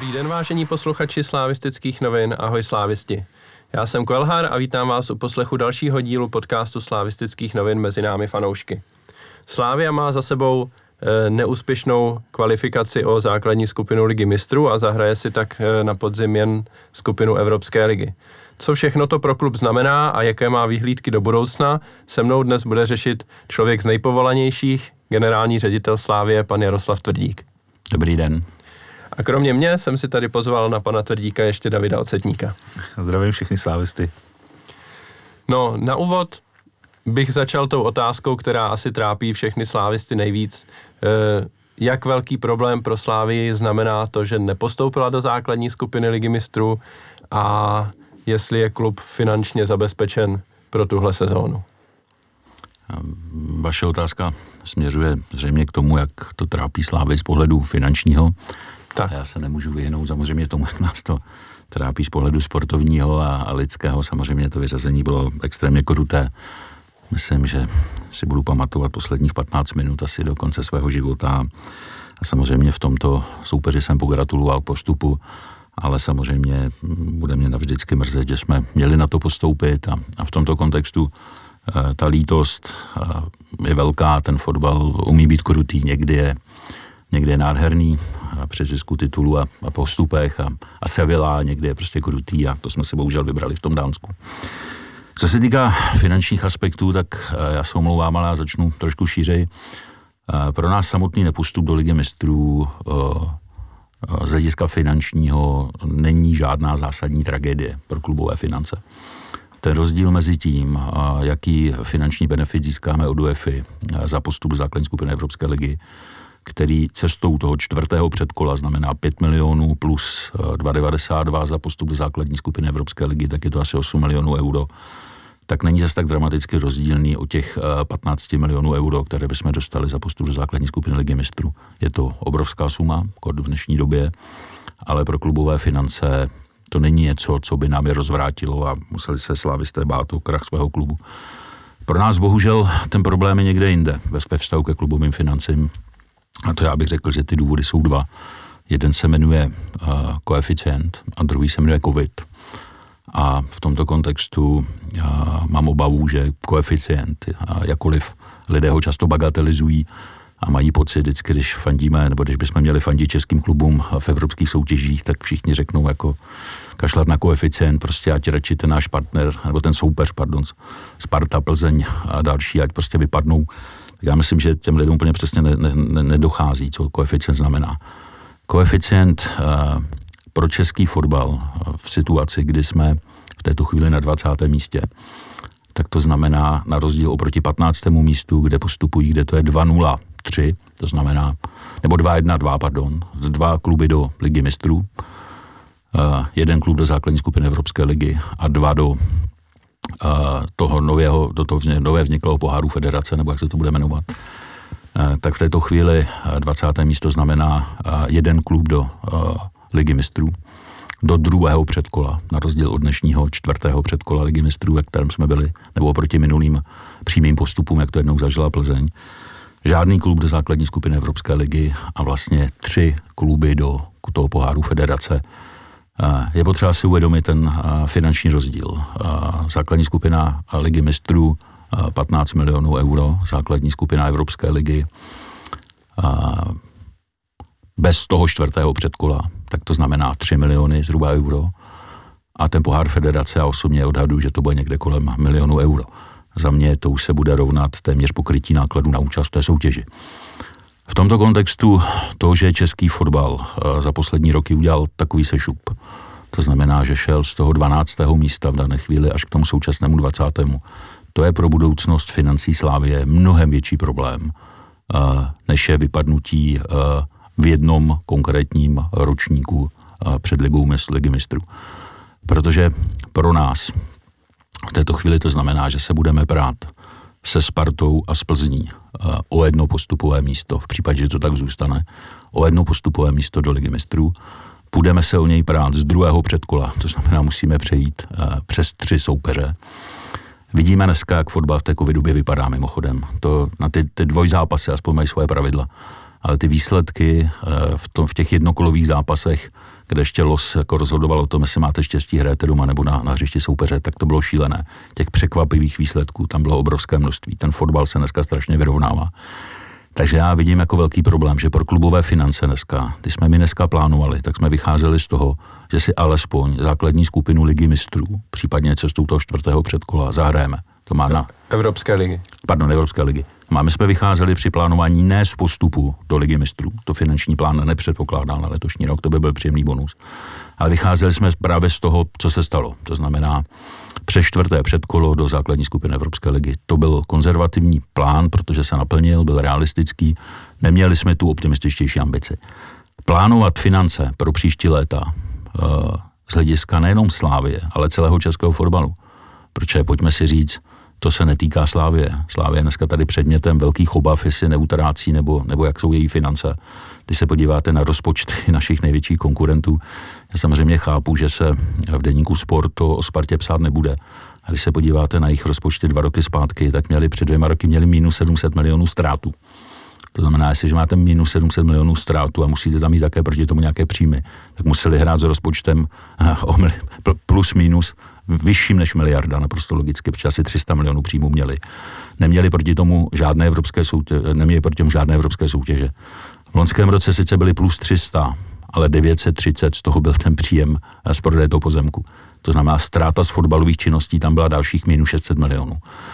Dobrý den, vážení posluchači Slavistických novin, ahoj slávisti. Já jsem Koelhar a vítám vás u poslechu dalšího dílu podcastu Slavistických novin Mezi námi fanoušky. Slavia má za sebou neúspěšnou kvalifikaci o základní skupinu Ligy mistrů a zahraje si tak na podzim jen skupinu Evropské ligy. Co všechno to pro klub znamená a jaké má výhlídky do budoucna, se mnou dnes bude řešit člověk z nejpovolanějších, generální ředitel Slavie, pan Jaroslav Tvrdík. Dobrý den. A kromě mě jsem si tady pozval na pana Tvrdíka ještě Davida Ocetníka. Zdravím všechny slávisty. No, na úvod bych začal tou otázkou, která asi trápí všechny slávisty nejvíc. Jak velký problém pro Slavii znamená to, že nepostoupila do základní skupiny Ligy mistrů a jestli je klub finančně zabezpečen pro tuhle sezónu? Vaše otázka směřuje zřejmě k tomu, jak to trápí Slavii z pohledu finančního. Tak. Já se nemůžu vyhnout samozřejmě tomu, jak nás to trápí z pohledu sportovního a lidského. Samozřejmě to vyřazení bylo extrémně kruté. Myslím, že si budu pamatovat posledních 15 minut asi do konce svého života. A samozřejmě v tomto soupeři jsem pogratuloval postupu, ale samozřejmě bude mě navždycky mrzet, že jsme měli na to postoupit a v tomto kontextu ta lítost je velká, ten fotbal umí být krutý, někdy je nádherný při zisku titulu a postupech a Sevilla někdy je prostě krutý a to jsme se bohužel vybrali v tom Dánsku. Co se týká finančních aspektů, tak já se omlouvám, ale já začnu trošku šířej. Pro nás samotný nepostup do Ligy mistrů z hlediska finančního není žádná zásadní tragédie pro klubové finance. Ten rozdíl mezi tím, jaký finanční benefit získáme od UEFI za postup do základní skupiny Evropské ligy, který cestou toho 4. předkola znamená 5 milionů plus 2,92 za postup do základní skupiny Evropské ligy, tak je to asi 8 milionů euro, tak není zase tak dramaticky rozdílný o těch 15 milionů euro, které bychom dostali za postup do základní skupiny Ligy mistrů. Je to obrovská suma, v dnešní době, ale pro klubové finance to není něco, co by nám je rozvrátilo a museli se slavisté bát o krach svého klubu. Pro nás bohužel ten problém je někde jinde, ve vztahu ke klubovým financím. A to já bych řekl, že ty důvody jsou dva. Jeden se jmenuje koeficient a druhý se jmenuje COVID. A v tomto kontextu mám obavu, že koeficient, jakkoliv lidé ho často bagatelizují a mají pocit vždycky, když fandíme, nebo když bychom měli fandit českým klubům v evropských soutěžích, tak všichni řeknou jako kašlat na koeficient, prostě ať radši ten náš partner, nebo ten soupeř, Sparta, Plzeň a další, ať prostě vypadnou. Tak já myslím, že těm lidem úplně přesně nedochází, co koeficient znamená. Koeficient pro český fotbal v situaci, kdy jsme v této chvíli na 20. místě, tak to znamená na rozdíl oproti 15. místu, kde postupují, kde to je 2-0-3, to znamená, nebo 2-1-2, dva kluby do Ligy mistrů, jeden klub do základní skupiny Evropské ligy a dva do toho nové vzniklého poháru federace, nebo jak se to bude jmenovat, tak v této chvíli 20. místo znamená jeden klub do Ligy mistrů, do druhého předkola, na rozdíl od dnešního 4. předkola Ligy mistrů, ve kterém jsme byli, nebo oproti minulým přímým postupům, jak to jednou zažila Plzeň. Žádný klub do základní skupiny Evropské ligy a vlastně 3 kluby do toho poháru federace. Je potřeba si uvědomit ten finanční rozdíl. Základní skupina Ligy mistrů 15 milionů euro, základní skupina Evropské ligy bez toho 4. předkola, tak to znamená 3 miliony zhruba euro. A ten pohár federace, já osobně odhaduji, že to bude někde kolem 1 milionu euro. Za mě to už se bude rovnat téměř pokrytí nákladů na účast v té soutěži. V tomto kontextu to, že český fotbal za poslední roky udělal takový sešup, to znamená, že šel z toho 12. místa v dané chvíli až k tomu současnému 20. To je pro budoucnost financí Slavie mnohem větší problém, než je vypadnutí v jednom konkrétním ročníku před Ligy mistrů. Protože pro nás v této chvíli to znamená, že se budeme brát se Spartou a s Plzní o jedno postupové místo, v případě, že to tak zůstane, o jedno postupové místo do Ligy mistrů. Půjdeme se o něj prát z druhého předkola, to znamená, musíme přejít přes 3 soupeře. Vidíme dneska, jak fotbal v té covidobě vypadá mimochodem. To na ty dvojzápasy aspoň mají svoje pravidla, ale ty výsledky v těch jednokolových zápasech kde ještě los jako rozhodoval o tom, jestli máte štěstí, hrajete doma nebo na hřišti soupeře, tak to bylo šílené. Těch překvapivých výsledků tam bylo obrovské množství. Ten fotbal se dneska strašně vyrovnává. Takže já vidím jako velký problém, že pro klubové finance dneska, když jsme my dneska plánovali, tak jsme vycházeli z toho, že si alespoň základní skupinu Ligy mistrů, případně cestou toho 4. předkola zahrajeme. To má na Evropské ligy. Pardon, Evropské ligy. My jsme vycházeli při plánování ne z postupu do Ligy mistrů. To finanční plán nepředpokládal na letošní rok, to by byl příjemný bonus. Ale vycházeli jsme právě z toho, co se stalo. To znamená přes 4. předkolo do základní skupiny Evropské ligy. To byl konzervativní plán, protože se naplnil, byl realistický. Neměli jsme tu optimističtější ambici. Plánovat finance pro příští léta z hlediska nejenom Slávie, ale celého českého fotbalu. Protože pojďme si říct, to se netýká Slávie. Slávie je dneska tady předmětem velkých obav, jestli neutrácí nebo jak jsou její finance. Když se podíváte na rozpočty našich největších konkurentů, já samozřejmě chápu, že se v deníku Sport to o Spartě psát nebude. A když se podíváte na jejich rozpočty 2 roky zpátky, tak před 2 roky měli minus 700 milionů ztrátu. To znamená, jestliže máte minus 700 milionů ztrátu a musíte tam mít také proti tomu nějaké příjmy, tak museli hrát s rozpočtem plus minus vyšším než miliarda, naprosto logicky, protože asi 300 milionů příjmů měli. Neměli proti tomu žádné evropské soutěže. V loňském roce sice byli plus 300, ale 930 z toho byl ten příjem z prodeje toho pozemku. To znamená, ztráta z fotbalových činností tam byla dalších minus 600 milionů.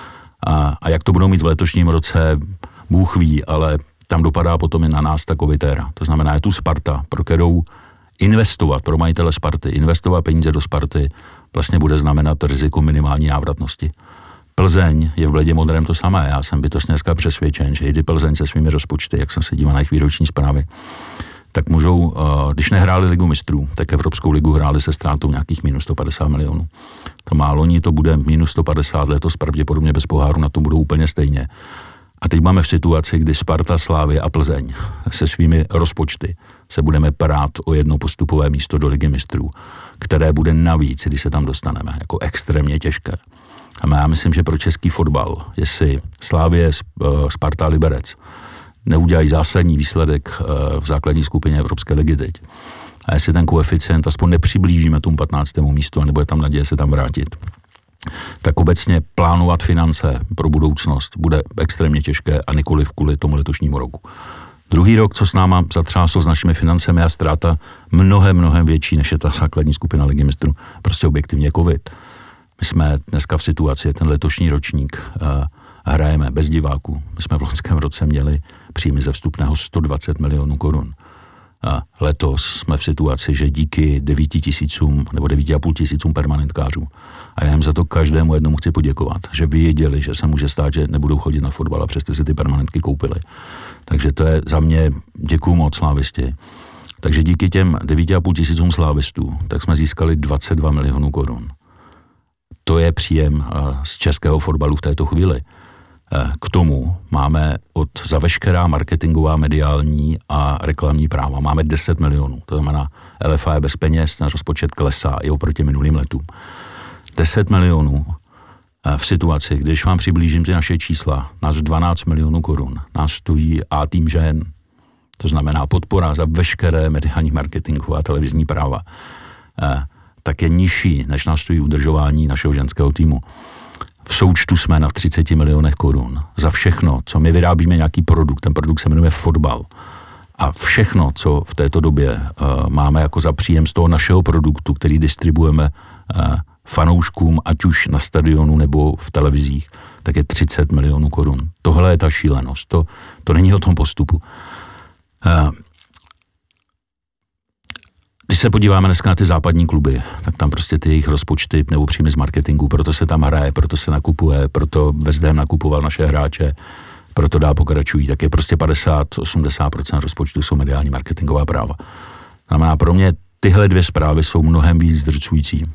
A jak to budou mít v letošním roce, Bůh ví, ale tam dopadá potom i na nás ta covidéra. To znamená, je tu Sparta, pro kterou investovat, pro majitele Sparty, investovat peníze do Sparty vlastně bude znamenat riziko minimální návratnosti. Plzeň je v bledě modrém to samé. Já jsem bytostně dneska přesvědčen, že i Plzeň se svými rozpočty, jak jsem se díval na jejich výroční zprávy, tak můžou, když nehráli Ligu mistrů, tak Evropskou ligu hráli se ztrátou nějakých minus 150 milionů. To má loni, to bude minus 150, letos pravděpodobně bez poháru, na tom budou úplně stejně. A teď máme v situaci, kdy Sparta, Slávie a Plzeň se svými rozpočty se budeme prát o jedno postupové místo do Ligy mistrů, které bude navíc, když se tam dostaneme, jako extrémně těžké. A já myslím, že pro český fotbal, jestli Slávie, Sparta, Liberec neudělají zásadní výsledek v základní skupině Evropské ligy teď, a jestli ten koeficient aspoň nepřiblížíme tomu 15. místu, anebo je tam naděje se tam vrátit, tak obecně plánovat finance pro budoucnost bude extrémně těžké a nikoliv kvůli tomu letošnímu roku. Druhý rok, co s náma zatřáslo s našimi financemi, a ztráta mnohem větší, než je ta základní skupina Ligy mistrů, prostě objektivně covid. My jsme dneska v situaci, ten letošní ročník, hrajeme bez diváků. My jsme v loňském roce měli příjmy ze vstupného 120 milionů korun. A letos jsme v situaci, že díky 9 000 nebo 9 500 permanentkářů, a já jim za to každému jednomu chci poděkovat, že věděli, že se může stát, že nebudou chodit na fotbal, a přesto si ty permanentky koupili. Takže to je za mě, děkuju moc slávisti. Takže díky těm 9 500 slávistů, tak jsme získali 22 milionů korun. To je příjem z českého fotbalu v této chvíli. K tomu máme za veškerá marketingová, mediální a reklamní práva. Máme 10 milionů. To znamená, LFA je bez peněz, ten rozpočet klesá i oproti minulým letům. 10 milionů v situaci, když vám přiblížím ty naše čísla, nás 12 milionů korun, nás stojí A tým žen. To znamená podpora za veškeré mediální, marketingové a televizní práva. Tak je nižší, než nás stojí udržování našeho ženského týmu. V součtu jsme na 30 milionech korun. Za všechno, co my vyrábíme nějaký produkt, ten produkt se jmenuje fotbal. A všechno, co v této době máme jako za příjem z toho našeho produktu, který distribuujeme fanouškům, ať už na stadionu nebo v televizích, tak je 30 milionů korun. Tohle je ta šílenost. To není o tom postupu. Když se podíváme dneska na ty západní kluby, tak tam prostě ty jejich rozpočty nebo příjmy z marketingu, proto se tam hraje, proto se nakupuje, proto West Ham nakupoval naše hráče, proto dál pokračují, tak je prostě 50-80% rozpočtu jsou mediální marketingová práva. Znamená, pro mě tyhle dvě zprávy jsou mnohem víc zdrcující.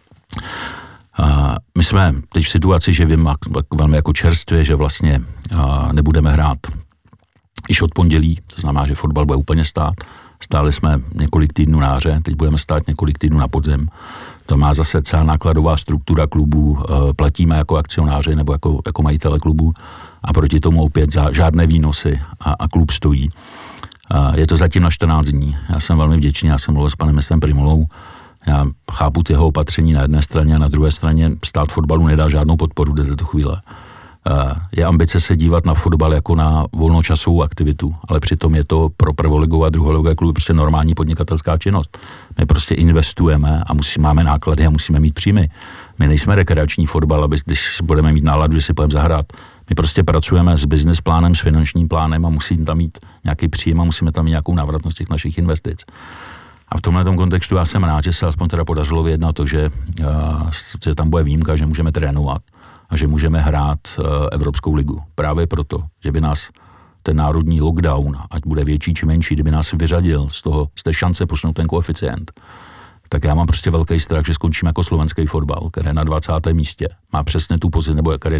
My jsme teď v situaci, že vím velmi jako čerstvě, že vlastně nebudeme hrát již od pondělí, to znamená, že fotbal bude úplně stát. Stáli jsme několik týdnů na jaře, teď budeme stát několik týdnů na podzim. To má zase celá nákladová struktura klubu, platíme jako akcionáři nebo jako majitele klubu a proti tomu opět žádné výnosy a klub stojí. Je to zatím na 14 dní. Já jsem velmi vděčný, já jsem mluvil s panem ministrem Prymulou. Já chápu jeho opatření na jedné straně a na druhé straně stát fotbalu nedá žádnou podporu do této chvíle. Je ambice se dívat na fotbal jako na volnočasovou aktivitu, ale přitom je to pro prvoligové a druholigové kluby prostě normální podnikatelská činnost. My prostě investujeme a máme náklady a musíme mít příjmy. My nejsme rekreační fotbal, když budeme mít náladu, že si půjdeme zahrát. My prostě pracujeme s business plánem, s finančním plánem a musíme tam mít nějaký příjem a musíme tam mít nějakou návratnost těch našich investic. A v tomhle kontextu já jsem rád, že se aspoň teda podařilo vyjednat to, že tam bude výjimka, že můžeme trénovat a že můžeme hrát Evropskou ligu. Právě proto, že by nás ten národní lockdown, ať bude větší či menší, kdyby nás vyřadil z té šance posunout ten koeficient, tak já mám prostě velký strach, že skončím jako slovenský fotbal, který je na 20. místě. Má přesně tu pozici, nebo který je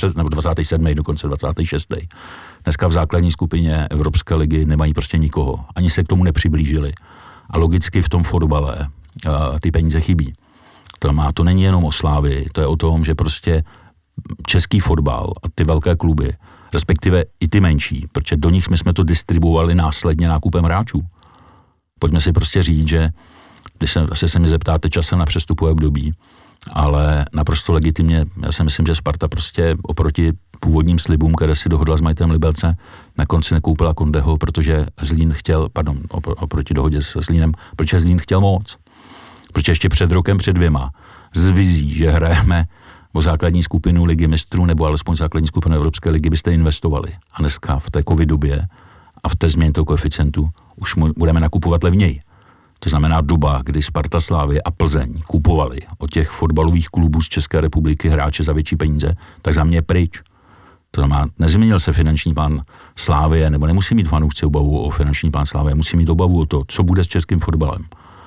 27. dokonce 26. Dneska v základní skupině Evropské ligy nemají prostě nikoho. Ani se k tomu nepřiblížili. A logicky v tom fotbale ty peníze chybí. To není jenom o Slávii, to je o tom, že prostě český fotbal a ty velké kluby, respektive i ty menší, protože do nich my jsme to distribuovali následně nákupem hráčů. Pojďme si prostě říct, že když se mě zeptáte časem na přestupové období, ale naprosto legitimně, já si myslím, že Sparta prostě oproti původním slibům, které si dohodla s majitelem Liberce, na konci nekoupila Kondeho, protože Zlín chtěl, oproti dohodě s Zlínem, protože Zlín chtěl moc. Protože ještě před rokem, před 2 z vizí, že hrajeme o základní skupinu Ligy mistrů nebo alespoň základní skupinu Evropské ligy, byste investovali. A dneska v té covid době a v té změně toho koeficientu už budeme nakupovat levněji. To znamená doba, kdy Sparta, Slávie a Plzeň kupovali od těch fotbalových klubů z České republiky hráče za větší peníze, tak za mě je pryč. To znamená, nezměnil se finanční plán Slávie, nebo nemusí mít fanoušci obavu o finanční plán Slávie, musí mít obavu o to, co bude s českým fotbalem.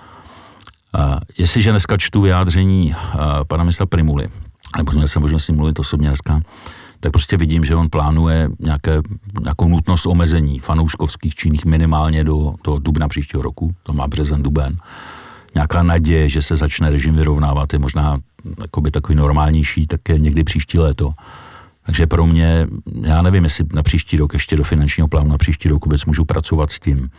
Jestliže dneska čtu vyjádření pana ministra Prymuly, nebo měl jsem možnost s ním mluvit osobně dneska, tak prostě vidím, že on plánuje nějakou nutnost omezení fanouškovských činných minimálně do dubna příštího roku, to má březen, duben. Nějaká naděje, že se začne režim vyrovnávat, je možná takový normálnější, tak je někdy příští léto. Takže pro mě, já nevím, jestli na příští rok, ještě do finančního plánu, na příští rok vůbec můžu pracovat s tím,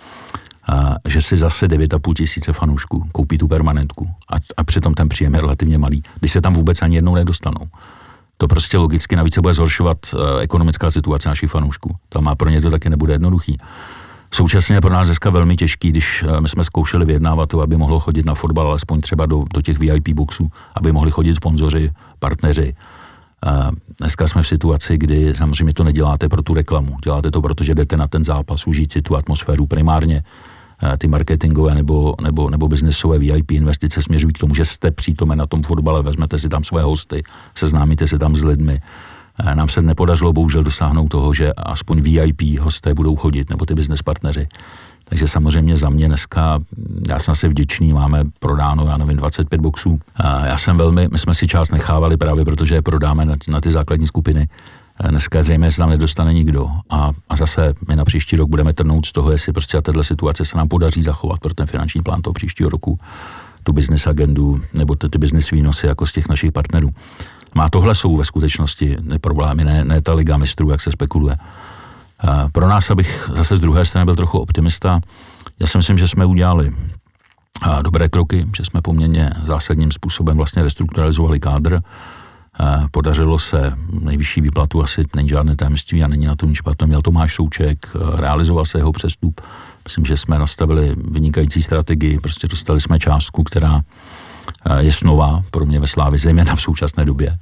že si zase 9,5 tisíce fanoušků koupí tu permanentku a přitom ten příjem je relativně malý, když se tam vůbec ani jednou nedostanou. To prostě logicky navíc se bude zhoršovat ekonomická situace našich fanoušků. To má pro ně to taky nebude jednoduchý. Současně je pro nás dneska velmi těžký, když my jsme zkoušeli vyjednávat to, aby mohlo chodit na fotbal, alespoň třeba do těch VIP boxů, aby mohli chodit sponzoři, partneři. Dneska jsme v situaci, kdy samozřejmě to neděláte pro tu reklamu. Děláte to, protože jdete na ten zápas, užít si tu atmosféru. Primárně ty marketingové nebo biznesové VIP investice směřují k tomu, že jste přítomen na tom fotbale, vezmete si tam své hosty, seznámíte se tam s lidmi. Nám se nepodařilo bohužel dosáhnout toho, že aspoň VIP hosté budou chodit, nebo ty business partneři. Takže samozřejmě za mě dneska, já jsem asi vděčný, máme prodáno, 25 boxů. My jsme si část nechávali právě, protože je prodáme na ty základní skupiny. Dneska zřejmě se tam nedostane nikdo. A zase my na příští rok budeme trnout z toho, jestli prostě tato situace se nám podaří zachovat pro ten finanční plán toho příštího roku, tu business agendu nebo ty business výnosy jako z těch našich partnerů. Tohle jsou ve skutečnosti problémy, ne ta Liga mistrů, jak se spekuluje. Pro nás, abych zase z druhé strany byl trochu optimista, já si myslím, že jsme udělali dobré kroky, že jsme poměrně zásadním způsobem vlastně restrukturalizovali kádr. Podařilo se nejvyšší výplatu, asi není žádné tajemství a není na tom nic špatného. Měl Tomáš Souček, realizoval se jeho přestup. Myslím, že jsme nastavili vynikající strategii, prostě dostali jsme částku, která je snová pro mě ve Slávii, zejména v současné době.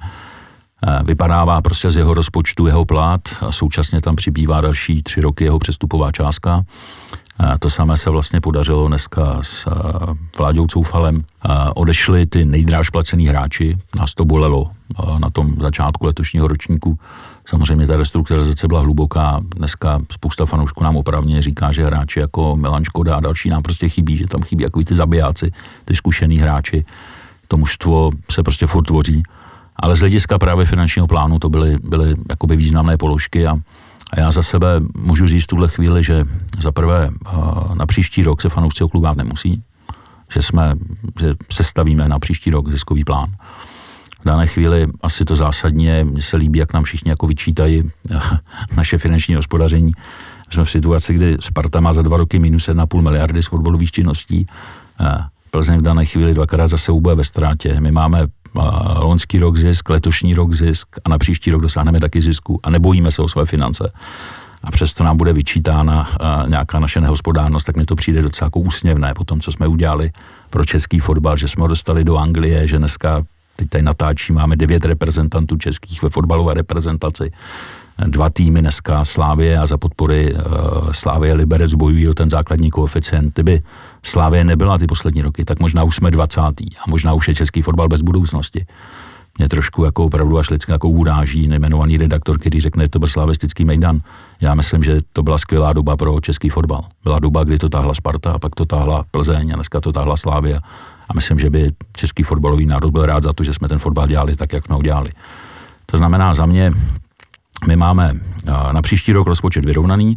Vypadává prostě z jeho rozpočtu jeho plat a současně tam přibývá další 3 roky jeho přestupová částka. To samé se vlastně podařilo dneska s Vláďou Coufalem. Odešli ty nejdráž placený hráči, nás to bolelo na tom začátku letošního ročníku. Samozřejmě ta restrukturalizace byla hluboká. Dneska spousta fanoušků nám opravně říká, že hráči jako Milan Škoda a další nám prostě chybí, že tam chybí jako ty zabijáci, ty zkušený hráči. To mužstvo se prostě furt tvoří. Ale z hlediska právě finančního plánu to byly jakoby významné položky a já za sebe můžu říct v tuhle chvíli, že za prvé na příští rok se fanoušci oklubovat nemusí, že sestavíme na příští rok ziskový plán. V dané chvíli asi to zásadně, mně se líbí, jak nám všichni jako vyčítají naše finanční hospodaření. Jsme v situaci, kdy Sparta má za 2 roky minus 1,5 miliardy z fotbalových činností. Plzeň v dané chvíli 2krát zase bude ve ztrátě. My máme loňský rok zisk, letošní rok zisk a na příští rok dosáhneme taky zisku a nebojíme se o své finance. A přesto nám bude vyčítána nějaká naše nehospodárnost, tak mi to přijde docela jako úsměvné po tom, co jsme udělali pro český fotbal, že jsme ho dostali do Anglie, že dneska, teď tady natáčí, máme 9 reprezentantů českých ve fotbalové reprezentaci. 2 týmy dneska, Slavie a za podpory Slavie Liberec bojují o ten základní koeficient. Kdyby Slavie nebyla ty poslední roky, tak možná už jsme 20. a možná už je český fotbal bez budoucnosti. Mě trošku jako opravdu až lidsky jako uráží nejmenovaný redaktor, který řekne, že to byl slavistický mejdan. Já myslím, že to byla skvělá doba pro český fotbal. Byla doba, kdy to táhla Sparta a pak to táhla Plzeň a dneska to táhla Slavia. A myslím, že by český fotbalový národ byl rád za to, že jsme ten fotbal dělali tak, jak jsme ho dělali. To znamená za mě, my máme na příští rok rozpočet vyrovnaný,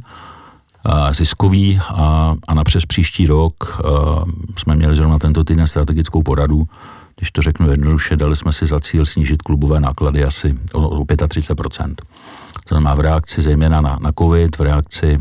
ziskový a na přes příští rok jsme měli zrovna tento týden strategickou poradu. Když to řeknu jednoduše, dali jsme si za cíl snížit klubové náklady asi o 35%. To znamená v reakci zejména na covid, v reakci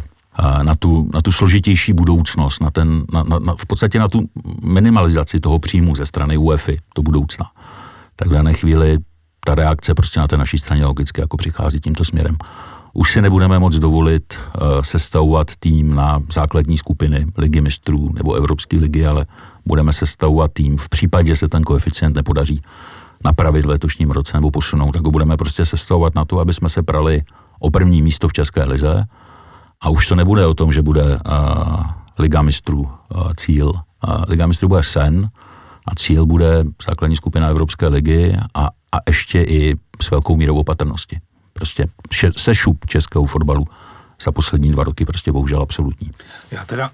na tu složitější budoucnost, v podstatě na tu minimalizaci toho příjmu ze strany UEFA do budoucna. Tak v dané chvíli ta reakce prostě na té naší straně logicky jako přichází tímto směrem. Už si nebudeme moc dovolit sestavovat tým na základní skupiny Ligy mistrů nebo Evropské ligy, ale budeme sestavovat tým. V případě, že se ten koeficient nepodaří napravit v letošním roce nebo posunout, tak ho budeme prostě sestavovat na to, aby jsme se prali o první místo v České lize. A už to nebude o tom, že bude Liga mistrů cíl. Liga mistrů bude sen a cíl bude základní skupina Evropské ligy a ještě i s velkou mírou opatrnosti. Prostě sešup českého fotbalu za poslední 2 roky prostě bohužel absolutní. Já teda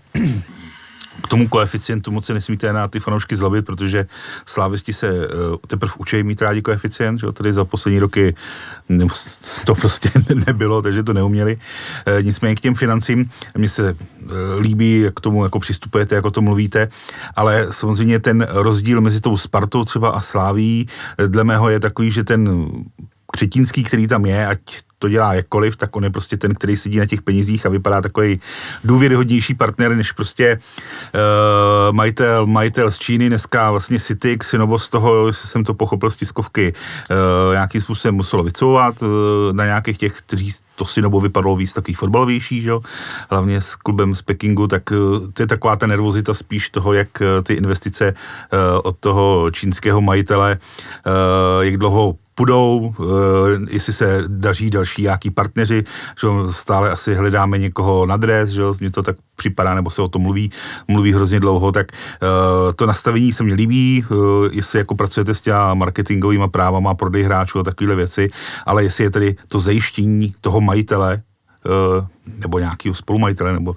k tomu koeficientu moc se nesmíte na ty fanoušky zlobit, protože slávisti se teprve učí mít rádi koeficient, že jo, tady za poslední roky to prostě nebylo, takže to neuměli. Nicméně k těm financím, mně se líbí, jak k tomu jako přistupujete, jako to mluvíte, ale samozřejmě ten rozdíl mezi tou Spartou třeba a Slavií, dle mého je takový, že ten Křetínský, který tam je, ať to dělá jakkoliv, tak on je prostě ten, který sedí na těch penězích a vypadá takový důvěryhodnější partner, než prostě majitel z Číny, dneska vlastně Citix, nebo z toho, jestli jsem to pochopil z tiskovky, nějakým způsobem muselo vycouvat na nějakých těch, kteří to Sinobo vypadalo víc takových fotbalovější, že? Hlavně s klubem z Pekingu, tak to je taková ta nervozita spíš toho, jak ty investice od toho čínského majitele, jak dlouho půjdou, jestli se daří další nějaký partneři, že stále asi hledáme někoho na dres, že mně to tak připadá, nebo se o tom mluví hrozně dlouho, tak to nastavení se mně líbí, jestli jako pracujete s těma marketingovýma právama, prodej hráčů a takovéhle věci, ale jestli je tedy to zajištění toho majitele, nebo nějakého spolumajitele, nebo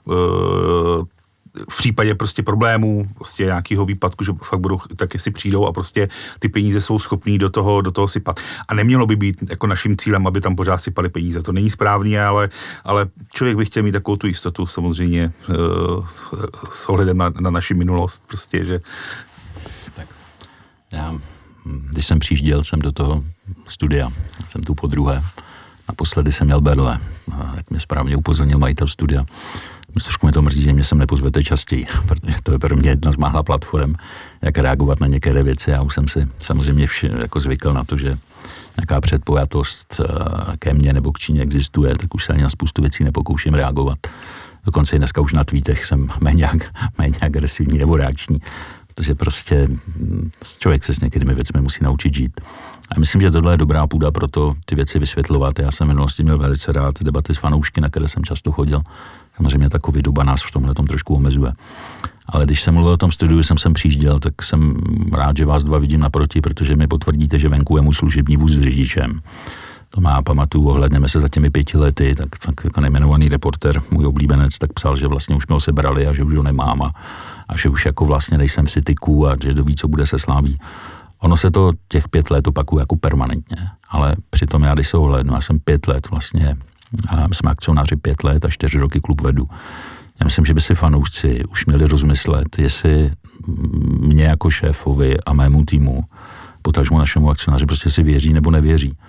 v případě prostě problémů, prostě nějakého výpadku, že fakt budou, tak jestli přijdou a prostě ty peníze jsou schopní do toho sypat. A nemělo by být jako naším cílem, aby tam pořád sypali peníze. To není správně, ale člověk by chtěl mít takovou tu jistotu samozřejmě s ohledem na naši minulost. Prostě, že... Tak. Já, když jsem přijížděl do toho studia, jsem tu podruhé, naposledy jsem měl berle, jak mě správně upozornil majitel studia. Trošku mě to mrzí, že mě sem nepozvete častěji, protože to je pro mě jedna z mála platform, jak reagovat na některé věci. Já už jsem si samozřejmě jako zvykl na to, že nějaká předpojatost ke mně nebo k Číně existuje, tak už se ani na spoustu věcí nepokouším reagovat. Dokonce i dneska už na tweetech jsem méně agresivní nebo reakční, protože prostě člověk se s některými věcmi musí naučit žít. A myslím, že tohle je dobrá půda pro to ty věci vysvětlovat. Já jsem v minulosti měl velice rád debaty s fanoušky, na které jsem často chodil. Samozřejmě ta covidoba nás v tomhle tom trošku omezuje. Ale když jsem mluvil o tom studiu, jsem sem přijížděl, tak jsem rád, že vás dva vidím naproti, protože mi potvrdíte, že venku je můj služební vůz s řidičem. To má pamatuju, ohledněme se za těmi 5 lety, tak jako nejmenovaný reporter, můj oblíbenec, tak psal, že vlastně už mě ho sebrali a že už ho nemám a že už jako vlastně nejsem v Cityku a že doví, co bude se Slaví. Ono se to těch 5 let opakuje jako permanentně, ale přitom já, když se ohlednu, já jsem 5 let vlastně, jsme akcionáři 5 let a 4 roky klub vedu. Já myslím, že by si fanoušci už měli rozmyslet, jestli mě jako šéfovi a mému týmu, potažmo našemu akcionáři, prostě si věří nebo nevěří.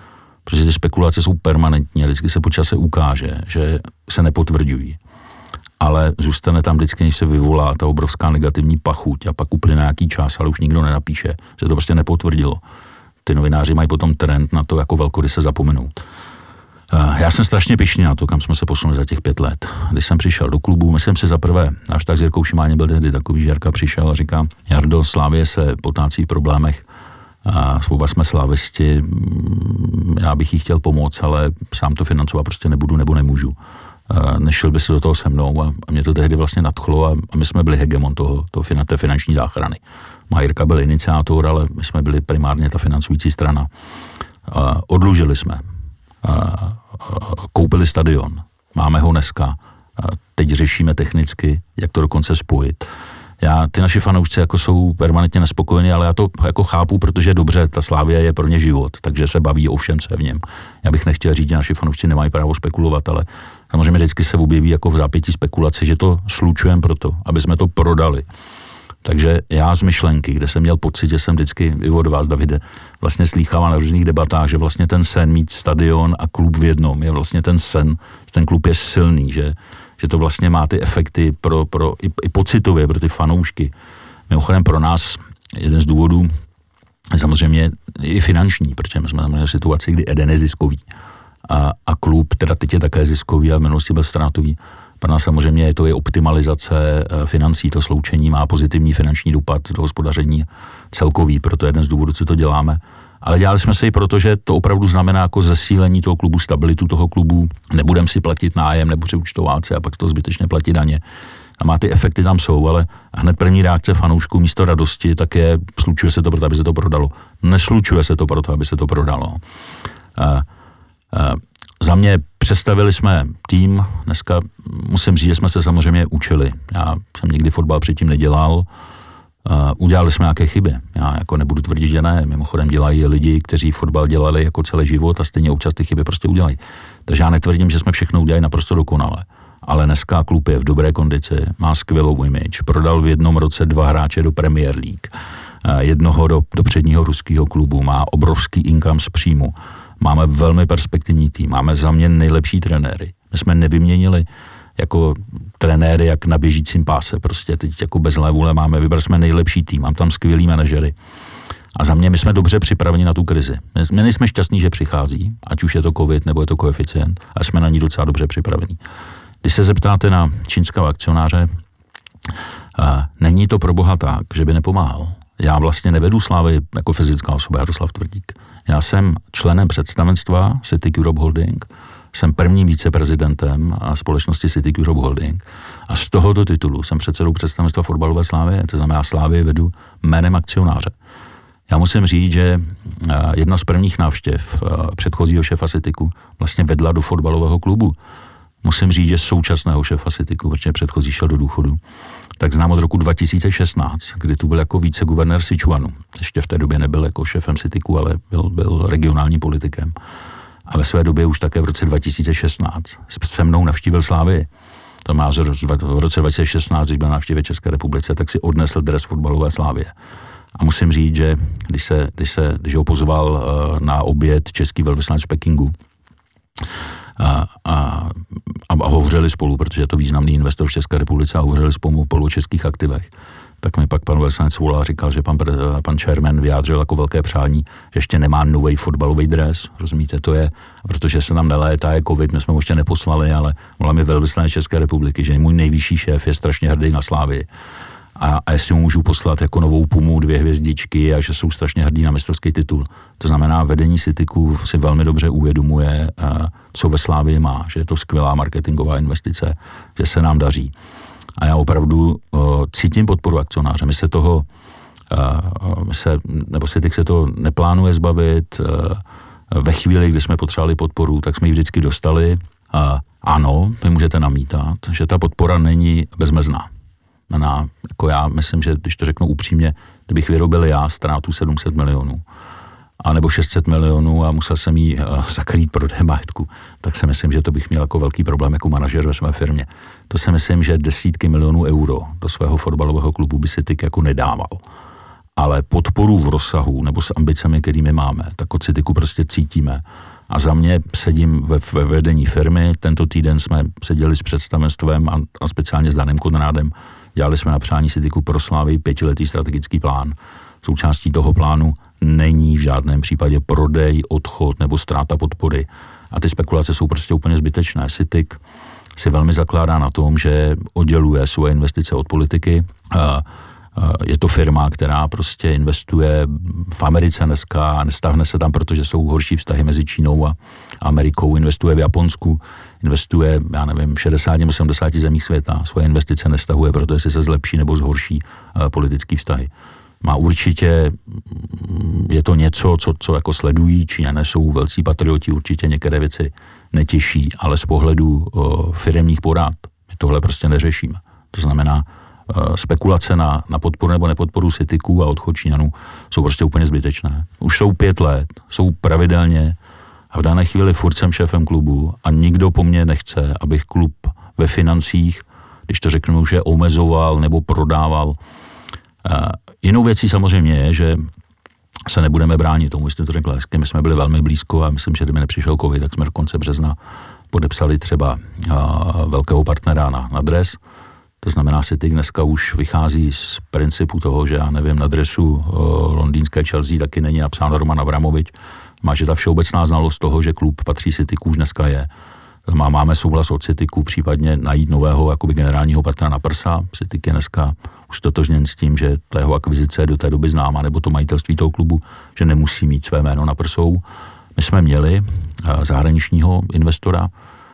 protože ty spekulace jsou permanentní a vždycky se po čase ukáže, že se nepotvrďují. Ale zůstane tam vždycky, když se vyvolá ta obrovská negativní pachuť a pak uplyne nějaký čas, ale už nikdo nenapíše, že to prostě nepotvrdilo. Ty novináři mají potom trend na to, jako velkoryse zapomenout. Já jsem strašně pyšný na to, kam jsme se posunuli za těch 5 let. Když jsem přišel do klubu, myslím si za prvé, až tak s Jirkou Šimáně byl tehdy takový, že Jirka přišel a říká, Jardo, Slavie se potácí v problémech, oba jsme slavisti, já bych jí chtěl pomoct, ale sám to financovat prostě nebudu nebo nemůžu. Nešel by se do toho se mnou a mě to tehdy vlastně nadchlo a my jsme byli hegemon té finanční záchrany. Jirka byl iniciátor, ale my jsme byli primárně ta financující strana. Odlužili jsme. Koupili stadion. Máme ho dneska. Teď řešíme technicky, jak to dokonce spojit. Ty naši fanoušci jako jsou permanentně nespokojení, ale já to jako chápu, protože dobře, ta Slavie je pro ně život, takže se baví o všem, co je v něm. Já bych nechtěl říct, že naši fanoušci nemají právo spekulovat, ale samozřejmě vždycky se objeví jako v zápětí spekulace, že to slučujeme proto, aby jsme to prodali. Takže já z myšlenky, kde jsem měl pocit, že jsem vždycky i od vás, Davide, vlastně slýchával na různých debatách, že vlastně ten sen mít stadion a klub v jednom je vlastně ten sen, že ten klub je silný, že to vlastně má ty efekty i pocitově pro ty fanoušky. Mimochodem pro nás jeden z důvodů samozřejmě i finanční, protože my jsme tam měli situaci, kdy Eden je ziskový a klub teda teď je také ziskový a v minulosti byl ztrátový. Pro nás samozřejmě to je optimalizace financí, to sloučení má pozitivní finanční dopad do hospodaření celkový, proto jeden z důvodů, co to děláme. Ale dělali jsme se i proto, že to opravdu znamená jako zesílení toho klubu, stabilitu toho klubu, nebudem si platit nájem nebo přeúčtováci a pak to zbytečně platit daně. A má ty efekty tam jsou, ale hned první reakce fanoušků místo radosti tak je, slučuje se to proto, aby se to prodalo. Neslučuje se to proto, aby se to prodalo. Za mě představili jsme tým, dneska musím říct, že jsme se samozřejmě učili. Já jsem nikdy fotbal předtím nedělal, udělali jsme nějaké chyby. Já jako nebudu tvrdit, že ne. Mimochodem dělají lidi, kteří fotbal dělali jako celý život a stejně občas ty chyby prostě udělají. Takže já netvrdím, že jsme všechno udělali naprosto dokonale. Ale dneska klub je v dobré kondici, má skvělou image, prodal v jednom roce 2 hráče do Premier League, jednoho do předního ruského klubu, má obrovský income z příjmu. Máme velmi perspektivní tým, máme za mě nejlepší trenéry. My jsme nevyměnili jako trenéry jak na běžícím páse, prostě teď jako bez levůle vybrali jsme nejlepší tým, mám tam skvělý manažery. A za mě my jsme dobře připraveni na tu krizi. My nejsme šťastní, že přichází, ať už je to covid nebo je to koeficient, ale jsme na ní docela dobře připravení. Když se zeptáte na čínského akcionáře, není to pro Boha tak, že by nepomáhal. Já vlastně nevedu Slavii jako fyzická osoba, Jaroslav Tvrdík. Já jsem členem představenstva City Europe Holding, jsem prvním viceprezidentem společnosti City Europe Holding a z tohoto titulu jsem předsedou představenstva fotbalové Slavie, to znamená Slavii vedu jménem akcionáře. Já musím říct, že jedna z prvních návštěv předchozího šéfa Cityku vlastně vedla do fotbalového klubu. Musím říct, že současného šéfa Cityku, protože předchozí šel do důchodu, tak znám od roku 2016, kdy tu byl jako viceguvernér Sichuanu. Ještě v té době nebyl jako šéfem Cityku, ale byl regionálním politikem. A ve své době už také v roce 2016 se mnou navštívil Slavii. To má v roce 2016, když byl na návštěvě České republice, tak si odnesl dres fotbalové Slavie. A musím říct, že když ho pozval na oběd český velvyslanec v Pekingu, a hovořili spolu, protože je to významný investor v České republice a hovořili spolu o českých aktivech. Tak mi pak pan velvyslanec volal a říkal, že pan chairman vyjádřil jako velké přání, že ještě nemá nový fotbalový dres, rozumíte, to je, protože se tam nelétá, je covid, my jsme ho ještě neposlali, ale volal mi velvyslanec České republiky, že můj nejvyšší šéf je strašně hrdý na Slavii. A jestli mu můžu poslat jako novou Pumu 2 hvězdičky a že jsou strašně hrdí na mistrovský titul. To znamená, vedení Cityku si velmi dobře uvědomuje, co ve Slavii má, že je to skvělá marketingová investice, že se nám daří. A já opravdu cítím podporu akcionáře. Cityk se to neplánuje zbavit. Ve chvíli, kdy jsme potřebovali podporu, tak jsme ji vždycky dostali. Ano, vy můžete namítat, že ta podpora není bezmezná. Jako já myslím, že když to řeknu upřímně, kdybych vyrobil já ztrátu 700 milionů, anebo 600 milionů a musel jsem jí zakrýt prodejem majetku, tak si myslím, že to bych měl jako velký problém jako manažer ve své firmě. To si myslím, že desítky milionů euro do svého fotbalového klubu by si Cityk jako nedával. Ale podporu v rozsahu nebo s ambicemi, kterými máme, tak od Cityku prostě cítíme A za mě sedím ve vedení firmy. Tento týden jsme seděli s představenstvem a speciálně s Danem Konrádem. Dělali jsme na přání Cityku pro Slávy 5letý strategický plán. Součástí toho plánu není v žádném případě prodej, odchod nebo ztráta podpory. A ty spekulace jsou prostě úplně zbytečné. Cityk si velmi zakládá na tom, že odděluje svoje investice od politiky. Je to firma, která prostě investuje v Americe dneska a nestáhne se tam, protože jsou horší vztahy mezi Čínou a Amerikou. Investuje v Japonsku, investuje, já nevím, 60-80 zemích světa. Svoje investice nestahuje, protože se zlepší nebo zhorší politický vztahy. Má určitě, je to něco, co jako sledují, Číňané jsou velcí patrioti, určitě některé věci netěší, ale z pohledu firemních porad my tohle prostě neřešíme. To znamená, spekulace na podporu nebo nepodporu Cityku a odchod Číňanů jsou prostě úplně zbytečné. Už jsou 5 let, jsou pravidelně a v dané chvíli furt jsem šéfem klubu a nikdo po mně nechce, abych klub ve financích, když to řeknu, že omezoval nebo prodával. Jinou věcí samozřejmě je, že se nebudeme bránit tomu, jste to řekl hezky, my jsme byli velmi blízko a myslím, že kdyby nepřišel covid, tak jsme do konce března podepsali třeba velkého partnera na dres. To znamená, Cityk dneska už vychází z principu toho, že já nevím, na dresu londýnské Chelsea taky není napsáno Roman Abramovič. Má, že ta všeobecná znalost toho, že klub patří Cityku, už dneska je. Máme souhlas od Cityku, případně najít nového jakoby generálního partnera na prsa. Cityk je dneska už totožněn s tím, že ta jeho akvizice je do té doby známa, nebo to majitelství toho klubu, že nemusí mít své jméno na prsou. My jsme měli zahraničního investora.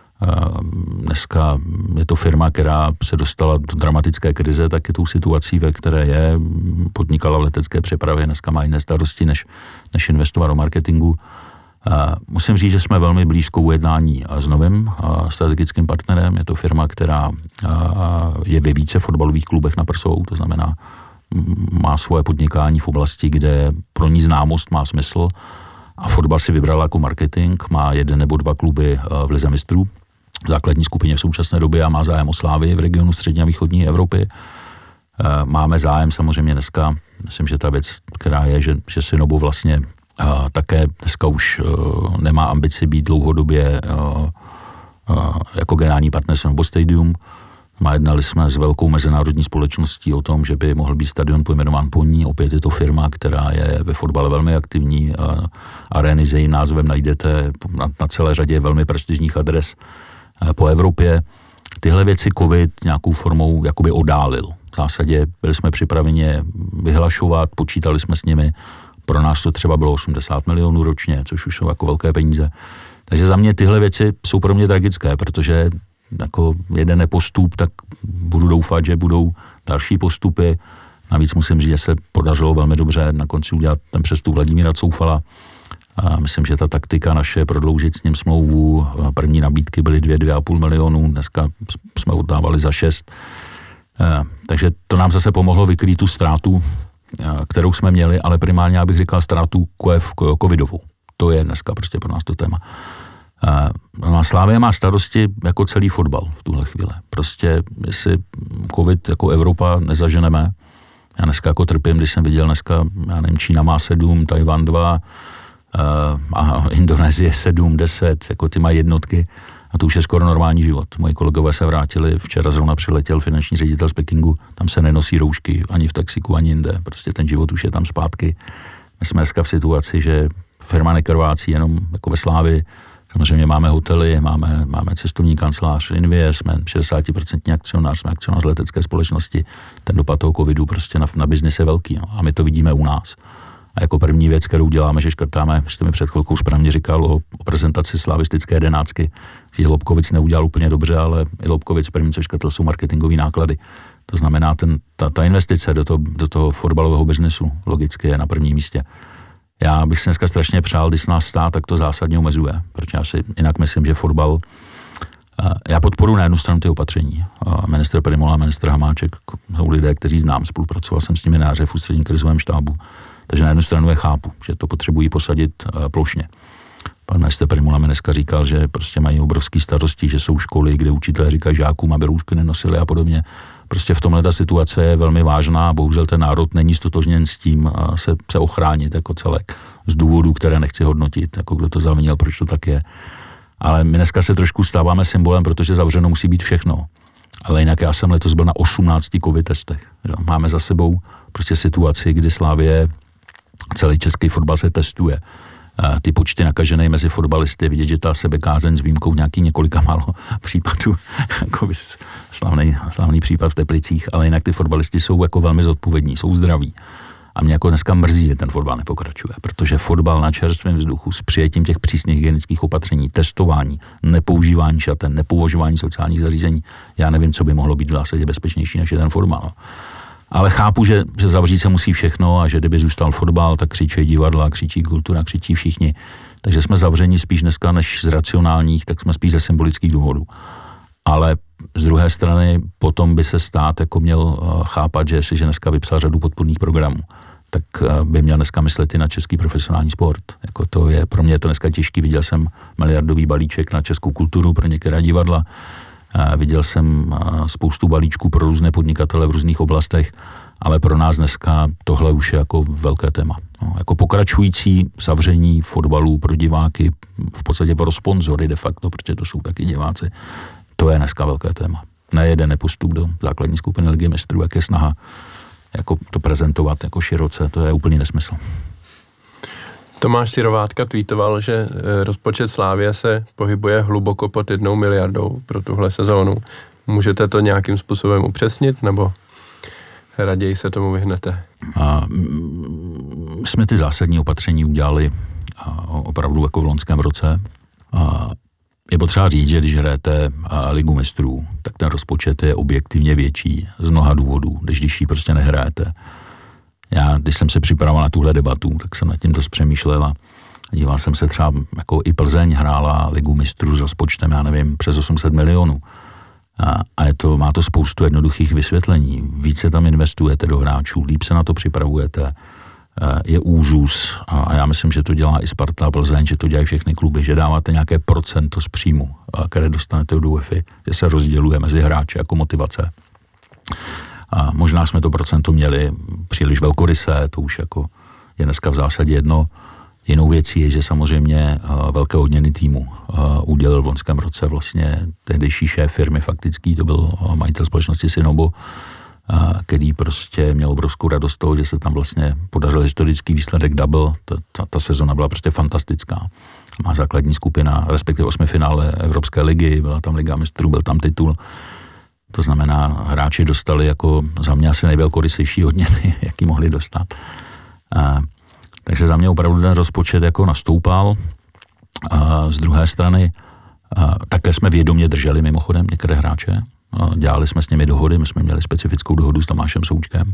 Dneska je to firma, která se dostala do dramatické krize, tak je tou situací, ve které je, podnikala v letecké přepravě, dneska má jiné starosti, než investovat do marketingu. Musím říct, že jsme velmi blízko ujednání s novým strategickým partnerem. Je to firma, která je ve více fotbalových klubech na prsou, to znamená, má svoje podnikání v oblasti, kde pro ní známost má smysl a fotbal si vybrala jako marketing, má 1 nebo 2 kluby v lize mistrů, v základní skupině v současné době a má zájem o Slávy v regionu střední a východní Evropy. Máme zájem samozřejmě dneska, myslím, že ta věc, která je, že Synobu vlastně také dneska už nemá ambici být dlouhodobě jako generální partner Synobu Stadium. Jednali jsme s velkou mezinárodní společností o tom, že by mohl být stadion pojmenován po ní. Opět je to firma, která je ve fotbale velmi aktivní. Arény s jejím názvem najdete na celé řadě velmi prestižních adres po Evropě. Tyhle věci covid nějakou formou jakoby oddálil. V zásadě byli jsme připraveni vyhlašovat, počítali jsme s nimi. Pro nás to třeba bylo 80 milionů ročně, což už jsou jako velké peníze. Takže za mě tyhle věci jsou pro mě tragické, protože jako jeden nepostup, tak budu doufat, že budou další postupy. Navíc musím říct, že se podařilo velmi dobře na konci udělat ten přestup Vladimíra Coufala. A myslím, že ta taktika naše prodloužit s ním smlouvu, první nabídky byly 2,5 milionů, dneska jsme oddávali za 6. Takže to nám zase pomohlo vykrýt tu ztrátu, kterou jsme měli, ale primárně, abych říkal, ztrátu covidovou. To je dneska prostě pro nás to téma. Slávia má starosti jako celý fotbal v tuhle chvíli. Prostě jestli covid jako Evropa nezaženeme, já dneska jako trpím, když jsem viděl dneska, já nevím, Čína má 7, Tajvan 2, a Indonésie 7, 10, jako ty mají jednotky a to už je skoro normální život. Moji kolegové se vrátili, včera zrovna přiletěl finanční ředitel z Pekingu, tam se nenosí roušky ani v taxiku, ani jinde, prostě ten život už je tam zpátky. My jsme dneska v situaci, že firma nekrvácí jenom jako ve Slávii. Samozřejmě máme hotely, máme cestovní kancelář Invie, jsme 60% akcionář, jsme akcionář letecké společnosti. Ten dopad toho covidu prostě na biznis je velký, no. A my to vidíme u nás. A jako první věc, kterou děláme, že škrtáme, jste mi před chvilkou správně říkal o prezentaci slavistické jedenáctky, že Lobkovic neudělal úplně dobře, ale i Lobkovic první, co škrtl, jsou marketingové náklady. To znamená, ta investice do toho fotbalového biznesu logicky je na prvním místě. Já bych si dneska strašně přál, když nás stát, tak to zásadně omezuje, protože já si jinak myslím, že fotbal, já podporuji na jednu stranu ty opatření. Ministr Primola, ministr Hamáček jsou lidé, kteří znám, spolupracoval jsem s nimi na jaře v ústředním krizovém štábu. Takže na jednu stranu je chápu, že to potřebují posadit plošně. Pan ministr Primola mi dneska říkal, že prostě mají obrovský starosti, že jsou školy, kde učitelé říkají žákům, aby roušky nenosili a podobně. prostě v tomhle ta situace je velmi vážná a bohužel ten národ není stotožněn s tím se ochránit jako celek z důvodů, které nechci hodnotit, jako kdo to zavinil, proč to tak je. Ale my dneska se trošku stáváme symbolem, protože zavřeno musí být všechno. Ale jinak já jsem letos byl na 18 covid testech. Máme za sebou prostě situaci, kdy Slavie, celý český fotbal se testuje. Ty počty nakažených mezi fotbalisty, vidět, že ta sebekázeň s výjimkou nějaký několika málo případů, jako slavný případ v Teplicích, ale jinak ty fotbalisti jsou jako velmi zodpovědní, jsou zdraví. A mě jako dneska mrzí, že ten fotbal nepokračuje, protože fotbal na čerstvém vzduchu s přijetím těch přísných hygienických opatření, testování, nepoužívání šaten, nepoužívání sociálních zařízení, já nevím, co by mohlo být v zásadě bezpečnější než je ten fotbal. No. Ale chápu, že zavřít se musí všechno a že kdyby zůstal fotbal, tak křičí divadla, křičí kultura, křičí všichni. Takže jsme zavření spíš dneska než z racionálních, tak jsme spíš ze symbolických důvodů. Ale z druhé strany potom by se stát jako měl chápat, že jestliže dneska vypsal řadu podpůrných programů, tak by měl dneska myslet i na český profesionální sport. Jako to je, pro mě je to dneska těžký. Viděl jsem miliardový balíček na českou kulturu pro některá divadla. Viděl jsem spoustu balíčků pro různé podnikatele v různých oblastech, ale pro nás dneska tohle už je jako velké téma. No, jako pokračující zavření fotbalů pro diváky, v podstatě pro sponzory de facto, protože to jsou taky diváci, to je dneska velké téma. Nejeden nepostup do základní skupiny Ligy mistrů, jak je snaha jako to prezentovat jako široce, to je úplný nesmysl. Tomáš Sirovátka tweetoval, že rozpočet Slavie se pohybuje hluboko pod 1 miliardou pro tuhle sezónu. Můžete to nějakým způsobem upřesnit, nebo raději se tomu vyhnete? Jsme ty zásadní opatření udělali opravdu jako v loňském roce. Je potřeba říct, že když hrajete Ligu mistrů, tak ten rozpočet je objektivně větší z mnoha důvodů, když ji prostě nehrajete. Já, když jsem se připravoval na tuhle debatu, tak jsem nad tím dost přemýšlel a díval jsem se třeba, jako i Plzeň hrála Ligu mistrů s rozpočtem, já nevím, přes 800 milionů. A má to spoustu jednoduchých vysvětlení. Více tam investujete do hráčů, líp se na to připravujete, je úzus a já myslím, že to dělá i Sparta a Plzeň, že to dělají všechny kluby, že dáváte nějaké procento z příjmu, které dostanete od UEFA, že se rozděluje mezi hráče jako motivace. A možná jsme to procento měli příliš velkorysé, to už jako je dneska v zásadě jedno. Jinou věcí je, že samozřejmě velké odměny týmu udělil v loňském roce vlastně tehdejší šéf firmy faktický, to byl majitel společnosti Sinobo, který prostě měl obrovskou radost toho, že se tam vlastně podařil historický výsledek double. Ta sezona byla prostě fantastická. Má základní skupina, respektive 8. finále Evropské ligy, byla tam Liga mistrů, byl tam titul. To znamená, hráči dostali jako za mě asi nejvelkorysejší odměny, jaký mohli dostat. Takže za mě opravdu ten rozpočet jako nastoupal. Z druhé strany také jsme vědomě drželi mimochodem některé hráče. Dělali jsme s nimi dohody, my jsme měli specifickou dohodu s Tomášem Součkem.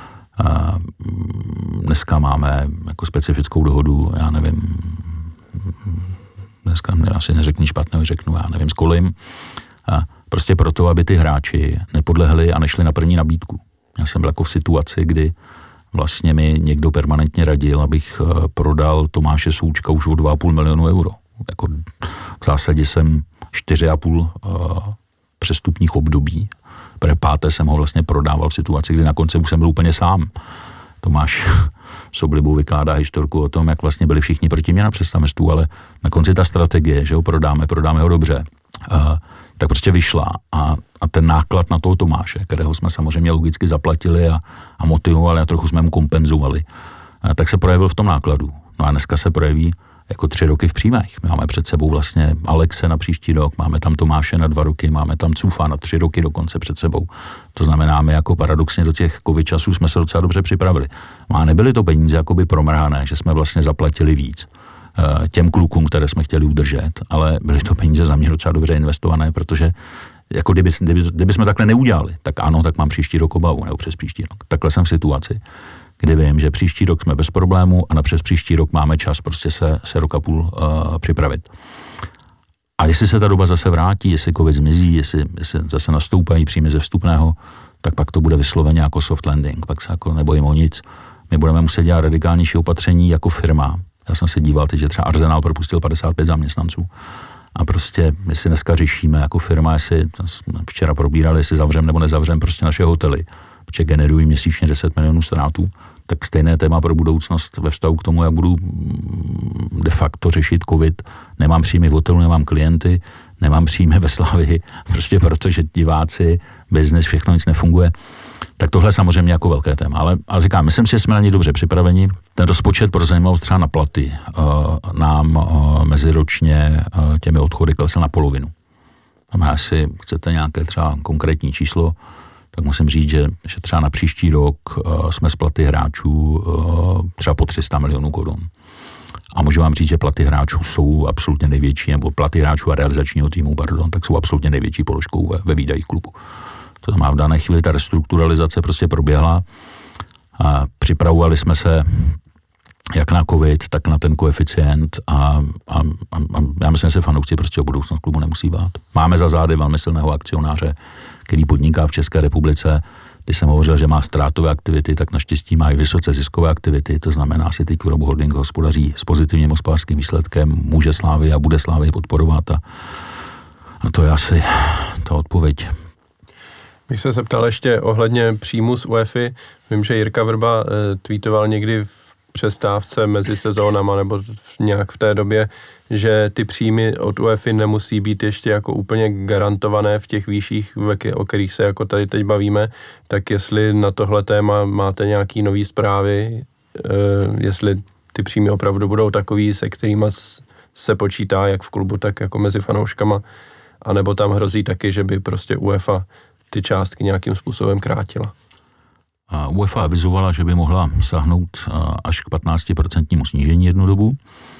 Dneska máme jako specifickou dohodu, já nevím, dneska asi neřeknu špatného, řeknu, já nevím, s Kolim. Prostě proto, aby ty hráči nepodlehli a nešli na první nabídku. Já jsem byl jako v situaci, kdy vlastně mi někdo permanentně radil, abych prodal Tomáše Součka už o 2,5 milionu euro. Jako v zásadě jsem 4,5 přestupních období. Protože páté jsem ho vlastně prodával v situaci, kdy na konci už jsem byl úplně sám. Tomáš s oblibou vykládá historku o tom, jak vlastně byli všichni proti mě na představenstvu, ale na konci ta strategie, že ho prodáme ho dobře, tak prostě vyšla a ten náklad na toho Tomáše, kterého jsme samozřejmě logicky zaplatili a motivovali a trochu jsme mu kompenzovali, tak se projevil v tom nákladu. No a dneska se projeví jako 3 roky v příjmech. My máme před sebou vlastně Alexe na příští rok, máme tam Tomáše na 2 roky, máme tam Cufa na 3 roky dokonce před sebou. To znamená, my jako paradoxně do těch covid časů jsme se docela dobře připravili. A nebyly to peníze jakoby promrhané, že jsme vlastně zaplatili víc těm klukům, které jsme chtěli udržet, ale byly to peníze za mě docela dobře investované, protože jako kdyby jsme takhle neudělali, tak ano, tak mám příští rok obavu, nebo přes příští rok. Takhle jsem v situaci, kdy vím, že příští rok jsme bez problémů a na přes příští rok máme čas prostě se rok a půl připravit. A jestli se ta doba zase vrátí, jestli covid zmizí, jestli zase nastoupají příjmy ze vstupného, tak pak to bude vysloveně jako soft landing, pak se jako nebojím o nic. My budeme muset dělat radikálnější opatření jako firma. Já jsem se díval, že třeba Arsenal propustil 55 zaměstnanců. a prostě my si dneska řešíme jako firma, jestli včera probírali, jestli zavřem nebo nezavřem prostě naše hotely, protože generují měsíčně 10 milionů ztrátů, tak stejné téma pro budoucnost ve vztahu k tomu, jak budu de facto řešit covid. Nemám příjmy v hotelu, nemám klienty, nemám příjmy ve Slavii, prostě protože diváci, biznes, všechno nic nefunguje. Tak tohle je samozřejmě jako velké téma. Ale říkám, myslím si, že jsme na ně dobře připraveni. Ten rozpočet pro zajímavost třeba na platy nám meziročně těmi odchody klesl na polovinu. A jestli chcete nějaké třeba konkrétní číslo, tak musím říct, že třeba na příští rok jsme s platy hráčů třeba po 300 milionů korun. A můžu vám říct, že platy hráčů jsou absolutně největší, nebo platy hráčů a realizačního týmu, tak jsou absolutně největší položkou ve výdajích klubu. To znamená, v dané chvíli ta restrukturalizace prostě proběhla. A připravovali jsme se jak na covid, tak na ten koeficient a já myslím, že se fanoušci prostě o budoucnost klubu nemusí bát. Máme za zády velmi silného akcionáře, který podniká v České republice. Když jsem hovořil, že má ztrátové aktivity, tak naštěstí má i vysoce ziskové aktivity, to znamená, si teď Robo Holding hospodaří s pozitivním hospodářským výsledkem, může Slavii a bude Slavii podporovat a to je asi ta odpověď. Bych se zeptal ještě ohledně příjmu z UEFI. Vím, že Jirka Vrba tweetoval někdy v přestávce mezi sezónama nebo nějak v té době, že ty příjmy od UEFI nemusí být ještě jako úplně garantované v těch výších, o kterých se jako tady teď bavíme, tak jestli na tohle téma máte nějaký nový zprávy, jestli ty příjmy opravdu budou takový, se kterýma se počítá jak v klubu, tak jako mezi fanouškama, anebo tam hrozí taky, že by prostě UEFA ty částky nějakým způsobem krátila. UEFA avizovala, že by mohla sáhnout až k 15% snížení jednu dobu,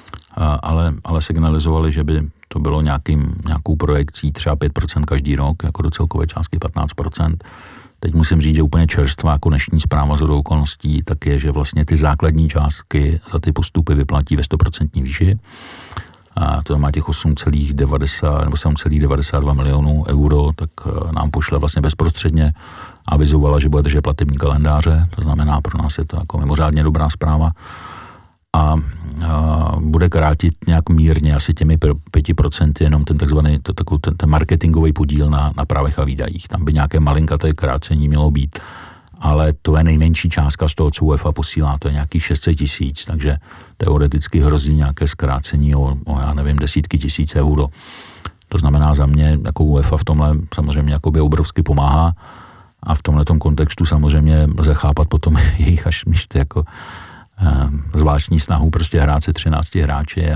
ale signalizovali, že by to bylo nějakou projekcí třeba 5% každý rok, jako do celkové částky 15%. Teď musím říct, že úplně čerstvá konečný zpráva z okolností tak je, že vlastně ty základní částky za ty postupy vyplatí ve 100% výši. A to má těch 7,92 milionů euro, tak nám pošle vlastně bezprostředně. Avizovala, že bude držet platební kalendáře, to znamená, pro nás je to jako mimořádně dobrá zpráva. A bude krátit nějak mírně, asi těmi 5%, jenom ten takzvaný, ten marketingový podíl na právech a výdajích. Tam by nějaké malinkaté krácení mělo být, ale to je nejmenší částka z toho, co UEFA posílá, to je nějakých 600 000, takže teoreticky hrozí nějaké zkrácení o já nevím, desítky tisíc euro. To znamená za mě, jako UEFA v tomhle samozřejmě jakoby obrovsky pomáhá a v tomhletom kontextu samozřejmě lze chápat potom jejich až místy jako zvláštní snahu prostě hrát se 13 hráči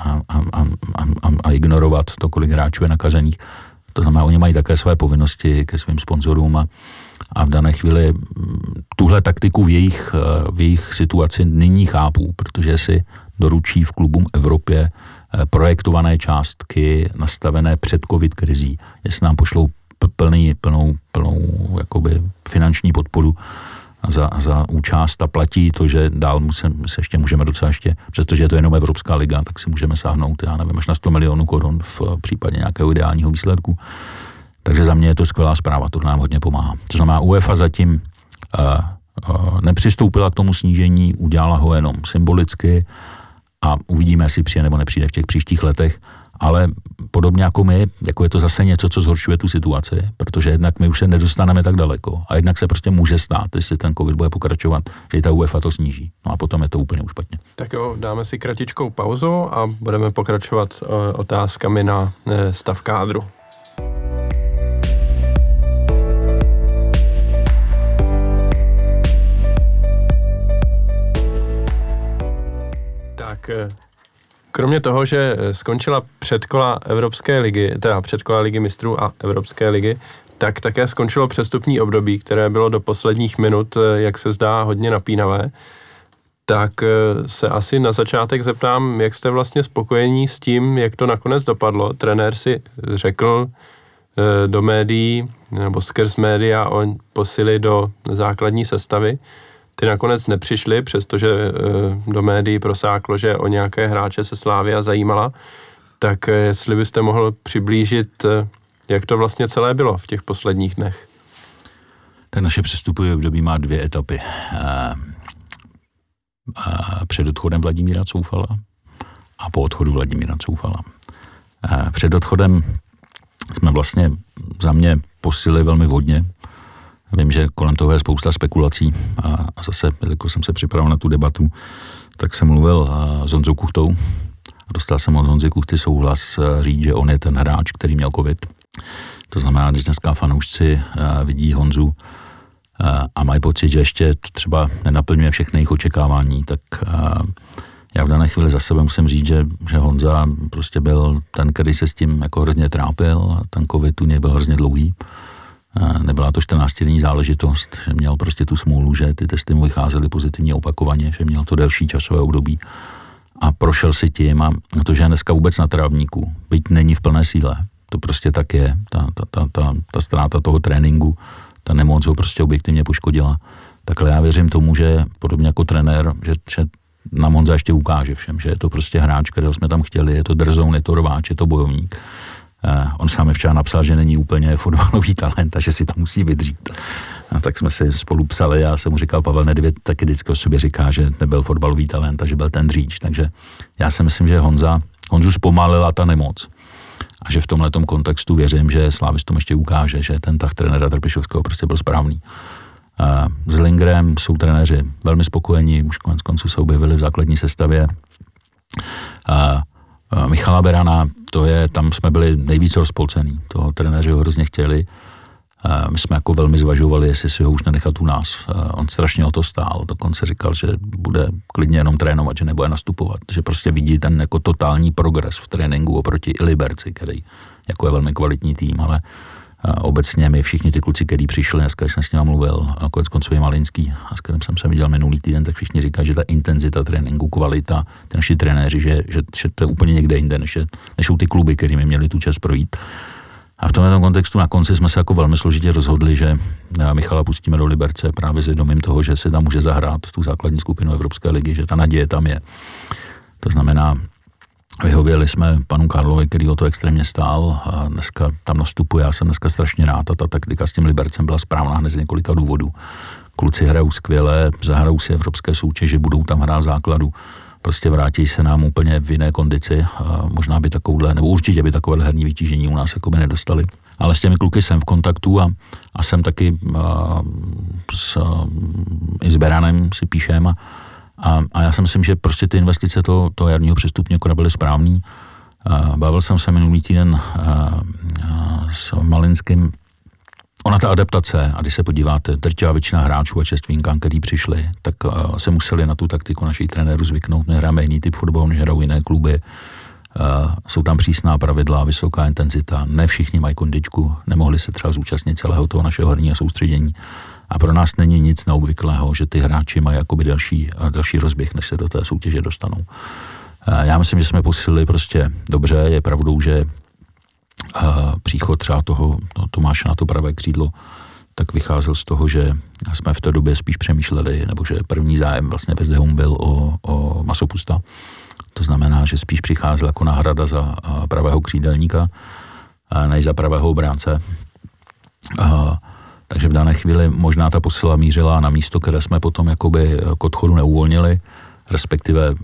a ignorovat to, kolik hráčů je nakažených. To znamená, oni mají také své povinnosti ke svým sponzorům a v dané chvíli tuhle taktiku v jejich situaci nyní chápu, protože si doručí v klubům Evropě projektované částky nastavené před covid krizí. Jestli nám pošlou plnou jakoby finanční podporu za účast a platí to, že dál ještě můžeme docela přestože je to jenom Evropská liga, tak si můžeme sáhnout, já nevím, až na 100 milionů korun v případě nějakého ideálního výsledku. Takže za mě je to skvělá zpráva, to nám hodně pomáhá. To znamená, UEFA zatím nepřistoupila k tomu snížení, udělala ho jenom symbolicky a uvidíme, jestli přijde nebo nepřijde v těch příštích letech, ale podobně jako my, jako je to zase něco, co zhoršuje tu situaci, protože jednak my už se nedostaneme tak daleko a jednak se prostě může stát, jestli ten covid bude pokračovat, že ta UEFA to sníží. No a potom je to úplně špatně. Tak jo, dáme si kratičkou pauzu a budeme pokračovat otázkami na stav kádru. Tak kromě toho, že skončila předkola Evropské ligy, teda předkola Ligy mistrů a Evropské ligy, tak také skončilo přestupní období, které bylo do posledních minut, jak se zdá, hodně napínavé. Tak se asi na začátek zeptám, jak jste vlastně spokojení s tím, jak to nakonec dopadlo. Trenér si řekl do médií, nebo skrz média o posily do základní sestavy. Ty nakonec nepřišly, přestože do médií prosáklo, že o nějaké hráče se Slavia zajímala. Tak jestli byste mohl přiblížit, jak to vlastně celé bylo v těch posledních dnech. Tak naše přestupové období má 2 etapy. Před odchodem Vladimíra Coufala a po odchodu Vladimíra Coufala. Před odchodem jsme vlastně za mě posílili velmi vhodně. Vím, že kolem toho je spousta spekulací a zase, jako jsem se připravil na tu debatu, tak jsem mluvil s Honzou Kuchtou. Dostal jsem od Honzy Kuchty souhlas říct, že on je ten hráč, který měl covid. To znamená, když dneska fanoušci vidí Honzu a mají pocit, že ještě to třeba nenaplňuje všechny jejich očekávání, tak já v dané chvíli za sebe musím říct, že Honza prostě byl ten, který se s tím jako hrozně trápil a ten covid u něj byl hrozně dlouhý. Nebyla to 14denní záležitost, že měl prostě tu smůlu, že ty testy mu vycházely pozitivně opakovaně, že měl to delší časové období a prošel si tím a to, že je dneska vůbec na trávníku, byť není v plné síle, to prostě tak je, ta ztráta toho tréninku, ta nemoc ho prostě objektivně poškodila. Takhle já věřím tomu, že podobně jako trenér, že nám Honza ještě ukáže všem, že je to prostě hráč, kterého jsme tam chtěli, je to drzoun, je to rváč, je to bojovník. On sám včera napsal, že není úplně fotbalový talent a že si to musí vydřít. A tak jsme si spolu psali, já jsem mu říkal, Pavel Nedvěd taky vždycky o sobě říká, že nebyl fotbalový talent a že byl ten dříč. Takže já si myslím, že Honzu zpomalila ta nemoc. A že v tomhletom kontextu věřím, že Slávistům ještě ukáže, že ten tah trenéra Trpišovského prostě byl správný. S Lingrem jsou trenéři velmi spokojení, už konec konců se objevili v základní sestavě. Michala Berana, tam jsme byli nejvíc rozpolcený, toho trenéři ho hrozně chtěli. My jsme jako velmi zvažovali, jestli si ho už nenechat u nás. On strašně o to stál, dokonce říkal, že bude klidně jenom trénovat, že nebude nastupovat, že prostě vidí ten jako totální progres v tréninku oproti i Liberci, který jako je velmi kvalitní tým, ale obecně my všichni ty kluci, kteří přišli, dneska jsem s nimi mluvil, konec konců je Malinský, a s kterým jsem se viděl minulý týden, tak všichni říkají, že ta intenzita tréninku, kvalita, ty naši trenéři, že to je úplně někde jinde, než jsou ty kluby, kterými měli tu čas projít. A v tomto kontextu na konci jsme se jako velmi složitě rozhodli, že Michala pustíme do Liberce právě s vědomím toho, že se tam může zahrát tu základní skupinu Evropské ligy, že ta naděje tam je. To znamená, vyhověli jsme panu Karlovi, který o to extrémně stál a dneska tam nastupuje. Já jsem dneska strašně rád a ta taktika s tím Libercem byla správná hned z několika důvodů. Kluci hrajou skvěle, zahrajou si evropské soutěže, budou tam hrát základu. Prostě vrátí se nám úplně v jiné kondici. Možná by takovouhle, nebo určitě by takovéhle herní vytížení u nás jako by nedostali. Ale s těmi kluky jsem v kontaktu a jsem taky i s Beranem si píšem a já si myslím, že prostě ty investice toho jarního přestupníka byly správný. Bavil jsem se minulý týden s Malinským. Ona ta adaptace, a když se podíváte, drtivá většina hráčů a čestvínkám, kteří přišli, tak se museli na tu taktiku našich trenérů zvyknout. My hrajeme jiný typ fotbalu, než hrajou jiné kluby. Jsou tam přísná pravidla, vysoká intenzita, ne všichni mají kondičku, nemohli se třeba zúčastnit celého toho našeho herního soustředění. A pro nás není nic neobvyklého, že ty hráči mají jakoby další rozběh, než se do té soutěže dostanou. Já myslím, že jsme posílili prostě dobře, je pravdou, že příchod třeba toho Tomáše na to pravé křídlo, tak vycházel z toho, že jsme v té době spíš přemýšleli, nebo že první zájem vlastně ve Zdehum byl o Masopusta. To znamená, že spíš přicházel jako náhrada za pravého křídelníka, než za pravého obránce. Takže v dané chvíli možná ta posila mířila na místo, které jsme potom jakoby k odchodu neuvolnili, respektive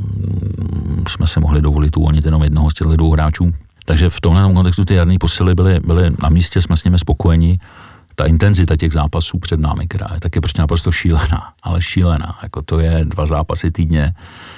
jsme se mohli dovolit uvolnit jenom jednoho z těchto dvou hráčů. Takže v tomhle kontextu ty jarní posily byly na místě, jsme s nimi spokojeni. Ta intenzita těch zápasů před námi, která je taky prostě naprosto šílená, ale šílená. Jako to je 2 zápasy týdně.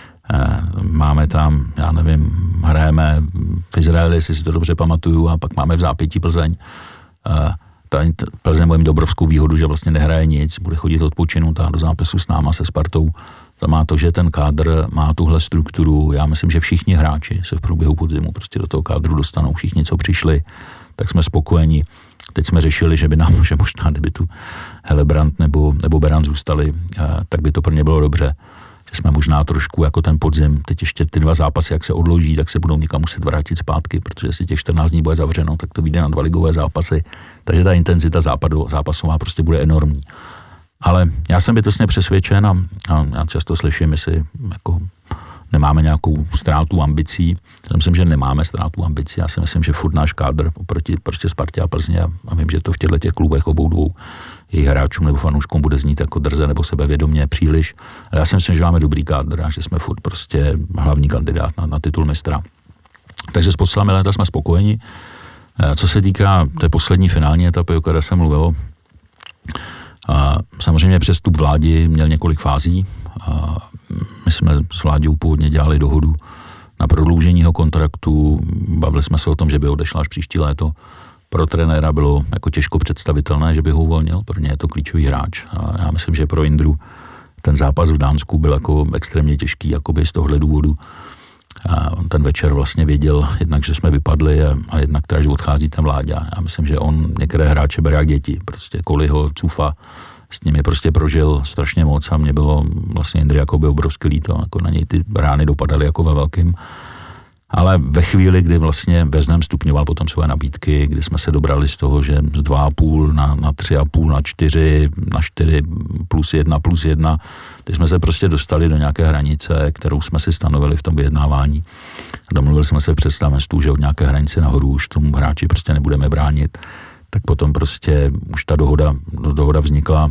Máme tam, já nevím, hrajeme v Izraeli, jestli si to dobře pamatuju, a pak máme v zápětí Plzeň. Plzeň bude mít obrovskou výhodu, že vlastně nehraje nic, bude chodit odpočinutá do zápasu s náma, se Spartou. To má to, že ten kádr má tuhle strukturu. Já myslím, že všichni hráči se v průběhu podzimu prostě do toho kádru dostanou. Všichni, co přišli, tak jsme spokojeni. Teď jsme řešili, že by nám, že možná, kdyby tu Helebrant nebo Beran zůstali, tak by to pro ně bylo dobře. Že jsme možná trošku jako ten podzim, teď ještě ty 2 zápasy, jak se odloží, tak se budou někam muset vrátit zpátky, protože jestli těch 14 dní bude zavřeno, tak to vyjde na 2 ligové zápasy. Takže ta intenzita zápasová prostě bude enormní. Ale já jsem bytostně přesvědčen a já často slyším, jestli jako nemáme nějakou ztrátu ambicí. Já myslím, že nemáme ztrátu ambicí. Já si myslím, že furt náš kádr oproti prostě Spartě a Plzně a vím, že to v těchto klubech obou dvou jejich hráčům nebo fanouškům bude znít jako drze nebo sebevědomě příliš. Ale já si myslím, že máme dobrý kádr a že jsme furt prostě hlavní kandidát na titul mistra. Takže s posledními léta jsme spokojeni. Co se týká té poslední finální etapy, o které jsem mluvil, samozřejmě přestup vlády měl několik fází. My jsme s vládou původně dělali dohodu na prodloužení jeho kontraktu, bavili jsme se o tom, že by odešla až příští léto. Pro trenéra bylo jako těžko představitelné, že by ho uvolnil, pro ně je to klíčový hráč. A já myslím, že pro Jindru ten zápas v Dánsku byl jako extrémně těžký, jakoby z tohohle důvodu. A on ten večer vlastně věděl jednak, že jsme vypadli a jednak teda, že odchází ten Vláďa. Já myslím, že on některé hráče bere jak děti. Prostě Koliho, Cufa, s nimi prostě prožil strašně moc a mě bylo vlastně Jindry jakoby obrovsky líto. Jako na něj ty rány dopadaly jako ve velkým. Ale ve chvíli, kdy vlastně Vezdem stupňoval potom své nabídky, kdy jsme se dobrali z toho, že z 2,5 na 3,5, na 4, na 4 plus 1, když jsme se prostě dostali do nějaké hranice, kterou jsme si stanovili v tom vyjednávání. Domluvili jsme se v představenstvu, že od nějaké hranice nahoru už tomu hráči prostě nebudeme bránit. Tak potom prostě už ta dohoda vznikla.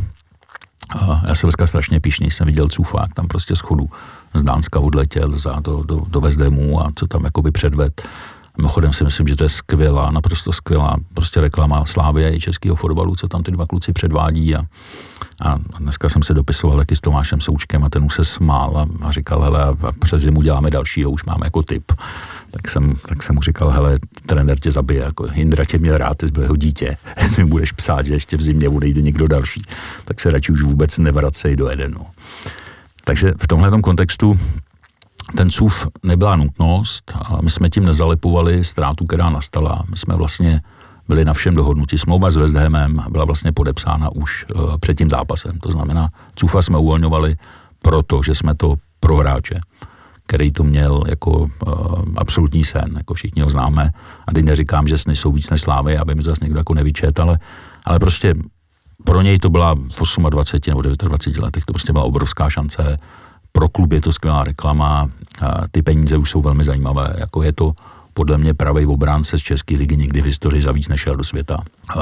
A já jsem dneska strašně pyšný, jsem viděl Cufák, tam prostě schodu z Dánska odletěl do Vezdemu a co tam jakoby předved. Mimochodem si myslím, že to je skvělá, naprosto skvělá prostě reklama Slávie i českého fotbalu, co tam ty dva kluci předvádí a dneska jsem se dopisoval taky s Tomášem Součkem a ten už se smál a říkal, hele, a přes zimu děláme dalšího, už máme jako tip. Tak jsem mu říkal, hele, trenér tě zabije, jako Jindra tě měl rád, ty jsi byl jeho dítě, jestli mi budeš psát, že ještě v zimě odejde někdo další, tak se radši už vůbec nevracej do Edenu. Takže v tomhletom kontextu ten CUF nebyla nutnost a my jsme tím nezalipovali ztrátu, která nastala. My jsme vlastně byli na všem dohodnutí. Smlouva s West Hamem byla vlastně podepsána už před tím zápasem. To znamená, CUFa jsme uvolňovali proto, že jsme to pro hráče, který to měl jako absolutní sen, jako všichni ho známe. A teď neříkám, že sny jsou víc než Slávy, aby mi zase někdo jako nevyčet, ale prostě pro něj to byla v 28 nebo 29 letech, to prostě byla obrovská šance. Pro klub je to skvělá reklama, ty peníze už jsou velmi zajímavé, jako je to podle mě pravej obránce z České ligy nikdy v historii za víc nešel do světa.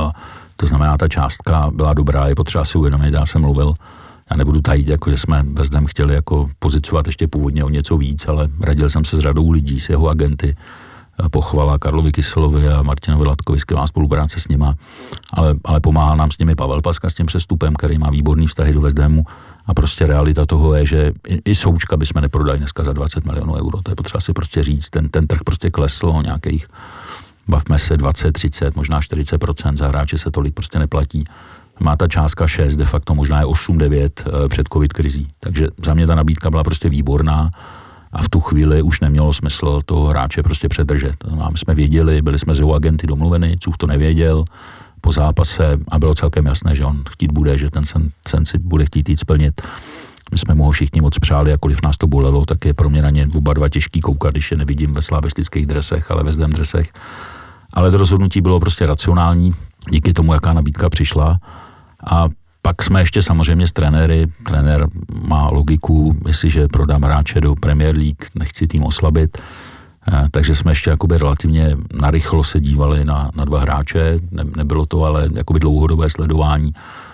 To znamená, ta částka byla dobrá, je potřeba si uvědomit, já jsem mluvil, já nebudu tajit, jako že jsme Vezdem chtěli jako pozicovat ještě původně o něco víc, ale radil jsem se s řadou lidí, s jeho agenty, pochvala Karlovi Kyselovi a Martinovi Latkovi, skvělá spolupráce s nima, ale pomáhal nám s nimi Pavel Paska s tím přestupem, který má výborný vztahy do Vezdemu a prostě realita toho je, že i Součka bychom neprodali dneska za 20 milionů euro, to je potřeba si prostě říct, ten trh prostě klesl o nějakých, bavme se 20, 30, možná 40%, za hráče se tolik prostě neplatí. Má ta částka 6, de facto možná je 8, 9 před covid krizí, takže za mě ta nabídka byla prostě výborná. A v tu chvíli už nemělo smysl toho hráče prostě předržet. My jsme věděli, byli jsme s jeho agenty domluveni, Cův to nevěděl po zápase a bylo celkem jasné, že on chtít bude, že ten sen si bude chtít jít splnit. My jsme mu ho všichni moc přáli, jakkoliv nás to bolelo, tak je pro mě na ně oba dva těžký koukat, když je nevidím ve slavistických dresech, ale ve Vezdem dresech. Ale to rozhodnutí bylo prostě racionální, díky tomu, jaká nabídka přišla. A pak jsme ještě samozřejmě s trenéry, trenér má logiku, jestliže prodám hráče do Premier League, nechci tým oslabit, takže jsme ještě jakoby relativně narychlo se dívali na dva hráče, nebylo to ale jakoby dlouhodobé sledování.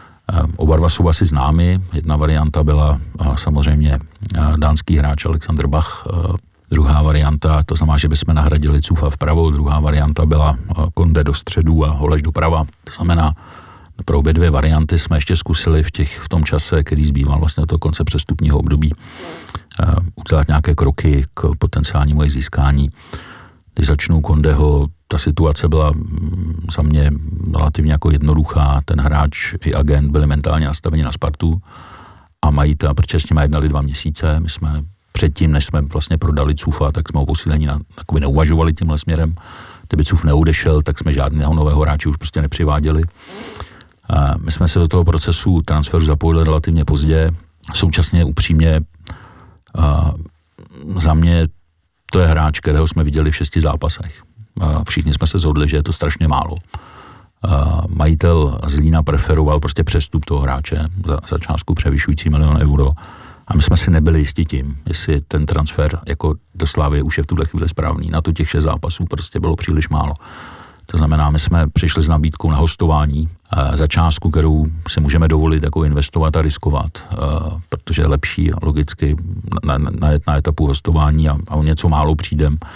Oba dva jsou asi známy, jedna varianta byla samozřejmě dánský hráč Alexander Bach, druhá varianta, to znamená, že bychom nahradili Cufa vpravo, druhá varianta byla Konde do středu a Holeš doprava, to znamená, pro obě dvě varianty jsme ještě zkusili v tom čase, který zbýval vlastně do toho konce přestupního období, udělat nějaké kroky k potenciálnímu jejich získání. Když začnu Kondeho, ta situace byla za mě relativně jako jednoduchá. Ten hráč i agent byli mentálně nastaveni na Spartu a mají to, protože s nimi jednali 2 měsíce. My jsme předtím, než jsme vlastně prodali Cufa, tak jsme o posílení takový neuvažovali tímhle směrem. Kdyby Cuf neodešel, tak jsme žádného nového hráče už prostě nepřiváděli. My jsme se do toho procesu transferu zapojili relativně pozdě. Současně upřímně za mě to je hráč, kterého jsme viděli v 6 zápasech. Všichni jsme se shodli, že je to strašně málo. Majitel Zlína preferoval prostě přestup toho hráče za částku převyšující 1 000 000 euro. A my jsme si nebyli jistí tím, jestli ten transfer jako do Slavie už je v tuhle chvíli správný. Na to těch 6 zápasů prostě bylo příliš málo. To znamená, my jsme přišli s nabídkou na hostování za částku, kterou si můžeme dovolit jako investovat a riskovat, protože je lepší logicky na etapu hostování a o něco málo přijdem,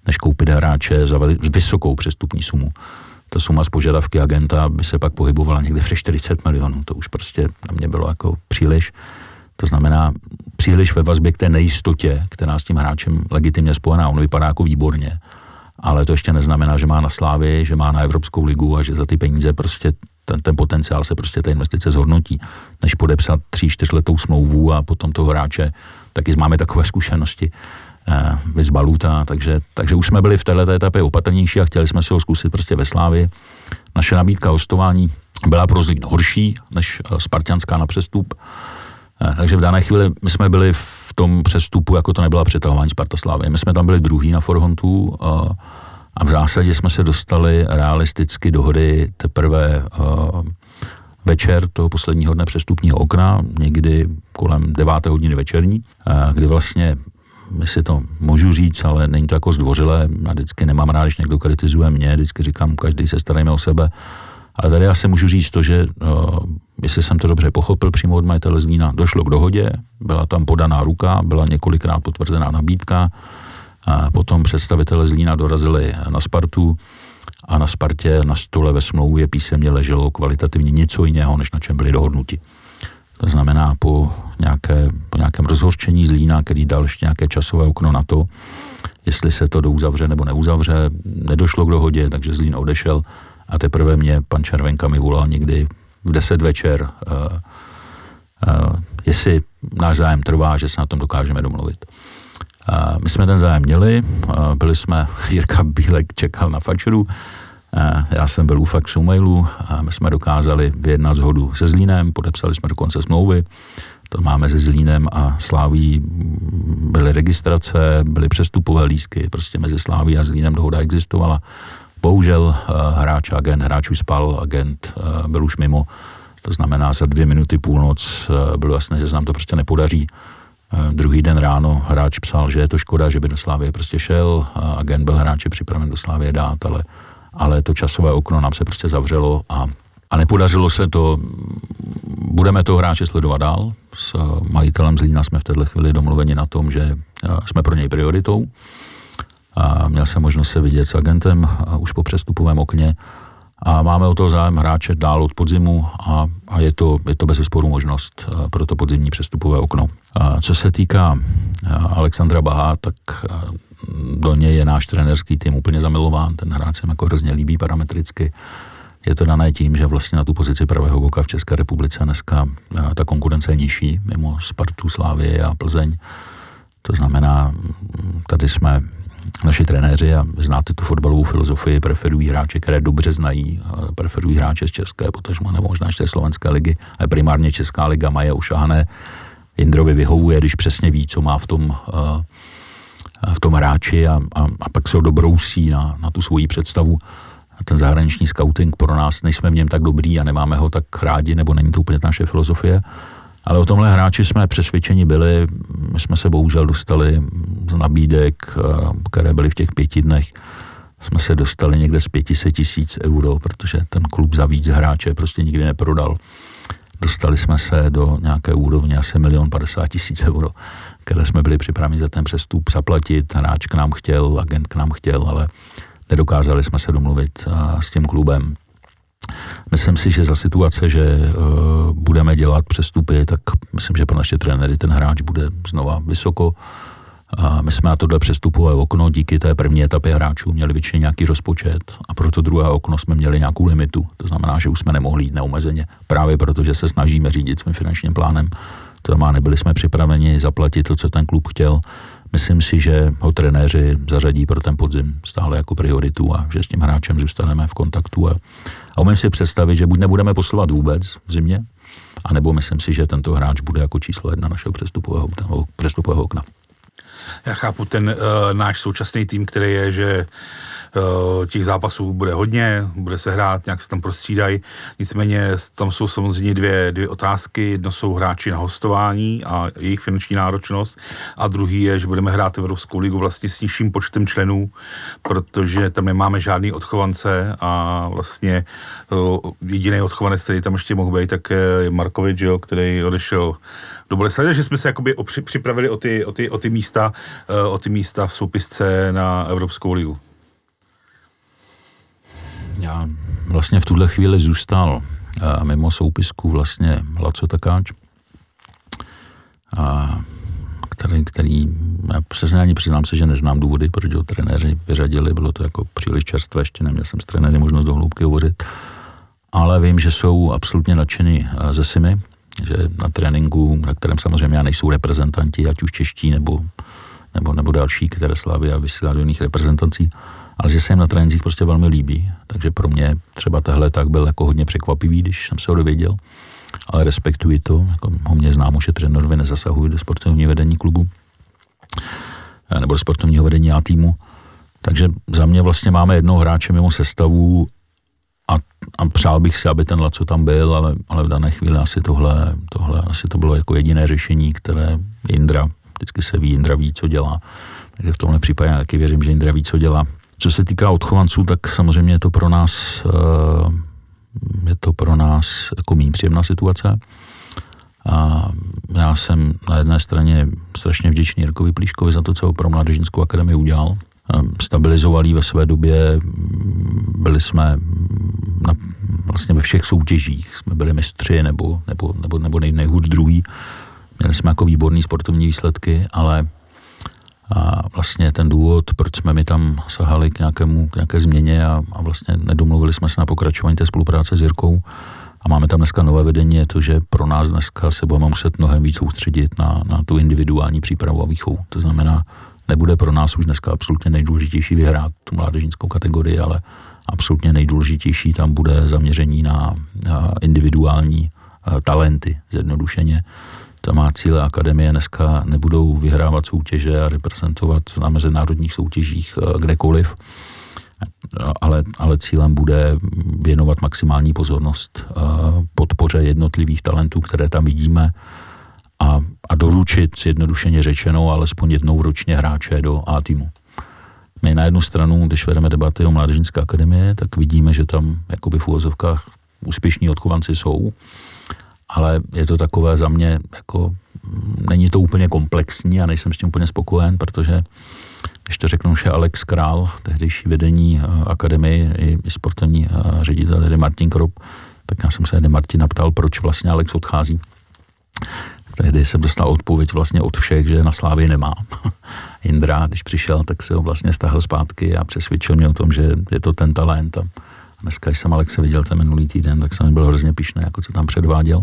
než koupit hráče za vysokou přestupní sumu. Ta suma z požadavky agenta by se pak pohybovala někde přes 40 milionů. To už prostě na mě bylo jako příliš. To znamená příliš ve vazbě k té nejistotě, která s tím hráčem legitimně spojená. On vypadá jako výborně, ale to ještě neznamená, že má na Slávii, že má na Evropskou ligu a že za ty peníze prostě ten potenciál se prostě té investice zhodnotí. Než podepsat 3-4 letou smlouvu a potom toho hráče, taky máme takové zkušenosti, Viz Baluta, takže už jsme byli v této etapě opatrnější a chtěli jsme si ho zkusit prostě ve Slávii. Naše nabídka hostování byla pro Zlín horší než spartanská na přestup. Takže v dané chvíli my jsme byli v tom přestupu, jako to nebyla přetahování Sparta Slávie. My jsme tam byli druhý na Forhontu a v zásadě jsme se dostali realisticky do hry teprve večer toho posledního dne přestupního okna, někdy kolem 9. hodiny večerní, kdy vlastně, jestli to můžu říct, ale není to jako zdvořilé, já vždycky nemám rád, když někdo kritizuje mě, vždycky říkám, každý se starajme o sebe. Ale tady já si můžu říct to, že jestli jsem to dobře pochopil, přímo od majitele Zlína došlo k dohodě, byla tam podaná ruka, byla několikrát potvrzená nabídka, a potom představitelé Zlína dorazili na Spartu a na Spartě na stole ve smlouvě písemně leželo kvalitativně něco jiného, než na čem byli dohodnuti. To znamená po nějakém rozhořčení Zlína, který dal ještě nějaké časové okno na to, jestli se to douzavře nebo neuzavře, nedošlo k dohodě, takže Zlín odešel. A teprve mě pan Červenka mi volal někdy v 10 večer, jestli náš zájem trvá, že se na tom dokážeme domluvit. My jsme ten zájem měli, byli jsme, Jirka Bílek čekal na fačeru, já jsem byl u faxu mailu a my jsme dokázali vyjednat shodu se Zlínem, podepsali jsme dokonce smlouvy, to máme se Zlínem a Sláví, byly registrace, byly přestupové lístky, prostě mezi Sláví a Zlínem dohoda existovala. Bohužel hráč už spal, agent byl už mimo, to znamená za 2 minuty půlnoc bylo jasné, že se nám to prostě nepodaří. Druhý den ráno hráč psal, že je to škoda, že by do Slávie prostě šel, agent byl hráči připraven do Slávie dát, ale to časové okno nám se prostě zavřelo a nepodařilo se to. Budeme toho hráče sledovat dál, s majitelem Zlína jsme v této chvíli domluveni na tom, že jsme pro něj prioritou. A měl jsem možnost se vidět s agentem už po přestupovém okně a máme o toho zájem hráče dál od podzimu a je to bezesporu možnost pro to podzimní přestupové okno. A co se týká Alexandra Baha, tak do něj je náš trenérský tým úplně zamilován, ten hráč se mi jako hrozně líbí parametricky. Je to dané tím, že vlastně na tu pozici pravého boka v České republice dneska ta konkurence je nižší, mimo Spartu, Slávii a Plzeň. To znamená, tady jsme naši trenéři a znáte tu fotbalovou filozofii, preferují hráče, které dobře znají, preferují hráče z české, potažmo nebo možná z té slovenské ligy, ale primárně česká liga má je ušahané. Jindrovi vyhovuje, když přesně ví, co má v tom hráči a pak se ho dobrousí na tu svoji představu. A ten zahraniční scouting pro nás, nejsme v něm tak dobrý a nemáme ho tak rádi, nebo není to úplně naše filozofie. Ale o tomhle hráči jsme přesvědčeni byli, my jsme se bohužel dostali z nabídek, které byly v těch 5 dnech, jsme se dostali někde z 500 000 euro, protože ten klub za víc hráče prostě nikdy neprodal. Dostali jsme se do nějaké úrovně asi 1 050 000 euro, které jsme byli připraveni za ten přestup zaplatit, hráč k nám chtěl, agent k nám chtěl, ale nedokázali jsme se domluvit s tím klubem. Myslím si, že za situace, že budeme dělat přestupy, tak myslím, že pro naše trenéry ten hráč bude znova vysoko. A my jsme na tohle přestupové okno díky té první etapě hráčů měli většině nějaký rozpočet a pro to druhé okno jsme měli nějakou limitu. To znamená, že už jsme nemohli jít neomezeně, právě protože se snažíme řídit svým finančním plánem. To znamená, nebyli jsme připraveni zaplatit to, co ten klub chtěl. Myslím si, že ho trenéři zařadí pro ten podzim stále jako prioritu a že s tím hráčem zůstaneme v kontaktu. A umím si představit, že buď nebudeme poslovat vůbec v zimě, anebo myslím si, že tento hráč bude jako číslo 1 našeho přestupového okna. Já chápu ten náš současný tým, který je, že těch zápasů bude hodně, bude se hrát, nějak se tam prostřídají. Nicméně tam jsou samozřejmě dvě otázky. Jedno jsou hráči na hostování a jejich finanční náročnost a druhý je, že budeme hrát Evropskou ligu vlastně s nižším počtem členů, protože tam nemáme žádný odchovance a vlastně jediný odchovanec, který tam ještě mohl být, tak je Markovič, jo, který odešel do Boleslavy, že jsme se jakoby připravili o ty místa v soupisce na Evropskou ligu. Já vlastně v tuhle chvíli zůstal mimo soupisku vlastně Laco Takáč, který já přesně ani přiznám se, že neznám důvody, protože ho trenéři vyřadili, bylo to jako příliš čerstvé, ještě neměl jsem s trenéry možnost do hloubky hovořit, ale vím, že jsou absolutně nadšení ze Simy, že na tréninku, na kterém samozřejmě nejsou reprezentanti, ať už čeští nebo další, které Slavia vysílá do jiných reprezentací, ale že se jim na trénincích prostě velmi líbí. Takže pro mě třeba tehle tak byl jako hodně překvapivý, když jsem se ho dověděl, ale respektuji to, jako ho mě známo, že trenérovi nezasahují do sportovního vedení klubu nebo do sportovního vedení A týmu. Takže za mě vlastně máme jednoho hráče mimo sestavu a přál bych si, aby ten Laco tam byl, ale v dané chvíli asi tohle asi to bylo jako jediné řešení, které Jindra, vždycky se ví, Jindra ví, co dělá. Takže v tomhle případě já taky věřím, že Jindra ví, co dělá. Co se týká odchovanců, tak samozřejmě je to pro nás jako méně příjemná situace. A já jsem na jedné straně strašně vděčný Jirkovi Plíškovi za to, co pro Mládežnickou akademii udělal. Stabilizovali ve své době, byli jsme vlastně ve všech soutěžích, jsme byli mistři nebo nejhůř druhý. Měli jsme jako výborný sportovní výsledky, ale vlastně ten důvod, proč jsme mi tam sahali k nějaké změně a vlastně nedomluvili jsme se na pokračování té spolupráce s Jirkou a máme tam dneska nové vedení, je to, že pro nás dneska se budeme muset mnohem víc soustředit na tu individuální přípravu a výchovu. To znamená, nebude pro nás už dneska absolutně nejdůležitější vyhrát tu mládežnickou kategorii, ale absolutně nejdůležitější tam bude zaměření na individuální talenty, zjednodušeně. To má cíle akademie, dneska nebudou vyhrávat soutěže a reprezentovat na mezinárodních soutěžích kdekoliv, ale cílem bude věnovat maximální pozornost podpoře jednotlivých talentů, které tam vidíme a doručit, zjednodušeně řečeno, alespoň jednou ročně hráče do A týmu. My na jednu stranu, když vedeme debaty o Mládežnické akademie, tak vidíme, že tam jakoby v uvozovkách úspěšní odchovanci jsou, ale je to takové za mě, jako není to úplně komplexní a nejsem s tím úplně spokojen, protože když to řeknu, že Alex Král, tehdejší vedení akademie i sportovní ředitel tedy Martin Krop, tak já jsem se Martina ptal, proč vlastně Alex odchází. Tehdy jsem dostal odpověď vlastně od všech, že na Slávii nemá. Jindra, když přišel, tak se ho vlastně stáhl zpátky a přesvědčil mě o tom, že je to ten talent. A dneska, když jsem Alexe viděl ten minulý týden, tak jsem byl hrozně pyšný, jako co tam předváděl.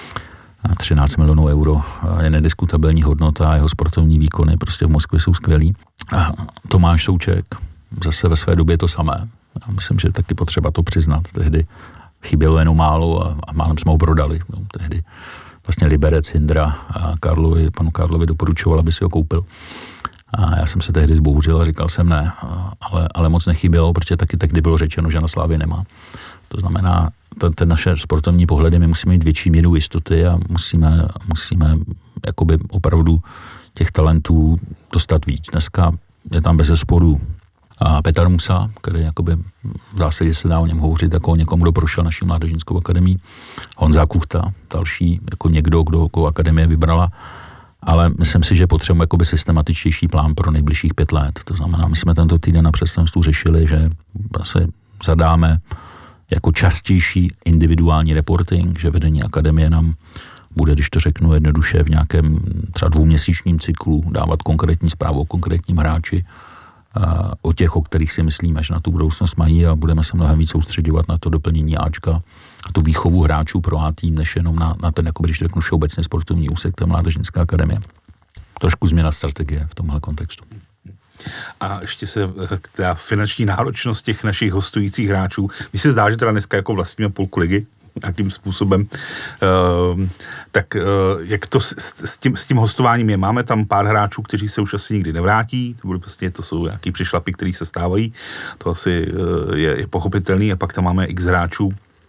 13 milionů euro je nediskutabilní hodnota a jeho sportovní výkony prostě v Moskvě jsou skvělý. A Tomáš Souček, zase ve své době to samé. Já myslím, že taky potřeba to přiznat. Tehdy chybělo jenom málo a málem jsme ho prodali. No, tehdy vlastně Liberec Jindra a panu Karlovi doporučoval, aby si ho koupil. A já jsem se tehdy zbouřil a říkal jsem ne, ale moc nechybělo, protože taky tehdy bylo řečeno, že na Slávii nemá. To znamená, ten naše sportovní pohledy, my musíme mít větší míru jistoty a musíme jakoby opravdu těch talentů dostat víc. Dneska je tam bezesporu Petar Musa, který jakoby v zásadě se dá o něm hovořit jako o někom, kdo prošel naší Mládežnickou akademii. Honza Kuchta, další jako někdo, kdo akademie vybrala. Ale myslím si, že potřebujeme jakoby systematičtější plán pro nejbližších 5 let. To znamená, my jsme tento týden na představenstvu řešili, že se zadáme jako častější individuální reporting, že vedení akademie nám bude, když to řeknu jednoduše, v nějakém třeba 2měsíčním cyklu dávat konkrétní zprávu o konkrétním hráči, o těch, o kterých si myslíme, že na tu budoucnost mají a budeme se mnohem víc soustředovat na to doplnění Ačka a tu výchovu hráčů pro A tým, než jenom na ten, jako když to řeknu, všeobecně sportovní úsek té Mládežnické akademie. Trošku změna strategie v tomhle kontextu. A ještě se k té finanční náročnost těch našich hostujících hráčů. Mně se zdá, že teda dneska jako vlastníme půlku ligy, nějakým způsobem. Tak jak to s tím hostováním je? Máme tam pár hráčů, kteří se už asi nikdy nevrátí, to jsou nějaký přišlapy, který se stávají, to asi je pochopitelný, a pak tam máme x hráčů,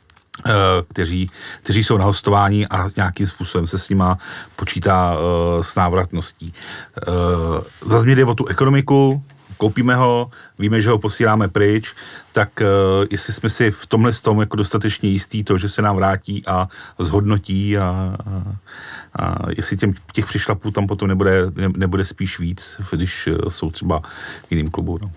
kteří jsou na hostování a nějakým způsobem se s nima počítá s návratností. Zas mě jde o tu ekonomiku, koupíme ho, víme, že ho posíláme pryč, tak jestli jsme si v tomhle tom jako dostatečně jistý to, že se nám vrátí a zhodnotí a jestli těch přišlapů tam potom nebude spíš víc, když jsou třeba v jiným klubu. No.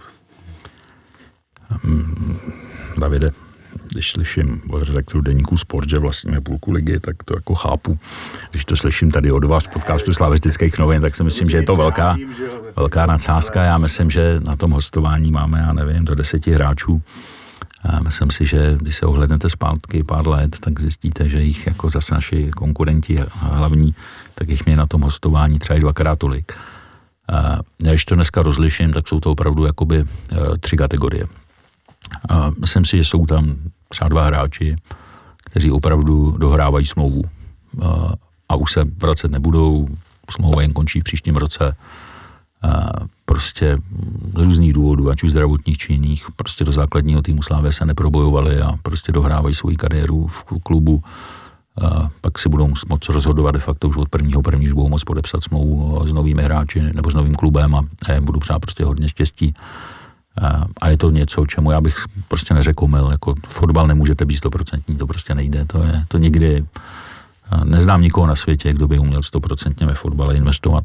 Davide, když slyším od redaktorů deníku Sport, že vlastníme půlku ligy, tak to jako chápu. Když to slyším tady od vás v podcastu Slavistických novin, tak si myslím, že je to velká nadsázka. Já myslím, že na tom hostování máme, já nevím, do 10 hráčů. A myslím si, že když se ohlednete zpátky pár let, tak zjistíte, že jich jako zase naši konkurenti hlavní, tak jich mě na tom hostování třeba 2x tolik. A když to dneska rozliším, tak jsou to opravdu jakoby 3 kategorie. A myslím si, že jsou tam třeba 2 hráči, kteří opravdu dohrávají smlouvu a už se vracet nebudou, smlouva jen končí v příštím roce. Prostě z různých důvodů, ať už zdravotních či jiných, prostě do základního týmu Slavie se neprobojovali a prostě dohrávají svoji kariéru v klubu. Pak si budou moct rozhodovat de facto už od prvního, už budou moct podepsat smlouvu s novými hráči nebo s novým klubem a budu přát prostě hodně štěstí. A je to něco, čemu já bych prostě neřekl mil, jako fotbal nemůžete být 100%, to prostě nejde, to nikdy, neznám nikoho na světě, kdo by uměl 100% ve fotbale investovat.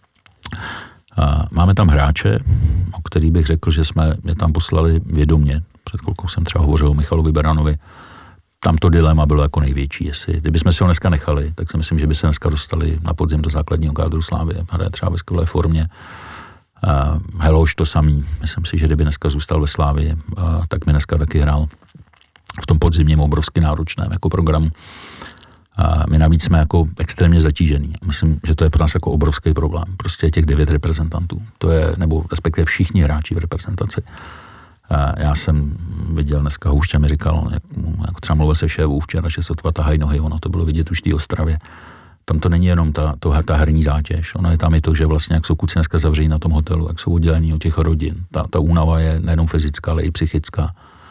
Máme tam hráče, o kterých bych řekl, že jsme je tam poslali vědomě, před chvilkou jsem třeba hovořil o Michalovi Beranovi, tam to dilema bylo jako největší, kdybychom si ho dneska nechali, tak si myslím, že by se dneska dostali na podzim do základního kádru Slavie, hraje třeba ve skvělé formě. Heloš to samý, myslím si, že kdyby dneska zůstal ve Slavii, tak mi dneska taky hrál v tom podzimním obrovsky náročném jako programu. My navíc jsme jako extrémně zatížený. Myslím, že to je pro nás jako obrovský problém. Prostě těch 9 reprezentantů. To je, nebo respektive všichni hráči v reprezentaci. Já jsem viděl dneska, Houšťa mi říkal, jak třeba mluvil se šéfů včera, že sotva tahají nohy, ono to bylo vidět už v té Ostravě. Tam to není jenom ta herní zátěž, ono je tam i to, že vlastně jak jsou kluci dneska zavření na tom hotelu, jak jsou oddělení od těch rodin. Ta únava je nejenom fyzická, ale i psychická.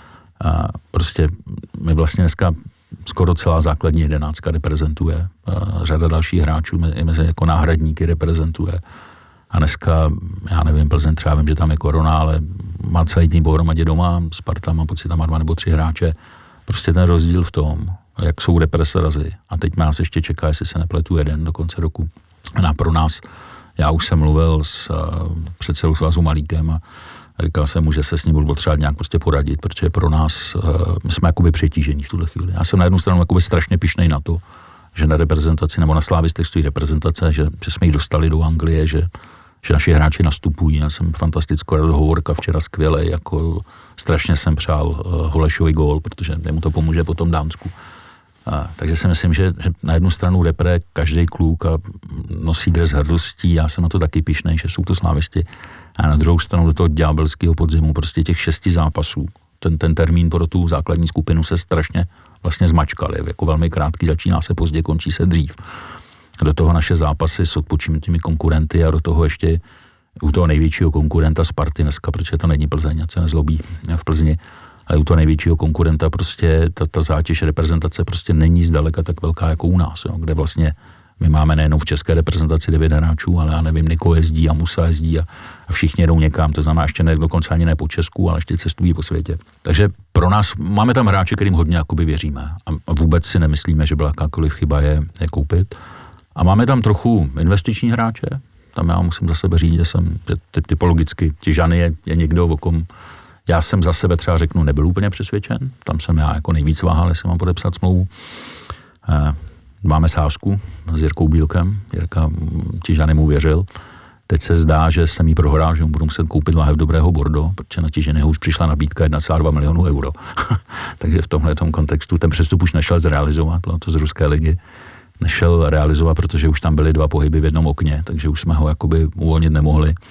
Prostě my vlastně dneska skoro celá základní 11 reprezentuje, řada dalších hráčů mezi jako náhradníky reprezentuje. A dneska, já nevím, Plzeň třeba vím, že tam je korona, ale má celý tým pohromadě doma, Sparta má pocit, tam má 2 nebo 3 hráče. Prostě ten rozdíl v tom, jak jsou represerazy. A teď nás ještě čeká, jestli se nepletu jeden do konce roku. A pro nás, já už jsem mluvil s předsedou svazu Malíkem a říkal jsem mu, že se s ním budu potřebovat nějak prostě poradit, protože pro nás, my jsme jakoby přetížení v tuhle chvíli. Já jsem na jednu stranu jakoby strašně pyšnej na to, že na reprezentaci nebo na Slávistech stojí reprezentace, že jsme jich dostali do Anglie, že naši hráči nastupují. Já jsem fantastickou Hovorka včera skvělej, jako strašně jsem přál Holešovi gól, protože mu to pomůže potom Dánsku. Takže si myslím, že na jednu stranu repre každý kluk a nosí dres hrdostí, já jsem na to taky pyšnej, že jsou to slávisti. A na druhou stranu do toho ďábelského podzimu prostě těch 6 zápasů. Ten termín pro tu základní skupinu se strašně vlastně zmačkal. Je jako velmi krátký, začíná se pozdě, končí se dřív. Do toho naše zápasy s odpočinutými konkurenty a do toho ještě u toho největšího konkurenta Sparty dneska, protože to není Plzeň, ať se nezlobí v Plzni, ale u toho největšího konkurenta prostě ta zátěž reprezentace prostě není zdaleka tak velká jako u nás, jo, kde vlastně my máme nejenom v české reprezentaci 9 hráčů, ale já nevím, Niko jezdí a Musa jezdí a všichni jedou někam, to znamená ještě dokonce ani ne po Česku, ale ještě cestují po světě. Takže pro nás máme tam hráče, kterým hodně jakoby věříme a vůbec si nemyslíme, že byla jakákoliv chyba je koupit. A máme tam trochu investiční hráče, tam já musím za sebe říct, že jsem typologicky, Žany je někdo, o kom já jsem za sebe třeba řeknu, nebyl úplně přesvědčen, tam jsem já jako nejvíc váhal, jestli mám podepsat smlouvu. Máme sázku s Jirkou Bílkem, Jirka Žany mu věřil. Teď se zdá, že jsem jí prohrál, že mu budu muset koupit láhev dobrého Bordeaux, protože na Tiženého už přišla nabídka 1,2 milionu euro. Takže v tomhletom kontextu ten přestup už nešel zrealizovat, bylo to z ruské ligy. Nešel realizovat, protože už tam byly 2 pohyby v jednom okně, takže už jsme ho jakoby uvolnit nemohli.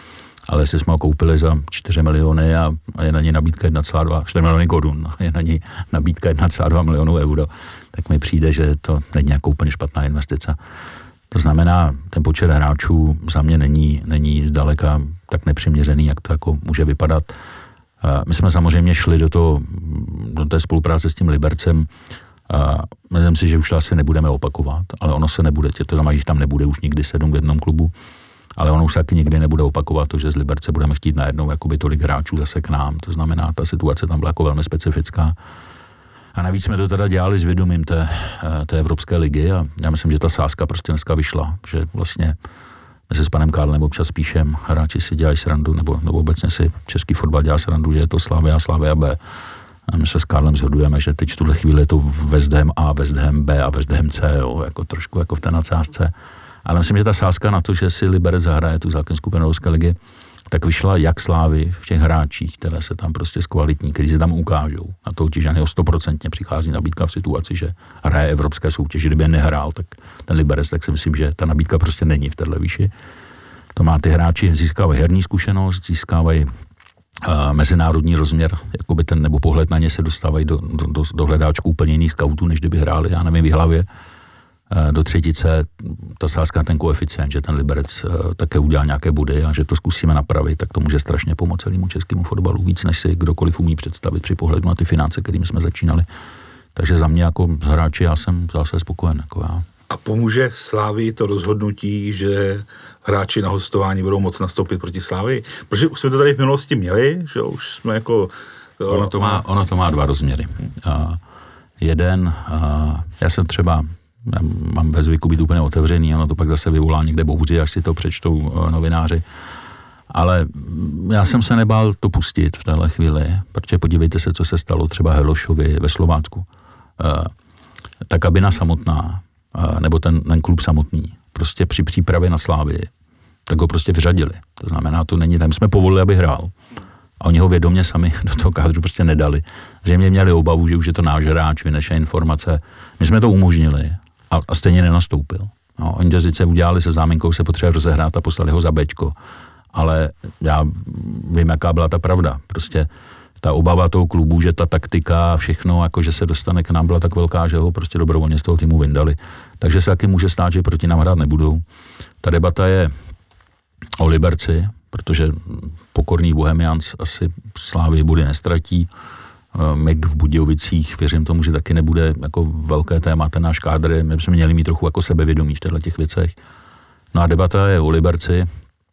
Ale jestli jsme ho koupili za 4 miliony a je na něj nabídka 4 miliony korun, a je na něj nabídka 1,2 milionu euro, tak mi přijde, že to není jako úplně špatná investice. To znamená, ten počet hráčů za mě není zdaleka tak nepřiměřený, jak to jako může vypadat. My jsme samozřejmě šli do té spolupráce s tím Libercem. Myslím si, že už to asi nebudeme opakovat, ale ono se nebude. To znamená, že tam nebude už nikdy 7 v jednom klubu, ale ono už taky nikdy nebude opakovat to, že z Liberce budeme chtít najednou jakoby tolik hráčů zase k nám. To znamená, ta situace tam byla jako velmi specifická. A navíc jsme to teda dělali s vědomím té Evropské ligy a já myslím, že ta sázka prostě dneska vyšla, že vlastně my se s panem Karlem občas píšem, hráči si dělají srandu, nebo obecně si český fotbal dělá srandu, že je to Slavia B. A my se s Karlem shodujeme, že teď v tuhle chvíli je to West Ham A, West Ham B a West Ham C, jo, jako trošku jako v té nadsázce. Ale myslím, že ta sázka na to, že si Liberec zahraje tu základní skupinu Evropské ligy, tak vyšla jak Slávy v těch hráčích, které se tam prostě zkvalitní, kteří se tam ukážou. Na to Těžany o 100% přichází nabídka v situaci, že hraje evropské soutěži. Kdyby je nehrál, tak ten Liberec, tak si myslím, že ta nabídka prostě není v této výši. To má ty hráči, získávají herní zkušenost, získávají mezinárodní rozměr, jakoby ten, nebo pohled na ně se dostávají do hledáčku úplně jiných skautů, než kdyby hráli, já nevím, v Jihlavě. Do třetice ta sázka na ten koeficient, že ten Liberec také udělal nějaké body a že to zkusíme napravit, tak to může strašně pomoct celému českému fotbalu, víc než si kdokoliv umí představit při pohledu na ty finance, kterými jsme začínali. Takže za mě jako hráči já jsem zase spokojen. Jako já. A pomůže Slávii to rozhodnutí, že hráči na hostování budou moct nastoupit proti Slávii? Protože už jsme to tady v minulosti měli, že už jsme jako... Ono to má dva rozměry. Jeden, já jsem třeba mám ve zvyku být úplně otevřený, ono to pak zase vyvolá někde bouři, až si to přečtou novináři. Ale já jsem se nebál to pustit v téhle chvíli, protože podívejte se, co se stalo třeba Helošovi ve Slovácku. Ta kabina samotná, nebo ten klub samotný, prostě při přípravě na Slávii, tak ho prostě vyřadili. To znamená, to není tam, jsme povolili, aby hrál. A oni ho vědomě sami do toho kádru prostě nedali. Zřejmě měli obavu, že už je to náš hráč, vynese informace. My jsme to umožnili a stejně nenastoupil. No, oni to sice udělali se záminkou, se potřebuje rozehrát a poslali ho za Bčko. Ale já vím, jaká byla ta pravda. Prostě ta obava toho klubu, že ta taktika a všechno, jako že se dostane k nám, byla tak velká, že ho prostě dobrovolně z toho týmu vyndali. Takže se taky může stát, že proti nám hrát nebudou. Ta debata je o Liberci, protože pokorný Bohemians asi Slávy body nestratí. Meg v Budějovicích, věřím tomu, že taky nebude jako velké téma ten náš kádr. My bychom měli mít trochu jako sebevědomí v těchto věcech. No a debata je o Liberci.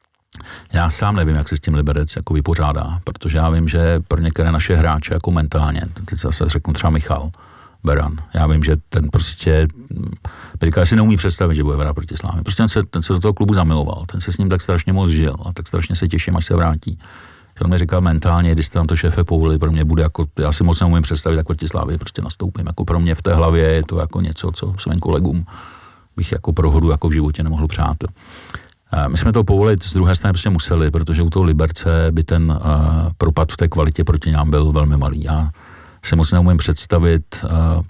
Já sám nevím, jak se s tím Liberec jako vypořádá, protože já vím, že pro některé naše hráče jako mentálně, teď zase řeknu třeba Michal Beran, já vím, že ten prostě, já si neumí představit, že bude hrát proti Slávě. Prostě ten se do toho klubu zamiloval, ten se s ním tak strašně moc žil a tak strašně se těším, až se vrátí. Že on mi říkal mentálně, když jste tam to šéfe povolili, pro mě bude jako, já si moc neumím představit, jak proti Slávě prostě nastoupím. Jako pro mě v té hlavě je to jako něco, co svým kolegům bych jako prohodu jako v životě nemohl přát. My jsme to povolit z druhé strany prostě museli, protože u toho Liberce by ten propad v té kvalitě proti nám byl velmi malý. Já si moc neumím představit,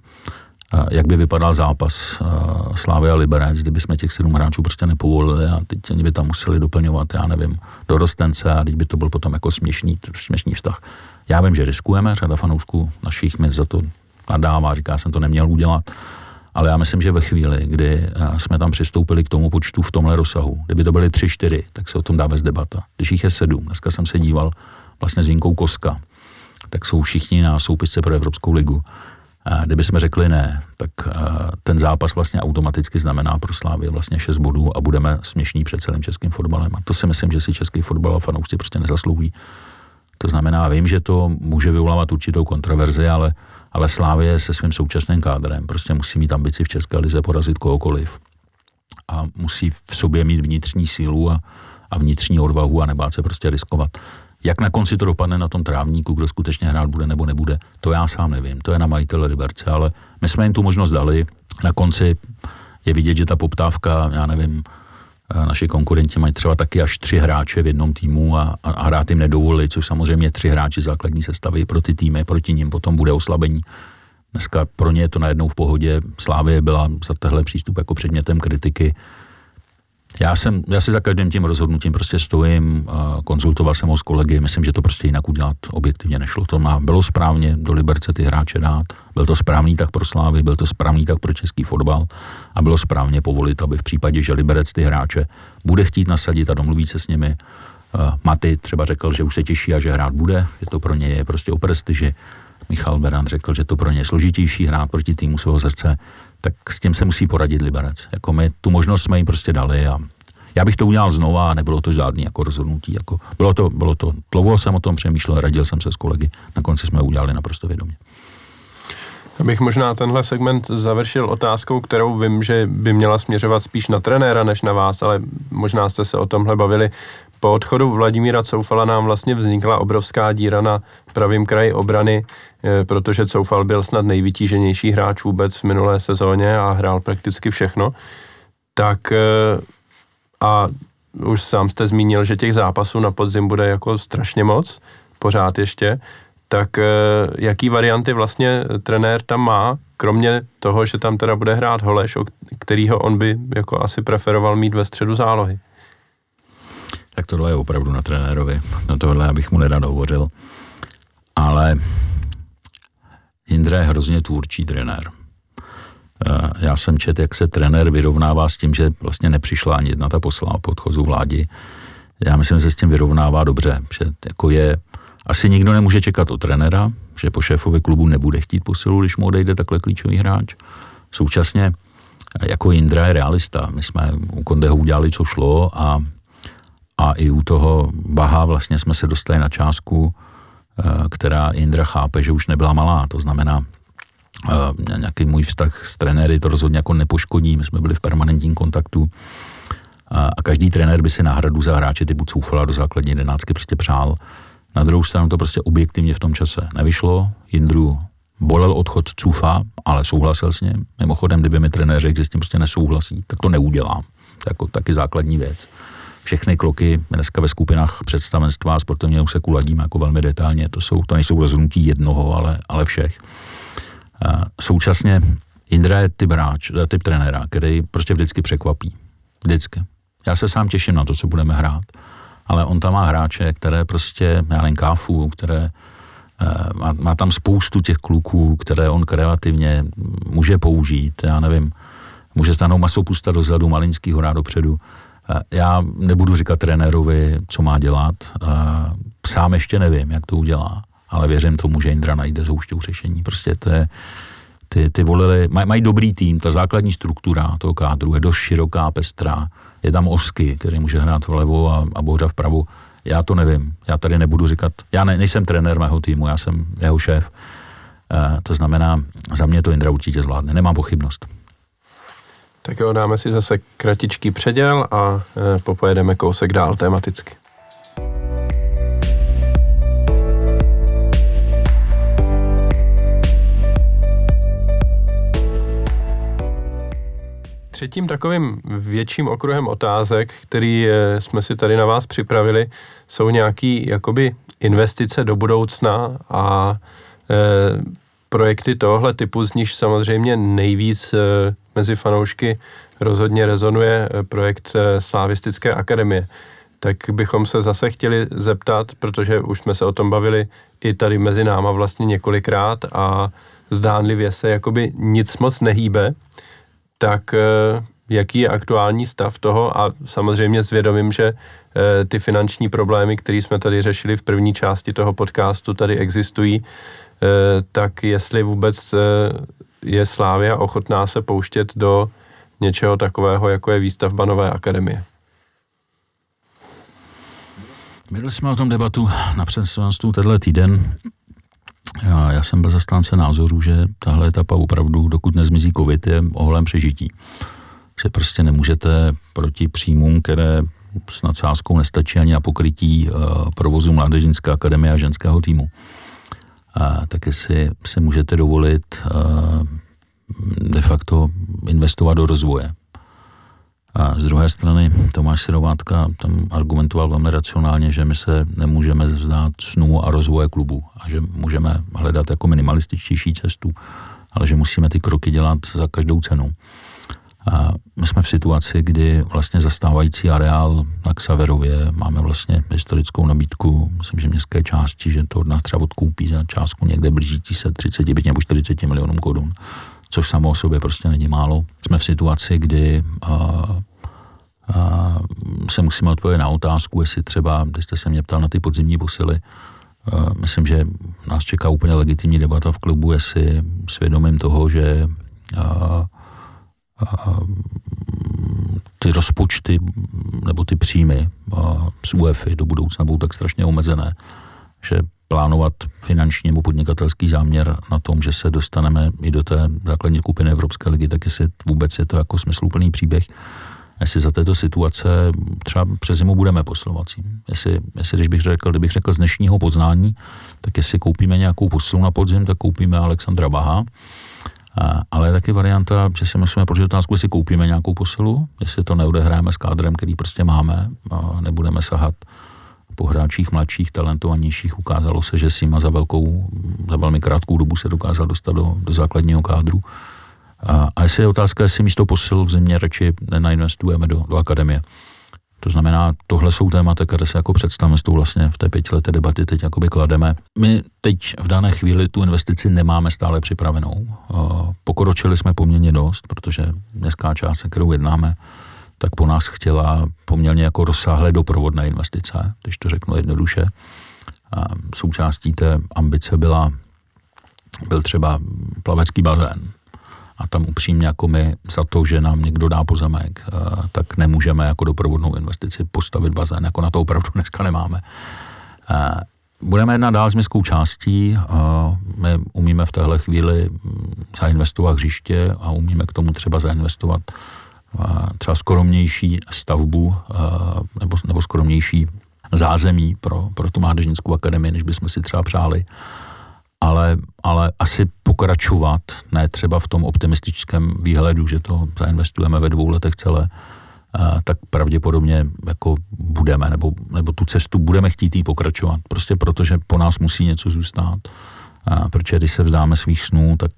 jak by vypadal zápas Slávy a Liberec, kdyby jsme těch 7 hráčů prostě nepovolili a teď oni by tam museli doplňovat, já nevím, dorostence a teď by to byl potom jako směšný vztah. Já vím, že riskujeme, řada fanoušků našich mi za to nadává, říká, jsem to neměl udělat, ale já myslím, že ve chvíli, kdy jsme tam přistoupili k tomu počtu v tomhle rozsahu, kdyby to byly 3-4, tak se o tom dá vést debata. Když jich je 7, dneska jsem se díval vlastně s výjimkou Koska, tak jsou všichni na soupisce pro Evropskou ligu. A kdyby jsme řekli ne, tak ten zápas vlastně automaticky znamená pro Slávy vlastně 6 bodů a budeme směšní před celým českým fotbalem. A to si myslím, že si český fotbal a fanoušci prostě nezaslouží. To znamená, vím, že to může vyvolávat určitou kontroverzi, ale Slávie se svým současným kádrem prostě musí mít ambici v české lize porazit kohokoliv. A musí v sobě mít vnitřní sílu a vnitřní odvahu a nebát se prostě riskovat. Jak na konci to dopadne na tom trávníku, kdo skutečně hrát bude nebo nebude, to já sám nevím, to je na majitele Liberce, ale my jsme jim tu možnost dali. Na konci je vidět, že ta poptávka, já nevím, naši konkurenti mají třeba taky až 3 hráče v jednom týmu a hrát jim nedovolí, což samozřejmě 3 hráči základní sestavy pro ty týmy, proti nim potom bude oslabení. Dneska pro ně je to najednou v pohodě. Slávie byla za tehle přístup jako předmětem kritiky. Já si za každým tím rozhodnutím prostě stojím, konzultoval jsem ho s kolegy, myslím, že to prostě jinak udělat objektivně nešlo. To bylo správně do Liberce ty hráče dát, byl to správný tak pro Slávy, byl to správný tak pro český fotbal a bylo správně povolit, aby v případě, že Liberec ty hráče bude chtít nasadit a domluví se s nimi. Maty třeba řekl, že už se těší a že hrát bude, že to pro ně je prostě o prestiži. Michal Beran řekl, že to pro ně je složitější hrát proti týmu svého srdce, tak s tím se musí poradit Liberec. Jako my tu možnost jsme jim prostě dali a já bych to udělal znova a nebylo to žádný jako rozhodnutí. Jako bylo to, dlouho jsem o tom přemýšlel, radil jsem se s kolegy, na konci jsme udělali naprosto vědomě. Abych možná tenhle segment završil otázkou, kterou vím, že by měla směřovat spíš na trenéra než na vás, ale možná jste se o tomhle bavili. Po odchodu Vladimíra Coufala nám vlastně vznikla obrovská díra na pravém kraji obrany, protože Coufal byl snad nejvytíženější hráč vůbec v minulé sezóně a hrál prakticky všechno. Tak a už sám jste zmínil, že těch zápasů na podzim bude jako strašně moc, pořád ještě. Tak jaký varianty vlastně trenér tam má, kromě toho, že tam teda bude hrát Holeš, kterýho on by jako asi preferoval mít ve středu zálohy? Tak tohle je opravdu na trenérovi. Na tohle abych mu nerad hovořil. Ale Jindra je hrozně tvůrčí trenér. Já jsem četl, jak se trenér vyrovnává s tím, že vlastně nepřišla ani jedna ta posla po odchodu vládi. Já myslím, že se s tím vyrovnává dobře. Že jako asi nikdo nemůže čekat od trenéra, že po šéfovi klubu nebude chtít posilu, když mu odejde takhle klíčový hráč. Současně jako Jindra je realista. My jsme u Kondeho udělali, co šlo a i u toho Baha vlastně jsme se dostali na částku, která Jindra chápe, že už nebyla malá. To znamená, nějaký můj vztah s trenéry to rozhodně jako nepoškodí. My jsme byli v permanentním kontaktu a každý trenér by si náhradu za hráče typu Coufala do základní jedenáctky prostě přál. Na druhou stranu to prostě objektivně v tom čase nevyšlo. Jindru bolel odchod Coufa, ale souhlasil s ním. Mimochodem, kdyby mi trenér řekl, že s tím prostě nesouhlasí, tak to neudělám. To je jako taky základní věc. Všechny kroky dneska ve skupinách představenstva a sportovního se kuladíme jako velmi detailně. To nejsou rozhodnutí jednoho, ale všech. Současně Jindra je typ trenéra, který prostě vždycky překvapí. Vždycky. Já se sám těším na to, co budeme hrát, ale on tam má hráče, které prostě, já nevím, Káfu, které má tam spoustu těch kluků, které on kreativně může použít, já nevím, může stáhnout Masopusta dozadu, Malinskýho hrát dopředu. Já nebudu říkat trenérovi, co má dělat, sám ještě nevím, jak to udělá, ale věřím tomu, že Jindra najde souštěu řešení. Prostě ty volili, mají dobrý tým, ta základní struktura toho kádru je dost široká, pestrá, je tam Osky, který může hrát vlevo a Bohřa vpravo. Já to nevím, já tady nebudu říkat, já nejsem trenér mého týmu, já jsem jeho šéf, to znamená, za mě to Jindra určitě zvládne, nemám pochybnost. Tak jo, dáme si zase kratičký předěl a popojedeme kousek dál tematicky. Třetím takovým větším okruhem otázek, který jsme si tady na vás připravili, jsou nějaký jakoby investice do budoucna a projekty tohohle typu, z nich samozřejmě nejvíc mezi fanoušky rozhodně rezonuje projekt Slavistické akademie. Tak bychom se zase chtěli zeptat, protože už jsme se o tom bavili i tady mezi náma vlastně několikrát a zdánlivě se jakoby nic moc nehýbe, tak jaký je aktuální stav toho a samozřejmě s vědomím, že ty finanční problémy, které jsme tady řešili v první části toho podcastu, tady existují, tak jestli vůbec je Slavia ochotná se pouštět do něčeho takového, jako je výstavba nové akademie. Měli jsme o tom debatu na představenstvu tenhle týden. Já jsem byl zastánce názoru, že tahle etapa opravdu, dokud nezmizí covid, je o holém přežití. Že prostě nemůžete proti příjmům, které s nadsázkou nestačí ani na pokrytí provozu Mládežnické akademie a ženského týmu. Taky si můžete dovolit de facto investovat do rozvoje. A z druhé strany Tomáš Sirovátka tam argumentoval velmi racionálně, že my se nemůžeme vzdát snů a rozvoje klubu a že můžeme hledat jako minimalističtější cestu, ale že musíme ty kroky dělat za každou cenu. A my jsme v situaci, kdy vlastně zastávající areál na Xaverově máme vlastně historickou nabídku, myslím, že městské části, že to od nás třeba odkoupí za částku někde blížící se 35 nebo 40 milionům korun, což samo o sobě prostě není málo. Jsme v situaci, kdy se musíme odpovědět na otázku, jestli třeba, když jste se mě ptal na ty podzimní posily, myslím, že nás čeká úplně legitimní debata v klubu, jestli svědomím toho, že ty rozpočty nebo ty příjmy z UEFI do budoucna budou tak strašně omezené, že plánovat finanční nebo podnikatelský záměr na tom, že se dostaneme i do té základní skupiny Evropské ligy, tak jestli vůbec je to jako smysluplný příběh, jestli za této situace třeba přes zimu budeme posilovací. Jestli kdybych řekl z dnešního poznání, tak jestli koupíme nějakou posilu na podzim, tak koupíme Alexandra Baha. Ale je taky varianta, že si musíme položit otázku, jestli koupíme nějakou posilu, jestli to neodehráme s kádrem, který prostě máme, a nebudeme sahat po hráčích mladších, talentovanějších. Ukázalo se, že Sima za velmi krátkou dobu se dokázal dostat do základního kádru. A jestli je otázka, jestli místo posil v zimě radši nenainvestujeme do akademie. To znamená, tohle jsou témata, které se jako představíme s tou vlastně v té 5leté debaty teď jakoby klademe. My teď v dané chvíli tu investici nemáme stále připravenou. Pokročili jsme poměrně dost, protože městská část, se kterou jednáme, tak po nás chtěla poměrně jako rozsáhlé doprovodné investice, když to řeknu jednoduše. Součástí té ambice byl třeba plavecký bazén. A tam upřímně jako my za to, že nám někdo dá pozemek, tak nemůžeme jako doprovodnou investici postavit bazén, jako na to opravdu dneska nemáme. Budeme jednat dál s městskou částí, my umíme v téhle chvíli zainvestovat hřiště a umíme k tomu třeba zainvestovat třeba skromnější stavbu nebo skromnější zázemí pro tu mládežnickou akademii, než bychom si třeba přáli. Ale asi pokračovat, ne třeba v tom optimistickém výhledu, že to zainvestujeme ve 2 letech celé, tak pravděpodobně jako budeme, nebo tu cestu budeme chtít jí pokračovat. Prostě protože po nás musí něco zůstat. Protože když se vzdáme svých snů, tak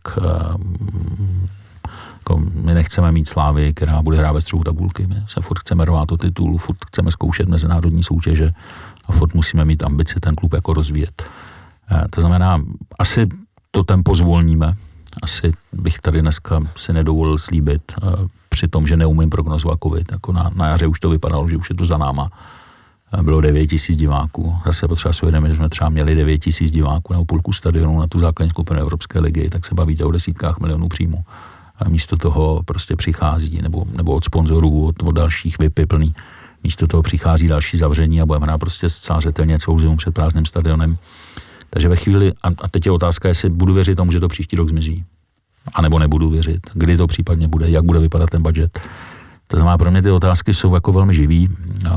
jako my nechceme mít Slávy, která bude hrát ve středu tabulky. My se furt chceme rvát o titul, furt chceme zkoušet mezinárodní soutěže a furt musíme mít ambici ten klub jako rozvíjet. To znamená, asi to tempo zvolníme. Asi bych tady dneska si nedovolil slíbit, při tom, že neumím prognozovat covid. Jako na jaře už to vypadalo, že už je to za náma. Bylo 9 000 diváků. Zase potřeba si uvědomit, že jsme třeba měli 9 000 diváků na půlku stadionu na tu základní skupinu Evropské ligy, tak se bavíte o desítkách milionů příjmů. A místo toho prostě přichází, nebo od sponzorů, od dalších VIPy plný. Místo toho přichází další zavření a budeme hrát prostě zcela řetelně celou zimu před prázdným stadionem. Takže ve chvíli, a teď je otázka, jestli budu věřit tomu, že to příští rok zmizí, anebo nebudu věřit, kdy to případně bude, jak bude vypadat ten budget. To znamená, pro mě ty otázky jsou jako velmi živý.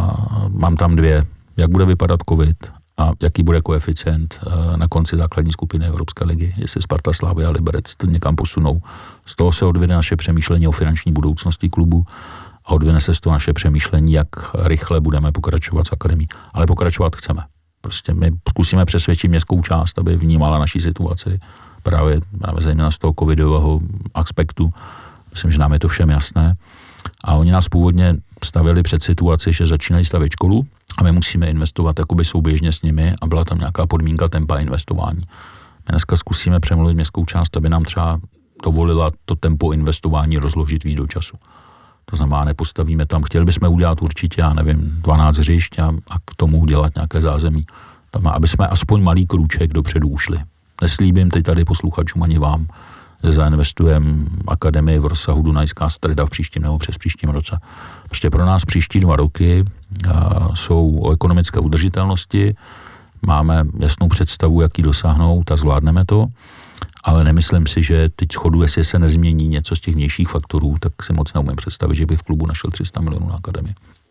Mám tam 2, jak bude vypadat covid a jaký bude koeficient na konci základní skupiny Evropské ligy, jestli Sparta, Slavia a Liberec to někam posunou. Z toho se odvede naše přemýšlení o finanční budoucnosti klubu a odvine se z toho naše přemýšlení, jak rychle budeme pokračovat s akademií. Ale pokračovat chceme. Prostě my zkusíme přesvědčit městskou část, aby vnímala naší situaci právě zejména z toho covidového aspektu. Myslím, že nám je to všem jasné. A oni nás původně stavili před situaci, že začínají stavět školu a my musíme investovat jakoby souběžně s nimi a byla tam nějaká podmínka tempa investování. My dneska zkusíme přemluvit městskou část, aby nám třeba dovolila to tempo investování rozložit víc do času. To znamená, nepostavíme tam, chtěli bychom udělat určitě, 12 hřišť a k tomu udělat nějaké zázemí. Aby jsme aspoň malý krůček dopředu ušli. Neslíbím teď tady posluchačům ani vám, že zainvestujeme akademii v rozsahu Dunajská Streda v příštím nebo přes příštím roce. Prostě pro nás příští 2 roky jsou o ekonomické udržitelnosti, máme jasnou představu, jak ji dosáhnout a zvládneme to, ale nemyslím si, že teď schodu, jestli se nezmění něco z těch vnějších faktorů, tak si moc neumím představit, že by v klubu našel 300 milionů na akademii.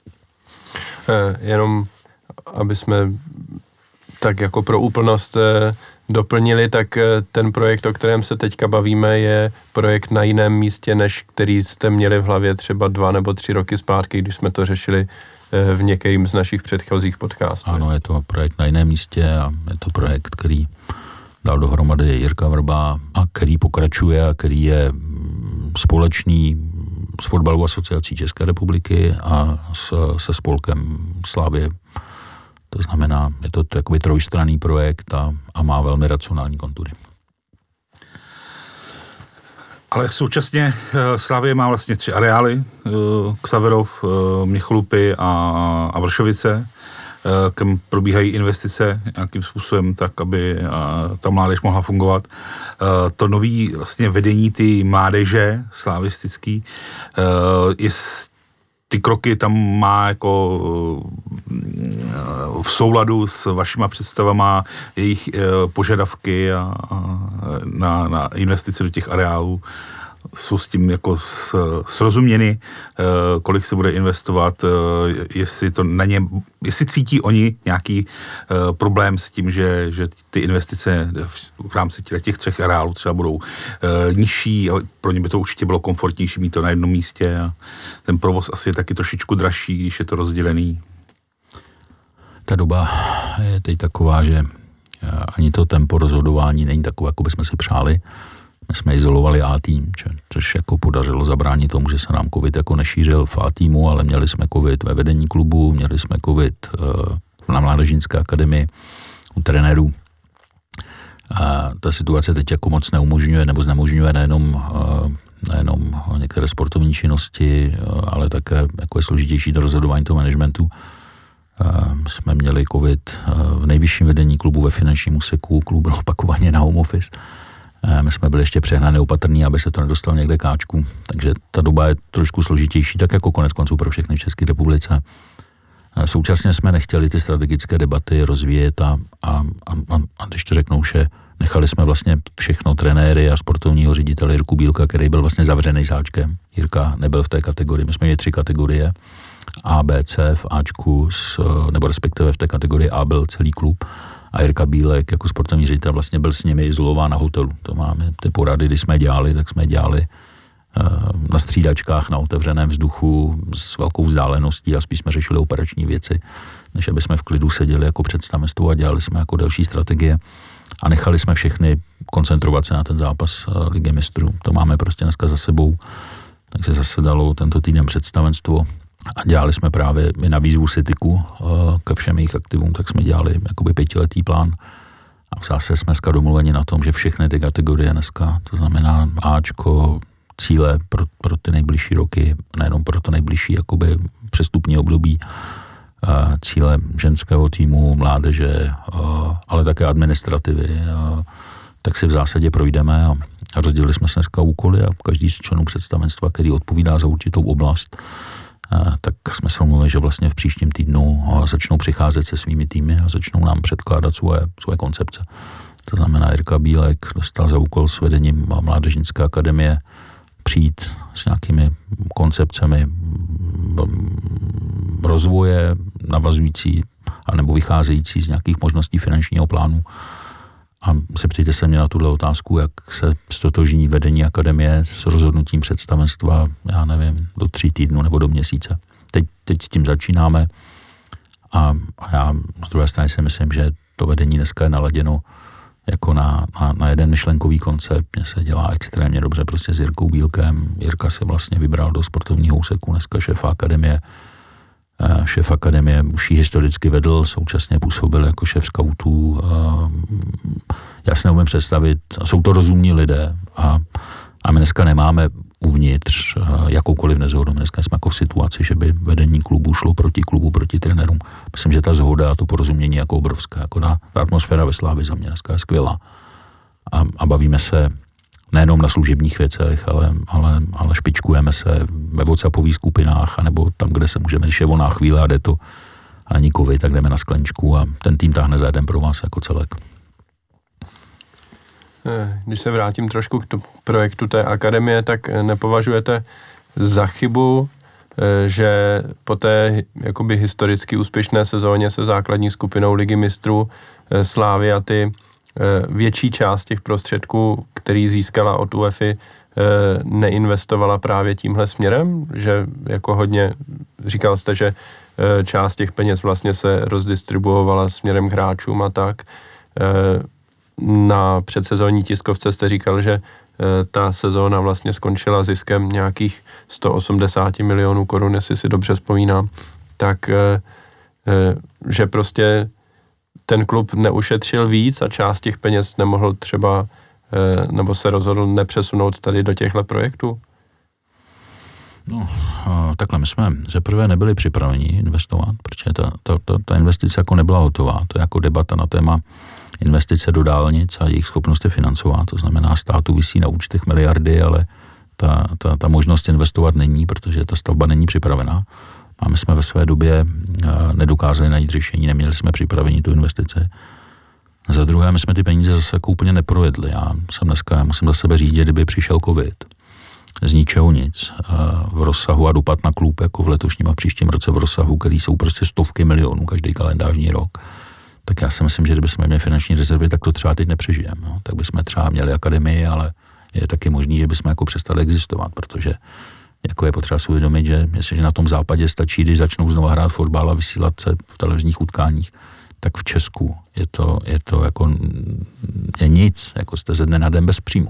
Jenom, aby jsme tak jako pro úplnost doplnili, tak ten projekt, o kterém se teďka bavíme, je projekt na jiném místě, než který jste měli v hlavě třeba 2 nebo 3 roky zpátky, když jsme to řešili v některým z našich předchozích podcastů. Ano, je to projekt na jiném místě a je to projekt, který dal dohromady Jirka Vrba a který pokračuje a který je společný s Fotbalovou asociací České republiky a se spolkem Slavie. To znamená, je to takový trojstranný projekt a má velmi racionální kontury. Ale současně Slavie má vlastně 3 areály, Xaverov, Měcholupy a Vršovice, kam probíhají investice nějakým způsobem tak, aby ta mládež mohla fungovat. To nový vlastně vedení ty mládeže slavistický ty kroky tam má jako v souladu s vašima představama, jejich požadavky na investice do těch areálů jsou s tím jako srozuměny, kolik se bude investovat, jestli cítí oni nějaký problém s tím, že ty investice v rámci těch 3 areálů třeba budou nižší a pro ně by to určitě bylo komfortnější mít to na jednom místě a ten provoz asi je taky trošičku dražší, když je to rozdělený. Ta doba je teď taková, že ani to tempo rozhodování není takové, jako bychom si přáli. My jsme izolovali A-tým, což jako podařilo zabránit tomu, že se nám covid jako nešířil v A-týmu, ale měli jsme covid ve vedení klubu, měli jsme covid na Mládežnické akademii u trenérů. A ta situace teď jako moc neumožňuje nebo znemožňuje nejenom některé sportovní činnosti, ale také jako je složitější do rozhodování toho managementu. Jsme měli covid v nejvyšším vedení klubu ve finančním úseku, klub byl opakovaně na home office. My jsme byli ještě přehnaně opatrní, aby se to nedostalo někde káčku, takže ta doba je trošku složitější, tak jako konec konců pro všechny v České republice. Současně jsme nechtěli ty strategické debaty rozvíjet a když to řeknou, že nechali jsme vlastně všechno trenéry a sportovního ředitele Jirku Bílka, který byl vlastně zavřený sáčkem. Jirka nebyl v té kategorii, my jsme měli 3 kategorie, A, B, C v Ačku, nebo respektive v té kategorii A byl celý klub. A Jirka Bílek jako sportovní ředitel vlastně byl s nimi izolován na hotelu. To máme ty porady, když jsme dělali, tak jsme dělali na střídačkách, na otevřeném vzduchu s velkou vzdáleností a spíš jsme řešili operační věci, než aby jsme v klidu seděli jako představenstvo a dělali jsme jako další strategie a nechali jsme všechny koncentrovat se na ten zápas Ligy mistrů. To máme prostě dneska za sebou, takže zase dalo tento týden představenstvo a dělali jsme právě i na výzvu Cityku ke všem jejich aktivům, tak jsme dělali jakoby 5letý plán a v zase jsme dneska domluveni na tom, že všechny ty kategorie dneska, to znamená Ačko, cíle pro ty nejbližší roky, nejenom pro to nejbližší jakoby přestupní období, cíle ženského týmu, mládeže, ale také administrativy, tak si v zásadě projdeme a rozdělili jsme se dneska úkoly a každý z členů představenstva, který odpovídá za určitou oblast, tak jsme se domluvili, že vlastně v příštím týdnu začnou přicházet se svými týmy a začnou nám předkládat svoje koncepce. To znamená, Jirka Bílek dostal za úkol s vedením Mládežnické akademie přijít s nějakými koncepcemi rozvoje navazující anebo vycházející z nějakých možností finančního plánu. A zeptejte se mě na tuhle otázku, jak se stotožní vedení akademie s rozhodnutím představenstva, já nevím, do 3 týdnů nebo do měsíce. Teď s tím začínáme a já z druhé strany si myslím, že to vedení dneska je naladěno jako na jeden myšlenkový koncept. Mně se dělá extrémně dobře prostě s Jirkou Bílkem. Jirka si vlastně vybral do sportovního úseku dneska šéfa akademie. Šéf akademie už ji historicky vedl, současně působil jako šéf skautů. Já si neumím představit, jsou to rozumní lidé a my dneska nemáme uvnitř jakoukoliv nezhodu. Dneska jsme jako v situaci, že by vedení klubu šlo proti klubu, proti trenérům. Myslím, že ta zhoda a to porozumění jako obrovská. Jako ta atmosféra ve Slavii za mě dneska je skvělá. A bavíme se nejenom na služebních věcech, ale špičkujeme se ve WhatsAppových skupinách, anebo tam, kde se můžeme, když je volná chvíle a jde to a není covid, tak jdeme na skleničku a ten tým táhne za jeden pro vás jako celek. Když se vrátím trošku k projektu té akademie, tak nepovažujete za chybu, že po té jakoby historicky úspěšné sezóně se základní skupinou Ligy mistrů Slavia ty větší část těch prostředků, který získala od UEFI, neinvestovala právě tímhle směrem, že jako hodně, říkal jste, že část těch peněz vlastně se rozdistribuovala směrem k hráčům a tak. na předsezónní tiskovce jste říkal, že ta sezóna vlastně skončila ziskem nějakých 180 milionů korun, jestli si dobře vzpomínám, tak že prostě ten klub neušetřil víc a část těch peněz nemohl třeba, nebo se rozhodl nepřesunout tady do těchto projektů? No, takhle, my jsme zaprvé nebyli připraveni investovat, protože ta investice jako nebyla hotová. To je jako debata na téma investice do dálnic a jejich schopnost je financovat. To znamená, státu visí na účtech miliardy, ale ta možnost investovat není, protože ta stavba není připravená. A my jsme ve své době nedokázali najít řešení, neměli jsme připraveni tu investici. Za druhé, my jsme ty peníze zase jako úplně neprojedli. Já musím za sebe říct, že kdyby přišel covid, z ničeho nic, v rozsahu a dopad na klub, jako v letošním a příštím roce v rozsahu, který jsou prostě stovky milionů každý kalendářní rok, tak já si myslím, že kdybychom měli finanční rezervy, tak to třeba teď nepřežijeme. No. Tak bychom třeba měli akademii, ale je taky možný, že bychom jako přestali existovat, protože jako je potřeba si uvědomit, že jestliže na tom západě stačí, když začnou znova hrát fotbal a vysílat se v televizních utkáních, tak v Česku je to jako je nic, jako jste ze dne na den bez příjmu.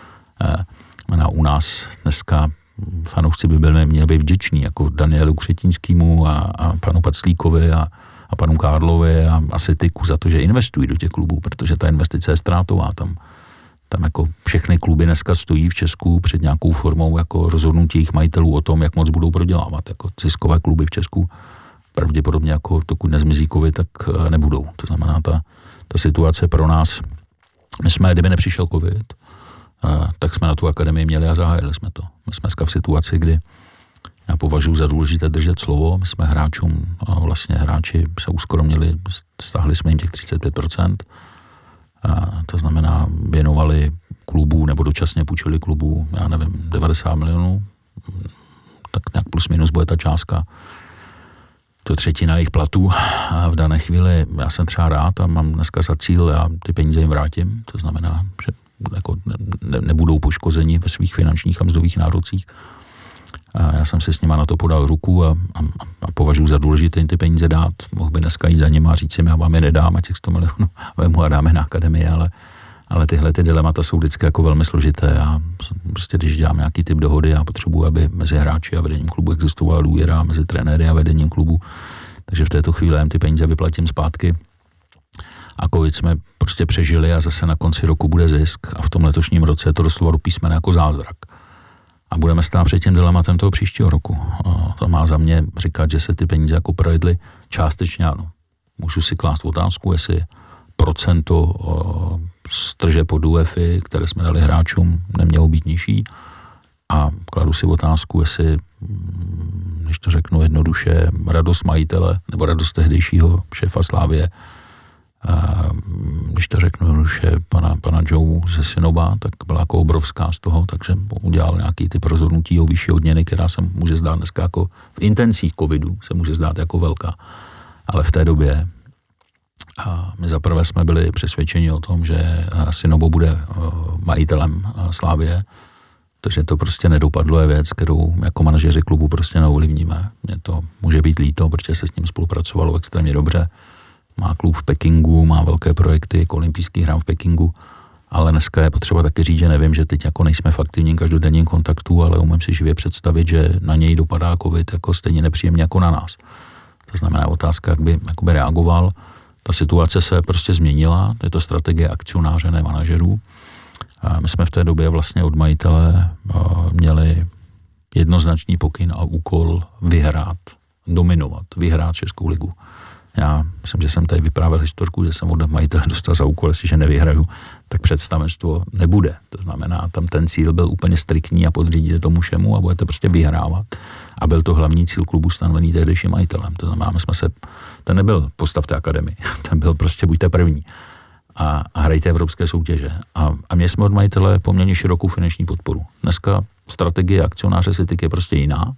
U nás dneska fanoušci by měli být vděční, jako Danielu Křetínskýmu a panu Paclíkovi a panu Kádlovi a Sityku za to, že investují do těch klubů, protože ta investice je ztrátová. Tam jako všechny kluby dneska stojí v Česku před nějakou formou jako rozhodnutí jejich majitelů o tom, jak moc budou prodělávat. Jako ziskové kluby v Česku pravděpodobně jako dokud nezmizí covid, tak nebudou. To znamená, ta situace pro nás, my jsme, kdyby nepřišel covid, tak jsme na tu akademii měli a zahájili jsme to. My jsme dneska v situaci, kdy já považuji za důležité držet slovo. My jsme hráči se uskromnili, stáhli jsme jim těch 35%. To znamená, věnovali klubu nebo dočasně půjčili klubu, 90 milionů, tak nějak plus minus bude ta částka. To třetina jejich platů a v dané chvíli já jsem třeba rád a mám dneska za cíl, já ty peníze jim vrátím, to znamená, že jako nebudou poškozeni ve svých finančních a mzdových nárocích. A já jsem si s nima na to podal ruku a považuji za důležité jim ty peníze dát. Mohl by dneska jít za nima a říct jim, já vám je nedám a těch 100 milionů vemu a dáme na akademii, ale tyhle ty dilemata jsou vždycky jako velmi složité a prostě když dělám nějaký typ dohody, já potřebuji, aby mezi hráči a vedením klubu existovala důvěra, mezi trenéry a vedením klubu, takže v této chvíli jim ty peníze vyplatím zpátky. A covid jsme prostě přežili a zase na konci roku bude zisk a v tom letošním roce je to doslova do písmene jako zázrak. A budeme stát před tím dilematem toho příštího roku. To má za mě říkat, že se ty peníze jako projedly částečně, ano. Můžu si klást otázku, jestli procento z tržeb od UEFI, které jsme dali hráčům, nemělo být nižší. A kladu si otázku, jestli, když to řeknu jednoduše, radost majitele nebo radost tehdejšího šéfa Slávie, když to řeknu jednoduše, pana Joe ze Synoba, tak byla jako obrovská z toho, takže udělal nějaký typ rozhodnutí o vyšší odměny, která se může zdát dneska jako v intencích covidu se může zdát jako velká. Ale v té době my zaprvé jsme byli přesvědčeni o tom, že Synobo bude majitelem Slávie, takže to prostě nedopadlo, je věc, kterou jako manažeři klubu prostě neovlivníme. Mně to může být líto, protože se s ním spolupracovalo extrémně dobře. Má klub v Pekingu, má velké projekty, olympijský hrám v Pekingu, ale dneska je potřeba taky říct, že nevím, že teď jako nejsme v aktivním každodenním kontaktu, ale umím si živě představit, že na něj dopadá covid jako stejně nepříjemně jako na nás. To znamená otázka, jak by reagoval. Ta situace se prostě změnila, je to strategie akcionáře, ne manažerů. A my jsme v té době vlastně od majitele měli jednoznačný pokyn a úkol vyhrát Českou ligu. Já myslím, že jsem tady vyprávěl historku, že jsem od majitele dostal za úkol, jestliže nevyhraju, tak představenstvo nebude. To znamená, tam ten cíl byl úplně striktní a podřídit tomu všemu a budete prostě vyhrávat. A byl to hlavní cíl klubu stanovený tehdejším majitelem. To znamená, ten nebyl postavte akademii, ten byl prostě buďte první a hrajte evropské soutěže. A měli jsme od majitele poměrně širokou finanční podporu. Dneska strategie akcionáře Cityk je prostě jiná.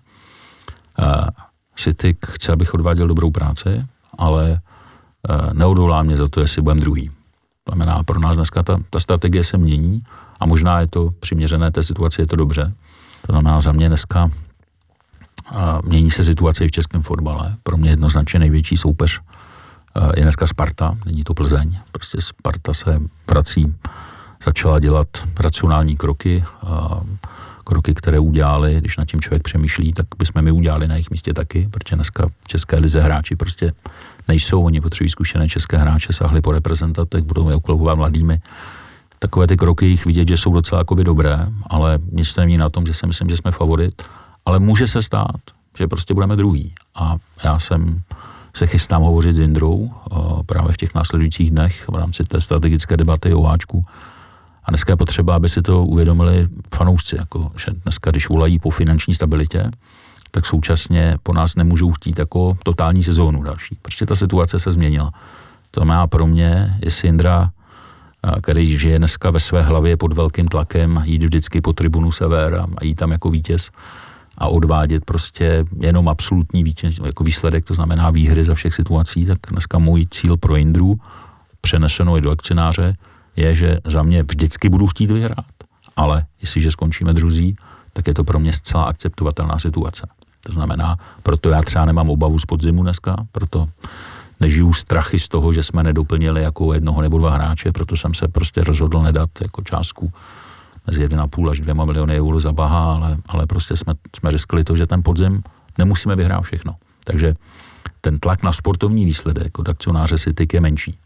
Cityk chce, abych odváděl dobrou práci, ale neodvolá mě za to, jestli budeme druhý. To znamená, pro nás dneska ta strategie se mění a možná je to přiměřené té situaci, je to dobře. To znamená, za mě dneska mění se situace i v českém fotbale. Pro mě jednoznačně největší soupeř je dneska Sparta, není to Plzeň. Prostě Sparta se vrací, začala dělat racionální kroky, kroky, které udělali, když nad tím člověk přemýšlí, tak bychom my udělali na jejich místě taky, protože dneska v české lize hráči prostě nejsou, oni potřebují zkušené české hráče, sáhli po reprezentantech, budou je uklubovat mladými. Takové ty kroky jich vidět, že jsou docela jakoby dobré, ale nic to není na tom, že si myslím, že jsme favorit, ale může se stát, že prostě budeme druhý. A já se chystám hovořit s Jindrou právě v těch následujících dnech v rámci té strategické debaty o Váčku. A dneska je potřeba, aby si to uvědomili fanoušci, jako, že dneska, když volají po finanční stabilitě, tak současně po nás nemůžou chtít jako totální sezónu další. Prostě ta situace se změnila. To má pro mě, jestli Jindra, který žije dneska ve své hlavě pod velkým tlakem, jít vždycky po tribunu Sever a jít tam jako vítěz a odvádět prostě jenom absolutní vítěz, jako výsledek, to znamená výhry za všech situací, tak dneska můj cíl pro Jindru, přeneseno i do akcionáře, je, že za mě vždycky budu chtít vyhrát, ale jestliže skončíme druzí, tak je to pro mě zcela akceptovatelná situace. To znamená, proto já třeba nemám obavu z podzimu dneska, proto nežiju strachy z toho, že jsme nedoplnili jako jednoho nebo dva hráče, proto jsem se prostě rozhodl nedat jako částku mezi 1,5 až 2 miliony euro za Baha, ale prostě jsme riskli to, že ten podzim nemusíme vyhrát všechno. Takže ten tlak na sportovní výsledek od akcionáře Cityk je menší.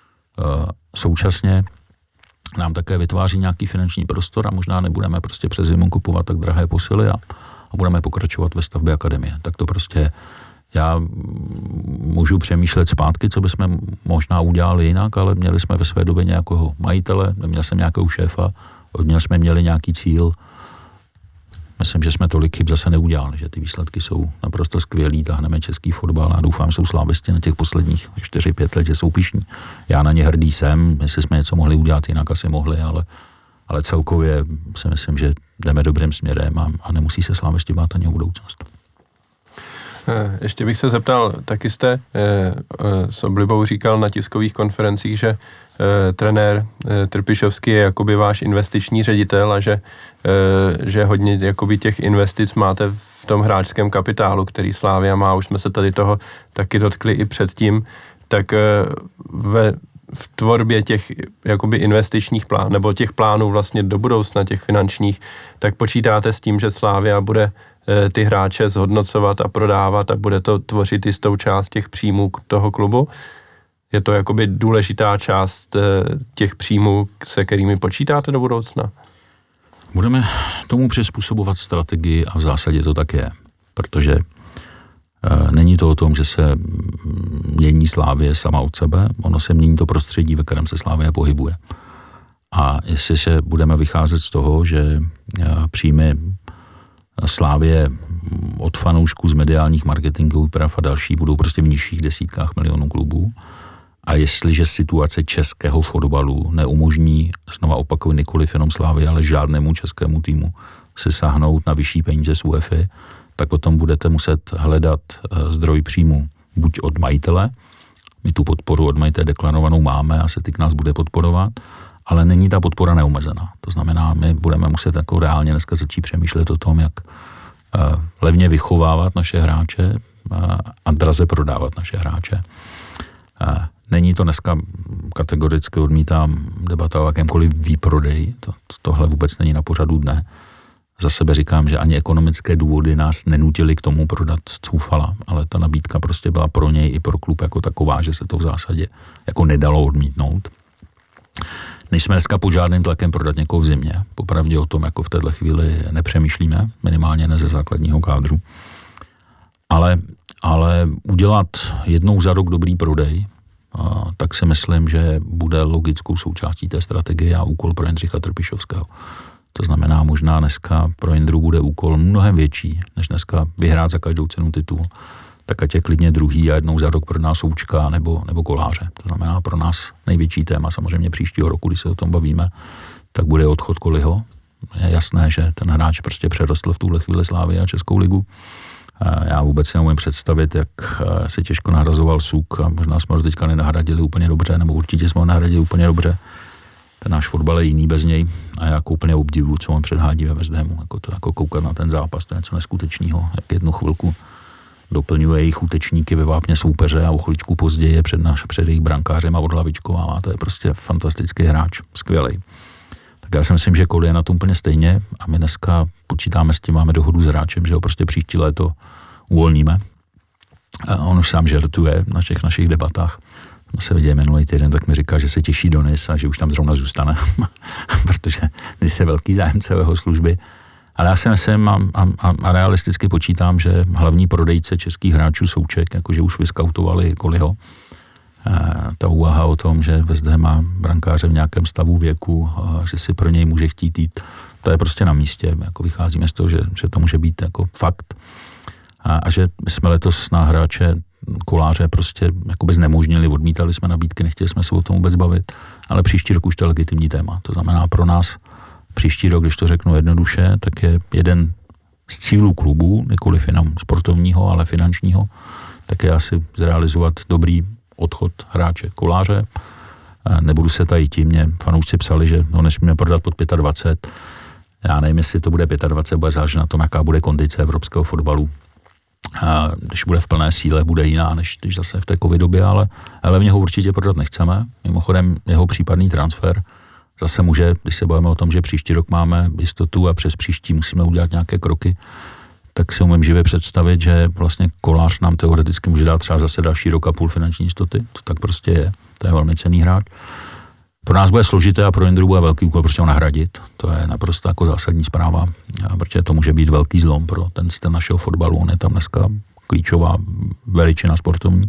Současně nám také vytváří nějaký finanční prostor a možná nebudeme prostě přes zimu kupovat tak drahé posily a budeme pokračovat ve stavbě akademie. Tak to prostě já můžu přemýšlet zpátky, co bychom možná udělali jinak, ale měli jsme ve své době nějakého majitele, neměl jsem nějakého šéfa, jsme měli nějaký cíl. Myslím, že jsme tolik chyb zase neudělali, že ty výsledky jsou naprosto skvělý, táhneme český fotbal a doufám, že jsou slávisti na těch posledních 4-5 let, že jsou pyšní. Já na ně hrdý jsem, jestli jsme něco mohli udělat jinak, asi mohli, ale celkově si myslím, že jdeme dobrým směrem a nemusí se slávisti bát ani o budoucnost. Ještě bych se zeptal, taky jste s oblibou říkal na tiskových konferencích, že trenér Trpišovský je jakoby váš investiční ředitel a že hodně jakoby těch investic máte v tom hráčském kapitálu, který Slavia má, už jsme se tady toho taky dotkli i předtím, tak v tvorbě těch jakoby investičních plánů, nebo těch plánů vlastně do budoucna, těch finančních, tak počítáte s tím, že Slavia bude ty hráče zhodnocovat a prodávat a bude to tvořit jistou část těch příjmů toho klubu? Je to jakoby důležitá část těch příjmů, se kterými počítáte do budoucna? Budeme tomu přizpůsobovat strategii a v zásadě to tak je, protože není to o tom, že se mění Slavie sama od sebe, ono se mění to prostředí, ve kterém se Slavie pohybuje. A jestli se budeme vycházet z toho, že příjmy Slavie od fanoušků z mediálních marketingových práv a další budou prostě v nižších desítkách milionů klubů, a jestliže situace českého fotbalu neumožní, znova opakuju, nikoliv jenom Slavii, ale žádnému českému týmu si sáhnout na vyšší peníze z UEFA, tak potom budete muset hledat zdroj příjmu buď od majitele, my tu podporu od majitele deklarovanou máme a Cityk nás bude podporovat, ale není ta podpora neomezená. To znamená, my budeme muset jako reálně dneska začít přemýšlet o tom, jak levně vychovávat naše hráče a draze prodávat naše hráče. Není to dneska kategoricky odmítám debata o jakémkoliv výprodeji, tohle vůbec není na pořadu dne. Za sebe říkám, že ani ekonomické důvody nás nenutily k tomu prodat Coufala, ale ta nabídka prostě byla pro něj i pro klub jako taková, že se to v zásadě jako nedalo odmítnout. Nejsme dneska pod žádným tlakem prodat někoho v zimě. Popravdě o tom jako v této chvíli nepřemýšlíme, minimálně ne ze základního kádru. Ale udělat jednou za rok dobrý prodej, tak si myslím, že bude logickou součástí té strategie a úkol pro Jindřicha Trpišovského. To znamená, možná dneska pro Jindru bude úkol mnohem větší, než dneska vyhrát za každou cenu titul. Tak ať je klidně druhý a jednou za rok pro nás Součka nebo Koláře. To znamená pro nás největší téma, samozřejmě příštího roku, když se o tom bavíme, tak bude odchod Koliho. Je jasné, že ten hráč prostě přerostl v tuhle chvíli Slavii a Českou ligu. Já vůbec si neumím představit, jak se těžko nahrazoval Suk a možná jsme ho teďka nenahradili úplně dobře, nebo určitě jsme ho nahradili úplně dobře. Ten náš fotbal je jiný bez něj a já úplně obdivuju, co on předhádí ve West Hamu. Jako koukat na ten zápas, to je něco neskutečného, jak jednu chvilku doplňuje jejich útečníky ve vápně soupeře a o chviličku později je před jejich brankářem a odhlavičkovává. To je prostě fantastický hráč, skvělej. Tak já si myslím, že Koli je na tom úplně stejně a my dneska počítáme s tím, máme dohodu s hráčem, že ho prostě příští léto uvolníme. A on už sám žertuje na těch našich debatách. Jsme se viděli minulý týden, tak mi říká, že se těší do Nice a že už tam zrovna zůstane, protože Nice je velký zájemce o jeho služby. Ale já si myslím a realisticky počítám, že hlavní prodejce českých hráčů Souček, jakože už vyskautovali Koliho. Ta úvaha o tom, že West Ham má brankáře v nějakém stavu věku, že si pro něj může chtít jít, to je prostě na místě. Jako vycházíme z toho, že to může být jako fakt. A že jsme letos na hráče Koláře prostě jakoby znemožnili, odmítali jsme nabídky, nechtěli jsme se o tom vůbec bavit, ale příští rok už to je legitimní téma. To znamená pro nás příští rok, když to řeknu jednoduše, tak je jeden z cílů klubu, nikoliv jenom sportovního, ale finančního, tak je asi zrealizovat dobrý odchod hráče Koláře. Nebudu se tady tím, mě fanoušci psali, že ho nesmíme prodat pod 25. Já nevím, jestli to bude 25, bude záležet na tom, jaká bude kondice evropského fotbalu. A když bude v plné síle, bude jiná, než když zase v té covid době, ale v něho určitě prodat nechceme. Mimochodem jeho případný transfer zase může, když se bavíme o tom, že příští rok máme jistotu a přes příští musíme udělat nějaké kroky, tak si umím živě představit, že vlastně Kolář nám teoreticky může dát třeba zase další rok a půl finanční jistoty. To tak prostě je. To je velmi cenný hráč. Pro nás bude složité a pro Jindru bude velký úkol prostě ho nahradit. To je naprosto jako zásadní zpráva, protože to může být velký zlom pro ten styl našeho fotbalu. On je tam dneska klíčová veličina sportovní.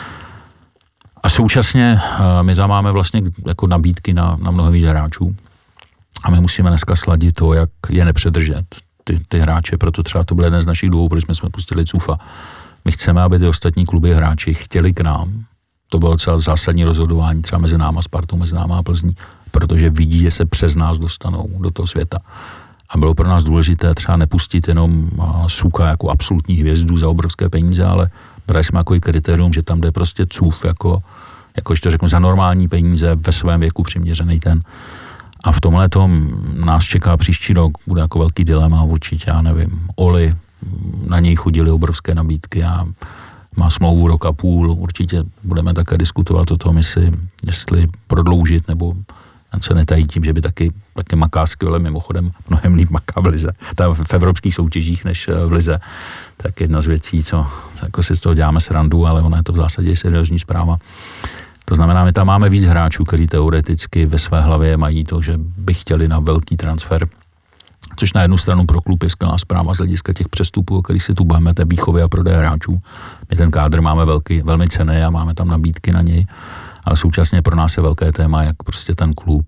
A současně my tam máme vlastně jako nabídky na mnoho víc hráčů. A my musíme dneska sladit to, jak je nepředržet ty hráče. Proto třeba to byl jeden z našich důvodů, proč jsme pustili Cufa. My chceme, aby ty ostatní kluby hráči chtěli k nám. To bylo docela zásadní rozhodování třeba mezi náma Spartou, mezi náma a Plzní, protože vidí, že se přes nás dostanou do toho světa. A bylo pro nás důležité třeba nepustit jenom Suka jako absolutní hvězdu za obrovské peníze, ale brali jsme jako i kritérium, že tam jde prostě Cuf jako když to řeknu, za normální peníze ve svém věku přiměřený ten. A v tomhle tom nás čeká příští rok, bude jako velký dilema určitě, já nevím, Oli, na něj chodily obrovské nabídky a má smlouvu rok a půl, určitě budeme také diskutovat o tom, jestli prodloužit, nebo se netají tím, že by taky maká skvěle, mimochodem mnohem líp maká v lize, v evropských soutěžích než v lize. Tak jedna z věcí, co jako si z toho děláme srandu, ale ona je to v zásadě seriózní zpráva. To znamená, my tam máme víc hráčů, kteří teoreticky ve své hlavě mají to, že by chtěli na velký transfer, což na jednu stranu pro klub je skvělá zpráva z hlediska těch přestupů, o kterých si tu bavíme, té výchovy a prodeje hráčů. My ten kádr máme velmi cenný a máme tam nabídky na něj, ale současně pro nás je velké téma, jak prostě ten klub,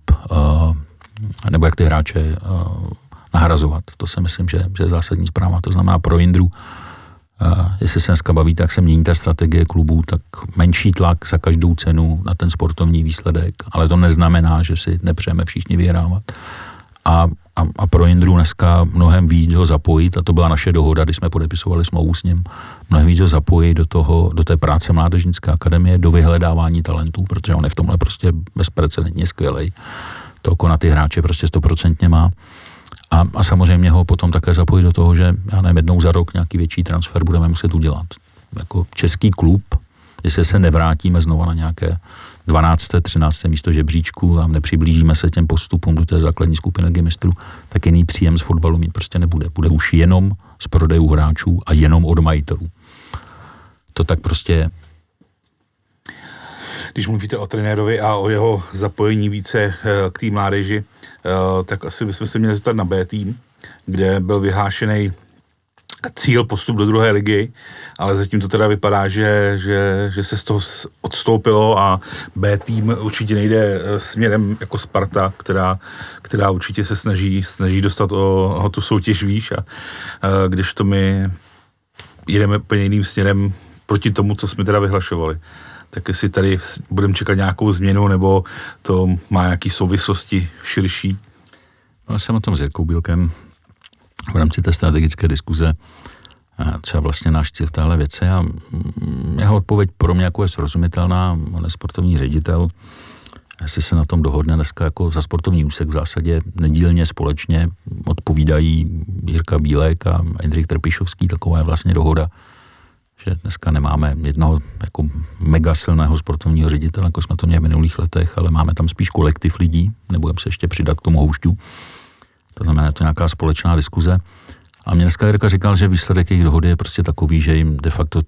nebo jak ty hráče nahrazovat. To si myslím, že je zásadní zpráva. To znamená pro Jindru, jestli se dneska baví, tak se mění ta strategie klubů, tak menší tlak za každou cenu na ten sportovní výsledek, ale to neznamená, že si nepřejeme všichni vyhrávat. A pro Jindru dneska mnohem víc ho zapojit, a to byla naše dohoda, když jsme podepisovali smlouvu s ním, mnohem víc ho zapojit do té práce Mládežnické akademie, do vyhledávání talentů, protože on je v tomhle prostě bezprecedentně skvělej. To oko na ty hráče prostě 100% má. A samozřejmě ho potom také zapojit do toho, že já nevím, jednou za rok nějaký větší transfer budeme muset udělat. Jako český klub, jestli se nevrátíme znova na nějaké 12., 13. místo žebříčku a nepřiblížíme se těm postupům do té základní skupiny Ligy mistrů, tak jiný příjem z fotbalu mít prostě nebude. Bude už jenom z prodejů hráčů a jenom od majitelů. To tak prostě je. Když mluvíte o trenérovi a o jeho zapojení více k té mládeži, tak asi bychom se měli zeptat na B tým, kde byl vyhlášený cíl postup do druhé ligy, ale zatím to teda vypadá, že se z toho odstoupilo a B tým určitě nejde směrem jako Sparta, která určitě se snaží dostat o tu soutěž výš, a když to my jedeme úplně jiným směrem proti tomu, co jsme teda vyhlašovali. Tak jestli tady budeme čekat nějakou změnu, nebo to má nějaké souvislosti širší? No, jsem o tom s Jirkou Bílkem v rámci té strategické diskuze, co je vlastně náš cíl v téhle věci, a jeho odpověď pro mě jako je srozumitelná. On je sportovní ředitel, jestli se na tom dohodne dneska jako za sportovní úsek v zásadě nedílně společně odpovídají Jirka Bílek a Jindřich Trpišovský, taková je vlastně dohoda, že dneska nemáme jednoho jako mega silného sportovního ředitele, jako jsme to měli v minulých letech, ale máme tam spíš kolektiv lidí, nebudeme se ještě přidat k tomu houšťu. To znamená, to nějaká společná diskuze. A mě dneska Jirka říkal, že výsledek jejich dohody je prostě takový, že jim de facto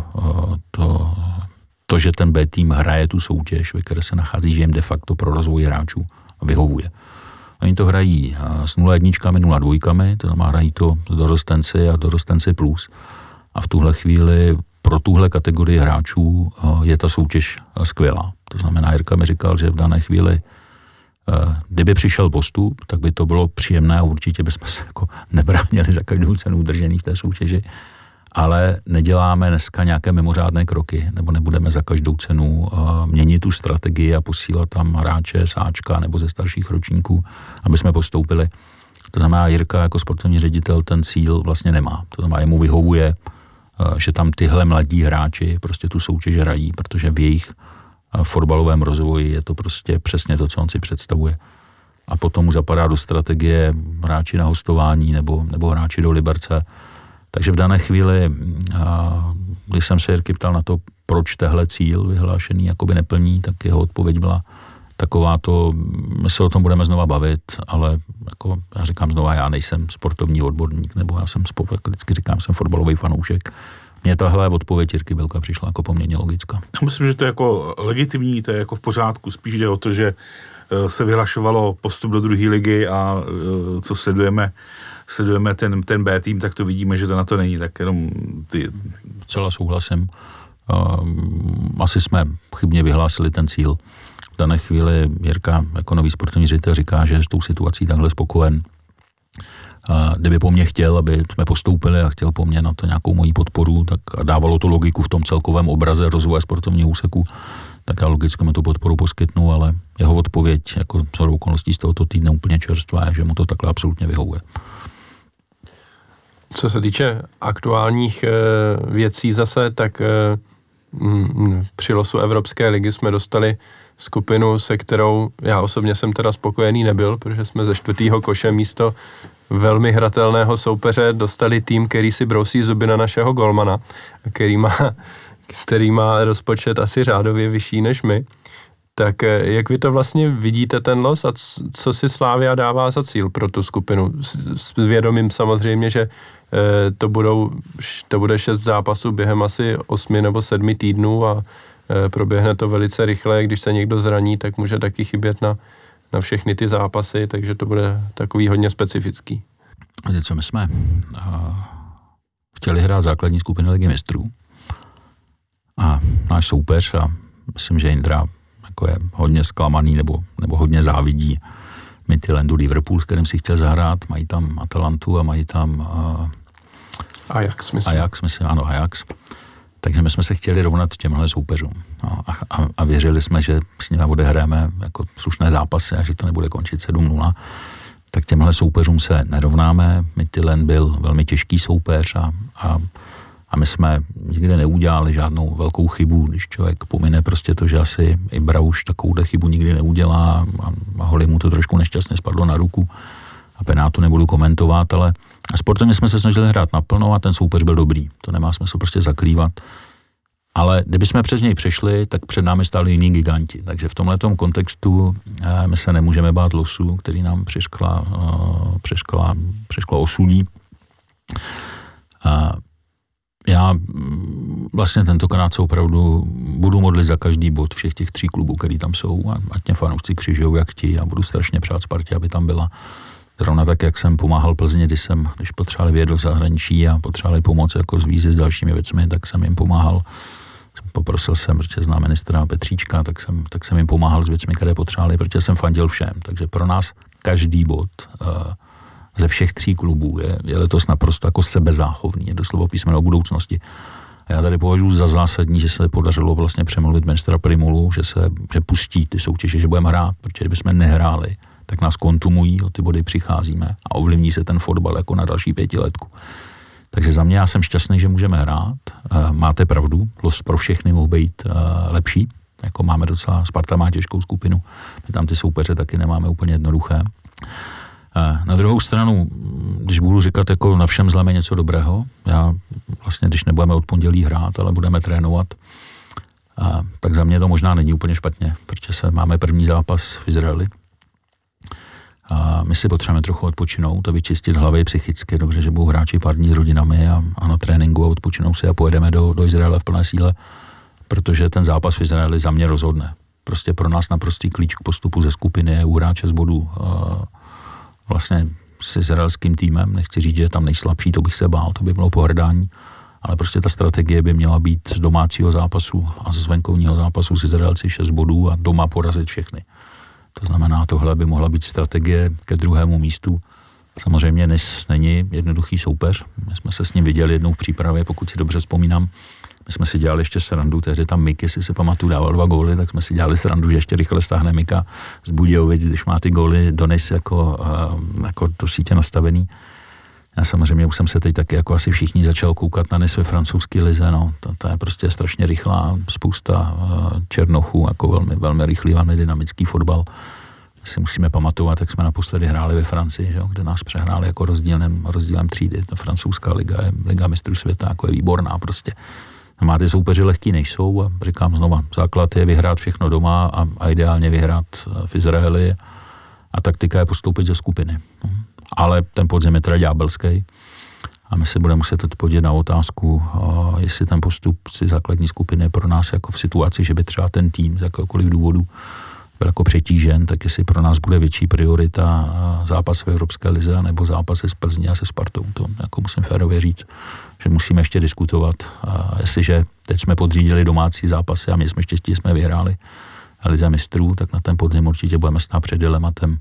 to, že ten B tým hraje tu soutěž, ve které se nachází, že jim de facto pro rozvoj hráčů vyhovuje. Oni to hrají s 0,1, 0,2, to znamená hrají to dorostenci a dorostenci plus. A v tuhle chvíli pro tuhle kategorii hráčů je ta soutěž skvělá. To znamená, Jirka mi říkal, že v dané chvíli, kdyby přišel postup, tak by to bylo příjemné a určitě bychom se jako nebránili za každou cenu udržený v té soutěži, ale neděláme dneska nějaké mimořádné kroky, nebo nebudeme za každou cenu měnit tu strategii a posílat tam hráče z Ačka nebo ze starších ročníků, aby jsme postoupili. To znamená, Jirka jako sportovní ředitel ten cíl vlastně nemá. To znamená, jemu vyhovuje, že tam tyhle mladí hráči prostě tu soutěž hrají, protože v jejich fotbalovém rozvoji je to prostě přesně to, co on si představuje. A potom mu zapadá do strategie hráči na hostování nebo hráči do Liberce. Takže v dané chvíli, když jsem se Jirky ptal na to, proč tehle cíl vyhlášený jakoby neplní, tak jeho odpověď byla taková to, my se o tom budeme znova bavit, ale jako já říkám znova, já nejsem sportovní odborník, nebo já jsem, jak vždycky říkám, jsem fotbalový fanoušek. Mně tahle odpověď Jirky Bilka přišla jako poměrně logická. Já myslím, že to je jako legitimní, to je jako v pořádku, spíš jde o to, že se vyhlašovalo postup do druhé ligy a co sledujeme ten B tým, tak to vidíme, že to na to není, tak jenom ty... Celá souhlasím. Asi jsme chybně vyhlásili ten cíl. V dané chvíli Jirka jako nový sportovní ředitel říká, že je s tou situací takhle spokojen. Kdyby po mně chtěl, aby jsme postoupili a chtěl po mně na to nějakou moji podporu, tak dávalo to logiku v tom celkovém obraze rozvoje sportovního úseku, tak já logicky mu tu podporu poskytnu, ale jeho odpověď jako shodou okolností z tohoto týdne úplně čerstvá je, že mu to takhle absolutně vyhovuje. Co se týče aktuálních věcí zase, tak při losu Evropské ligy jsme dostali skupinu, se kterou já osobně jsem teda spokojený nebyl, protože jsme ze 4. koše místo velmi hratelného soupeře dostali tým, který si brousí zuby na našeho golmana, který má rozpočet asi řádově vyšší než my. Tak jak vy to vlastně vidíte ten los a co si Slavia dává za cíl pro tu skupinu? S vědomím samozřejmě, že to bude 6 zápasů během asi 8 nebo 7 týdnů a proběhne to velice rychle, když se někdo zraní, tak může taky chybět na všechny ty zápasy, takže to bude takový hodně specifický. Co my jsme chtěli hrát základní skupiny Ligy mistrů a náš soupeř, a myslím, že Indra jako je hodně zklamaný nebo hodně závidí Midtjyllandu Liverpool, s kterým si chtěl zahrát, mají tam Atalantu a mají tam Ajax, myslím. Ajax. Takže my jsme se chtěli rovnat těmhle soupeřům. No, a věřili jsme, že s nimi odehráme jako slušné zápasy a že to nebude končit 7-0. Tak těmhle soupeřům se nerovnáme. Midtjylland byl velmi těžký soupeř a my jsme nikdy neudělali žádnou velkou chybu, když člověk pomine prostě to, že asi Ibra už takovouhle chybu nikdy neudělá a Holi mu to trošku nešťastně spadlo na ruku. A penátu nebudu komentovat, ale sportovně jsme se snažili hrát naplno a ten soupeř byl dobrý. To nemá smysl prostě zakrývat. Ale kdyby jsme přes něj přešli, tak před námi stáli jiní giganti. Takže v tomhletom kontextu my se nemůžeme bát losu, který nám přeškla osudí. Já vlastně tentokrát se opravdu budu modlit za každý bod všech těch 3 klubů, který tam jsou, ať mě fanoušci křižujou jak ti, a budu strašně přát Spartě, aby tam byla. Zrovna tak, jak jsem pomáhal Plzni, když potřebovali vyjet do zahraničí a potřebovali pomoc jako s vízy s dalšími věcmi, tak jsem jim pomáhal. Poprosil jsem, protože znám ministra Petříčka, tak jsem jim pomáhal s věcmi, které potřebovali, protože jsem fandil všem. Takže pro nás každý bod ze všech 3 klubů je letos naprosto jako sebezáchovný, je doslova písmeno o budoucnosti. A já tady považuji za zásadní, že se podařilo vlastně přemluvit ministra Primulu, že pustí ty soutěže, že budeme hrát, protože kdybychom nehráli, tak nás kontumují, o ty body přicházíme a ovlivní se ten fotbal jako na další 5letku. Takže za mě já jsem šťastný, že můžeme hrát. Máte pravdu, los pro všechny mohl být lepší. Jako máme docela, Sparta má těžkou skupinu, my tam ty soupeře taky nemáme úplně jednoduché. Na druhou stranu, když budu říkat, jako na všem zlem je něco dobrého, já vlastně, když nebudeme od pondělí hrát, ale budeme trénovat, tak za mě to možná není úplně špatně, protože máme první zápas v Izraeli. A my si potřebujeme trochu odpočinout a vyčistit hlavy psychicky. Dobře, že budou hráči pár dní s rodinami a na tréninku a odpočinou si a pojedeme do Izraele v plné síle, protože ten zápas v Izraeli za mě rozhodne. Prostě pro nás naprostý klíč k postupu ze skupiny je uhrát 6 bodů vlastně s izraelským týmem. Nechci říct, že je tam nejslabší, to bych se bál, to by bylo pohrdání, ale prostě ta strategie by měla být z domácího zápasu a z venkovního zápasu s Izraelci 6 bodů a doma porazit všechny. To znamená, tohle by mohla být strategie ke druhému místu. Samozřejmě dnes není jednoduchý soupeř. My jsme se s ním viděli jednou v přípravě, pokud si dobře vzpomínám. My jsme si dělali ještě srandu, tehdy tam Mik, jestli se pamatuju, dával 2 góly, tak jsme si dělali srandu, že ještě rychle stáhne Mika z Budějovic, když má ty góly dones jako do sítě nastavený. Já samozřejmě už jsem se teď taky jako asi všichni začal koukat na NIS ve francouzské lize, no. To je prostě strašně rychlá, spousta černochů, jako velmi, velmi rychlý, velmi dynamický fotbal. Si musíme pamatovat, jak jsme naposledy hráli ve Francii, že? Kde nás přehráli jako rozdílem třídy. Ta francouzská liga je liga mistrů světa, jako je výborná prostě. Má ty soupeři lehký nejsou a říkám znova, základ je vyhrát všechno doma a ideálně vyhrát v Izraeli a taktika je postoupit ze skupiny. Ale ten podzim je teda ďábelský a my se budeme muset odpovědět na otázku, jestli ten postup z základní skupiny je pro nás jako v situaci, že by třeba ten tým z jakéhokoliv důvodu byl jako přetížen, tak jestli pro nás bude větší priorita zápas v Evropské lize nebo zápas se Plzní a se Spartou. To jako musím férově říct, že musíme ještě diskutovat. Jestliže teď jsme podřídili domácí zápasy a my jsme štěstí, jsme vyhráli Lize mistrů, tak na ten podzim určitě budeme stát před dilematem,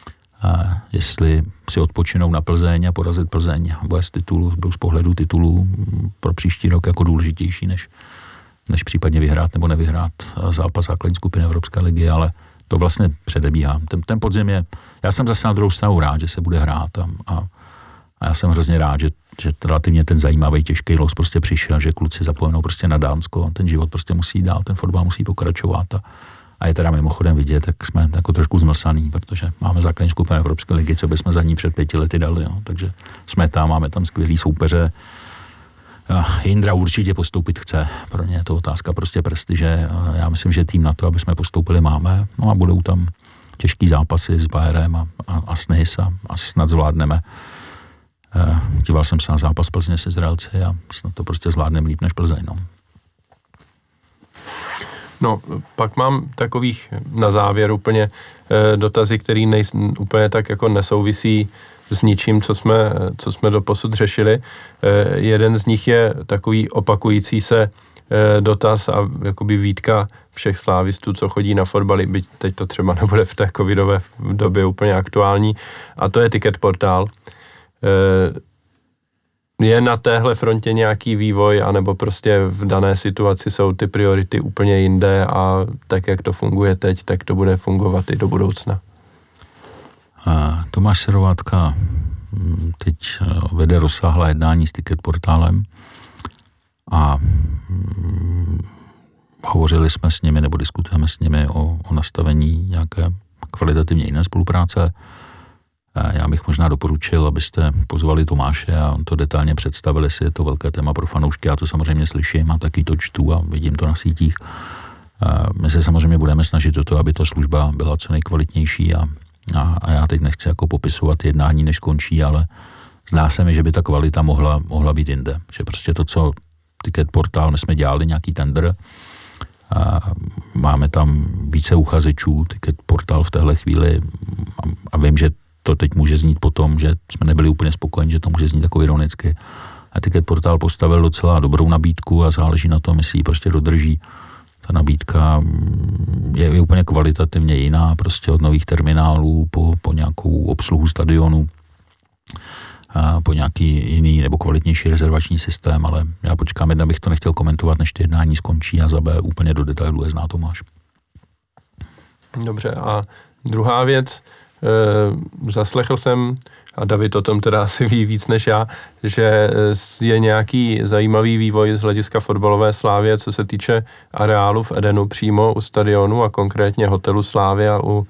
jestli si odpočinou na Plzeň a porazit Plzeň. Bude z pohledu titulu pro příští rok jako důležitější, než případně vyhrát nebo nevyhrát zápas základní skupiny Evropské ligy, ale to vlastně předebíhám. Ten podzim je, já jsem zase na druhou stranu rád, že se bude hrát a já jsem hrozně rád, že relativně ten zajímavý, těžký los prostě přišel, že kluci zapojenou prostě na Dánsko, ten život prostě musí dál, ten fotbal musí pokračovat a je teda mimochodem vidět, tak jsme jako trošku zmlsaný, protože máme základní skupinu Evropské ligy, co bychom za ní před 5 lety dali, jo. Takže jsme tam, máme tam skvělý soupeře. Jindra určitě postoupit chce, pro ně je to otázka prostě prestiže. Já myslím, že tým na to, aby jsme postoupili, máme. No a budou tam těžký zápasy s Bayerem a s NIS a snad zvládneme. Díval jsem se na zápas Plzně s Izraelci a snad to prostě zvládneme líp než Plzeň. No, pak mám takových na závěr úplně dotazy, který úplně tak jako nesouvisí s ničím, co jsme doposud řešili. Jeden z nich je takový opakující se dotaz a jakoby výtka všech slávistů, co chodí na fotbaly, byť teď to třeba nebude v té covidové době úplně aktuální, a to je Ticket portál. Je na téhle frontě nějaký vývoj, anebo prostě v dané situaci jsou ty priority úplně jinde a tak, jak to funguje teď, tak to bude fungovat i do budoucna? Tomáš Serovátka teď vede rozsáhlá jednání s Ticket portálem a hovořili jsme s nimi nebo diskutujeme s nimi o nastavení nějaké kvalitativně jiné spolupráce. Já bych možná doporučil, abyste pozvali Tomáše a on to detailně představil, jestli je to velké téma pro fanoušky. Já to samozřejmě slyším a taky to čtu a vidím to na sítích. My se samozřejmě budeme snažit o to, aby ta služba byla co nejkvalitnější a já teď nechci jako popisovat jednání, než končí, ale zdá se mi, že by ta kvalita mohla být jinde. Že prostě to, co Ticket portál, my jsme dělali nějaký tender, máme tam více uchazečů, Ticket portál v téhle chvíli a vím, že to teď může znít potom, že jsme nebyli úplně spokojeni, že to může znít jako ironicky. A Ticket portál postavil docela dobrou nabídku a záleží na tom, jestli ji prostě dodrží. Ta nabídka je úplně kvalitativně jiná, prostě od nových terminálů po nějakou obsluhu stadionu, po nějaký jiný nebo kvalitnější rezervační systém, ale já počkám, jedna bych to nechtěl komentovat, než ty jednání skončí a za B úplně do detailu je zná Tomáš. Dobře, a druhá věc, zaslechl jsem, a David o tom teda asi ví víc než já, že je nějaký zajímavý vývoj z hlediska fotbalové Slávie, co se týče areálu v Edenu přímo u stadionu a konkrétně hotelu Slavia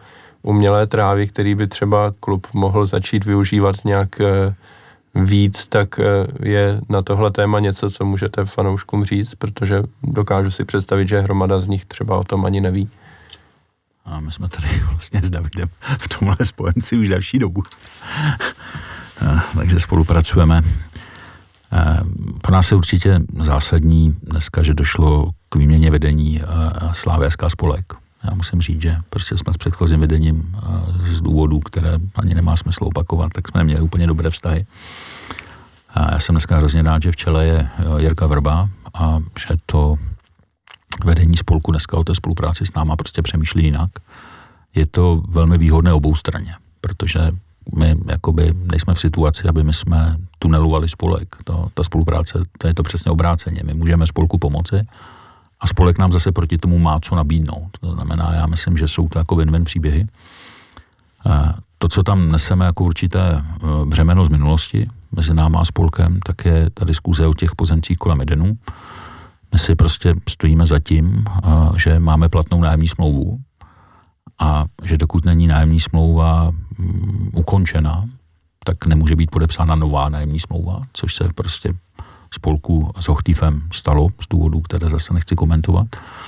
umělé trávy, který by třeba klub mohl začít využívat nějak víc, tak je na tohle téma něco, co můžete fanouškům říct, protože dokážu si představit, že hromada z nich třeba o tom ani neví. A my jsme tady vlastně s Davidem v tomhle spojenci už další dobu. Takže spolupracujeme. Pro nás je určitě zásadní dneska, že došlo k výměně vedení Slavia SK Spolek. Já musím říct, že prostě jsme s předchozím vedením z důvodů, které ani nemá smysl opakovat, tak jsme neměli úplně dobré vztahy. A já jsem dneska hrozně rád, že v čele je Jirka Vrba a že to vedení spolku dneska o té spolupráci s náma prostě přemýšlí jinak. Je to velmi výhodné obou straně, protože my jakoby nejsme v situaci, aby my jsme tunelovali spolek. Ta spolupráce, to je to přesně obráceně. My můžeme spolku pomoci a spolek nám zase proti tomu má co nabídnout. To znamená, já myslím, že jsou to jako win-win příběhy. To, co tam neseme jako určité břemeno z minulosti mezi náma a spolkem, tak je ta diskuze o těch pozemcích kolem Edenu. My si prostě stojíme za tím, že máme platnou nájemní smlouvu a že dokud není nájemní smlouva ukončena, tak nemůže být podepsána nová nájemní smlouva, což se prostě spolku s Hochtiefem stalo z důvodů, které zase nechci komentovat.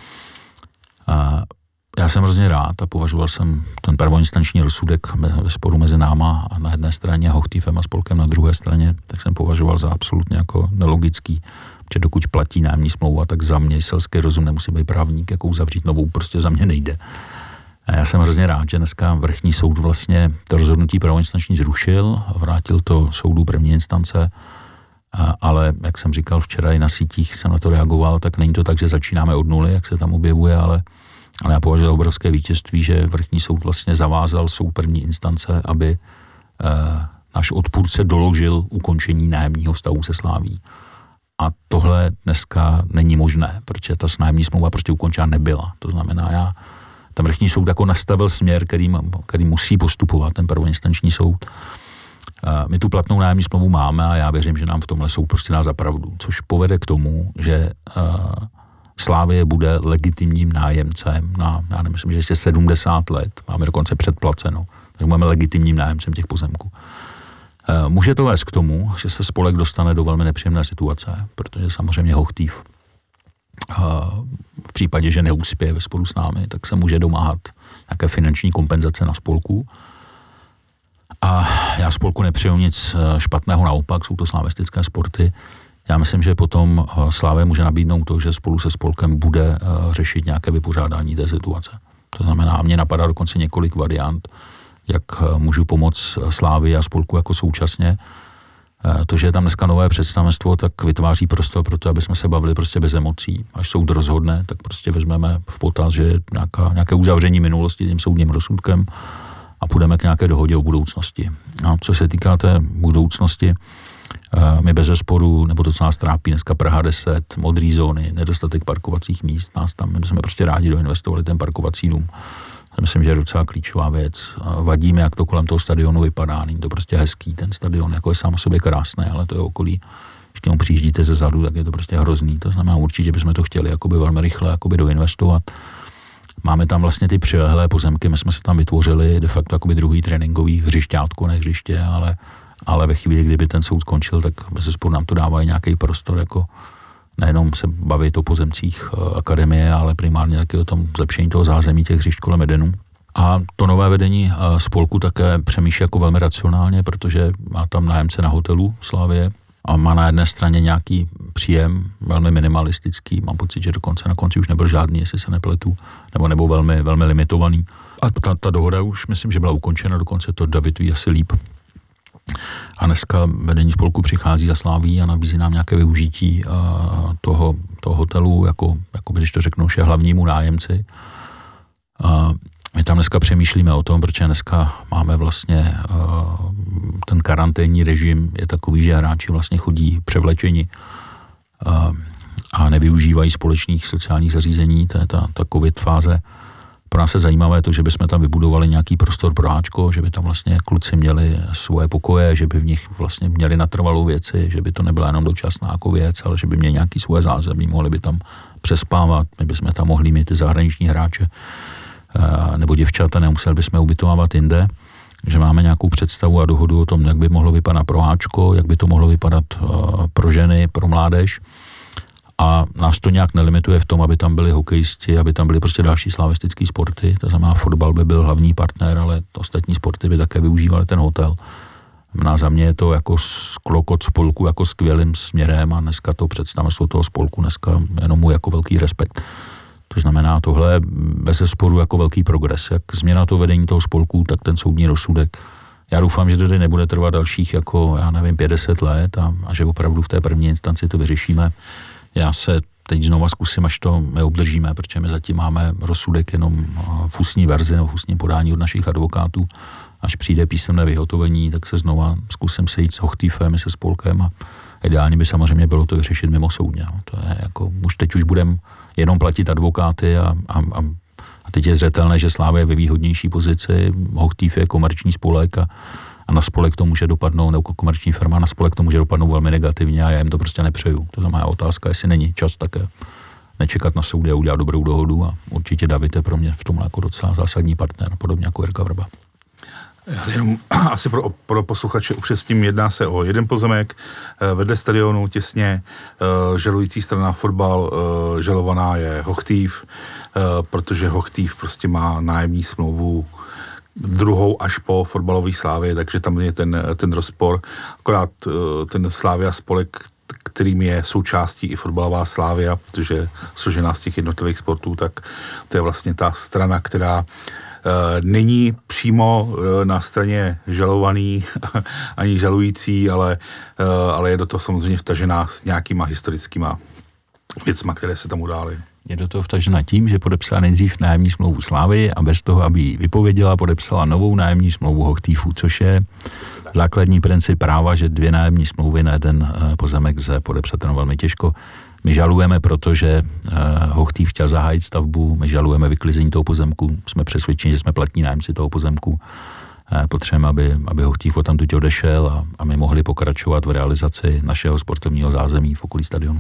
Já jsem hrozně rád a považoval jsem ten prvoinstanční rozsudek ve sporu mezi náma a na jedné straně Hochtiefem a spolkem na druhé straně, tak jsem považoval za absolutně jako nelogický, že dokud platí nájemní smlouva, tak za mě selský rozum nemusí být právník, jako uzavřít novou, prostě za mě nejde. A já jsem hrozně rád, že dneska vrchní soud vlastně to rozhodnutí prvoinstanční zrušil, vrátil to soudu první instance, ale jak jsem říkal včera i na sítích, jsem na to reagoval, tak není to tak, že začínáme od nuly, jak se tam objevuje, ale já považuji obrovské vítězství, že vrchní soud vlastně zavázal soud první instance, aby náš odpůrce doložil ukončení nájemního vztahu se Slaví. A tohle dneska není možné, protože ta nájemní smlouva prostě ukončena nebyla. To znamená, ten vrchní soud jako nastavil směr, který musí postupovat ten prvoinstanční soud. My tu platnou nájemní smlouvu máme a já věřím, že nám v tomhle soud prostě dá za pravdu, což povede k tomu, že Slavie bude legitimním nájemcem já nemyslím, že ještě 70 let, máme dokonce předplaceno, takže máme legitimním nájemcem těch pozemků. Může to vést k tomu, že se spolek dostane do velmi nepříjemné situace, protože samozřejmě Hochtief v případě, že neuspěje ve sporu s námi, tak se může domáhat nějaké finanční kompenzace na spolku. A já spolku nepřeju nic špatného, naopak, jsou to slavistické sporty. Já myslím, že potom Slavie může nabídnout to, že spolu se spolkem bude řešit nějaké vypořádání té situace. To znamená, mě napadá dokonce několik variant, jak můžu pomoct Slavii a spolku jako současně. To, že je tam dneska nové představenstvo, tak vytváří prostor pro to, aby jsme se bavili prostě bez emocí. Až soud rozhodne, tak prostě vezmeme v potaz, že je nějaké uzavření minulosti tím soudním rozsudkem a půjdeme k nějaké dohodě o budoucnosti. A co se týká té budoucnosti, my bezesporu, nebo to, co nás trápí dneska Praha 10, modré zóny, nedostatek parkovacích míst, my jsme prostě rádi doinvestovali ten parkovací dům. Myslím, že je docela klíčová věc. Vadíme, jak to kolem toho stadionu vypadá, není to prostě hezký, ten stadion jako je sám o sobě krásný, ale to je okolí, když k němu přijíždíte ze zadu, tak je to prostě hrozný. To znamená, určitě bychom to chtěli jakoby velmi rychle jakoby doinvestovat. Máme tam vlastně ty přilehlé pozemky, my jsme se tam vytvořili de facto jakoby druhý tréninkový hřišťátko, ne hřiště, ale ve chvíli, kdyby ten soud skončil, tak bezesporu nám to dává nějaký prostor, jako nejenom se bavit o pozemcích akademie, ale primárně taky o tom zlepšení toho zázemí těch hřišť kolem Edenu. A to nové vedení spolku také přemýšlí jako velmi racionálně, protože má tam nájemce na hotelu Slavie a má na jedné straně nějaký příjem velmi minimalistický. Mám pocit, že dokonce na konci už nebyl žádný, jestli se nepletu, nebo velmi, velmi limitovaný. A ta dohoda už myslím, že byla ukončena, dokonce to David ví asi líp. A dneska vedení spolku přichází za Slaví a nabízí nám nějaké využití toho hotelu, jako když to řeknu, že hlavnímu nájemci. My tam dneska přemýšlíme o tom, protože dneska máme vlastně ten karanténní režim je takový, že hráči vlastně chodí převlečeni a nevyužívají společných sociálních zařízení, to je ta covid fáze. Pro nás je zajímavé to, že bychom tam vybudovali nějaký prostor pro Ačko, že by tam vlastně kluci měli svoje pokoje, že by v nich vlastně měli natrvalou věci, že by to nebyla jenom dočasná jako věc, ale že by měli nějaký svoje zázemí, mohli by tam přespávat, my bychom tam mohli mít ty zahraniční hráče nebo děvčata, nemuseli bychom ubytovávat jinde, že máme nějakou představu a dohodu o tom, jak by mohlo vypadat pro Ačko, jak by to mohlo vypadat pro ženy, pro mládež. A nás to nějak nelimituje v tom, aby tam byli hokejisti, aby tam byly prostě další slavistické sporty. To znamená, fotbal by byl hlavní partner, ale ostatní sporty by také využívali ten hotel. Za mě je to jako sklokot spolku jako skvělým směrem a dneska to představenstvo toho spolku, dneska jenom mu jako velký respekt. To znamená, tohle je bezesporu jako velký progres. Jak změna toho vedení toho spolku, tak ten soudní rozsudek. Já doufám, že to tady nebude trvat dalších jako, 50 let a že opravdu v té první instanci to vyřešíme. Já se teď znova zkusím, až to my obdržíme, protože my zatím máme rozsudek jenom v ústní verzi nebo v ústním podání od našich advokátů. Až přijde písemné vyhotovení, tak se znova zkusím sejít s Hochtiefem, se spolkem a ideálně by samozřejmě bylo to vyřešit mimo soudně. No. To je jako, teď už budeme jenom platit advokáty a teď je zřetelné, že Slavia je ve výhodnější pozici, Hochtief je komerční spolek a na spolek to může dopadnout, nebo komerční firma, na spolek to může dopadnout velmi negativně a já jim to prostě nepřeju. To je moje otázka, jestli není čas také nečekat na soudy a udělat dobrou dohodu a určitě David je pro mě v tom jako docela zásadní partner, podobně jako Jirka Vrba. Já jenom asi pro posluchače upřesním, jedná se o jeden pozemek vedle stadionu těsně, žalující strana fotbal, žalovaná je Hochtief, protože Hochtief prostě má nájemní smlouvu druhou až po fotbalové Slávě, takže tam je ten rozpor. Akorát ten Slavia spolek, kterým je součástí i fotbalová Slavia, protože složená z těch jednotlivých sportů, tak to je vlastně ta strana, která není přímo na straně žalovaný ani žalující, ale je do toho samozřejmě vtažená s nějakýma historickýma věcma, které se tam udály. Je do toho vtažena tím, že podepsala nejdřív nájemní smlouvu Slávy a bez toho, aby ji vypověděla, podepsala novou nájemní smlouvu Hochtiefu, což je základní princip práva, že 2 nájemní smlouvy na jeden pozemek lze podepsat jenom velmi těžko. My žalujeme, protože Hochtief chtěl zahájit stavbu, my žalujeme vyklizení toho pozemku, jsme přesvědčeni, že jsme platní nájemci toho pozemku. Potřebujeme, aby Hochtief odtamtud odešel a my mohli pokračovat v realizaci našeho sportovního zázemí v okolí stadionu.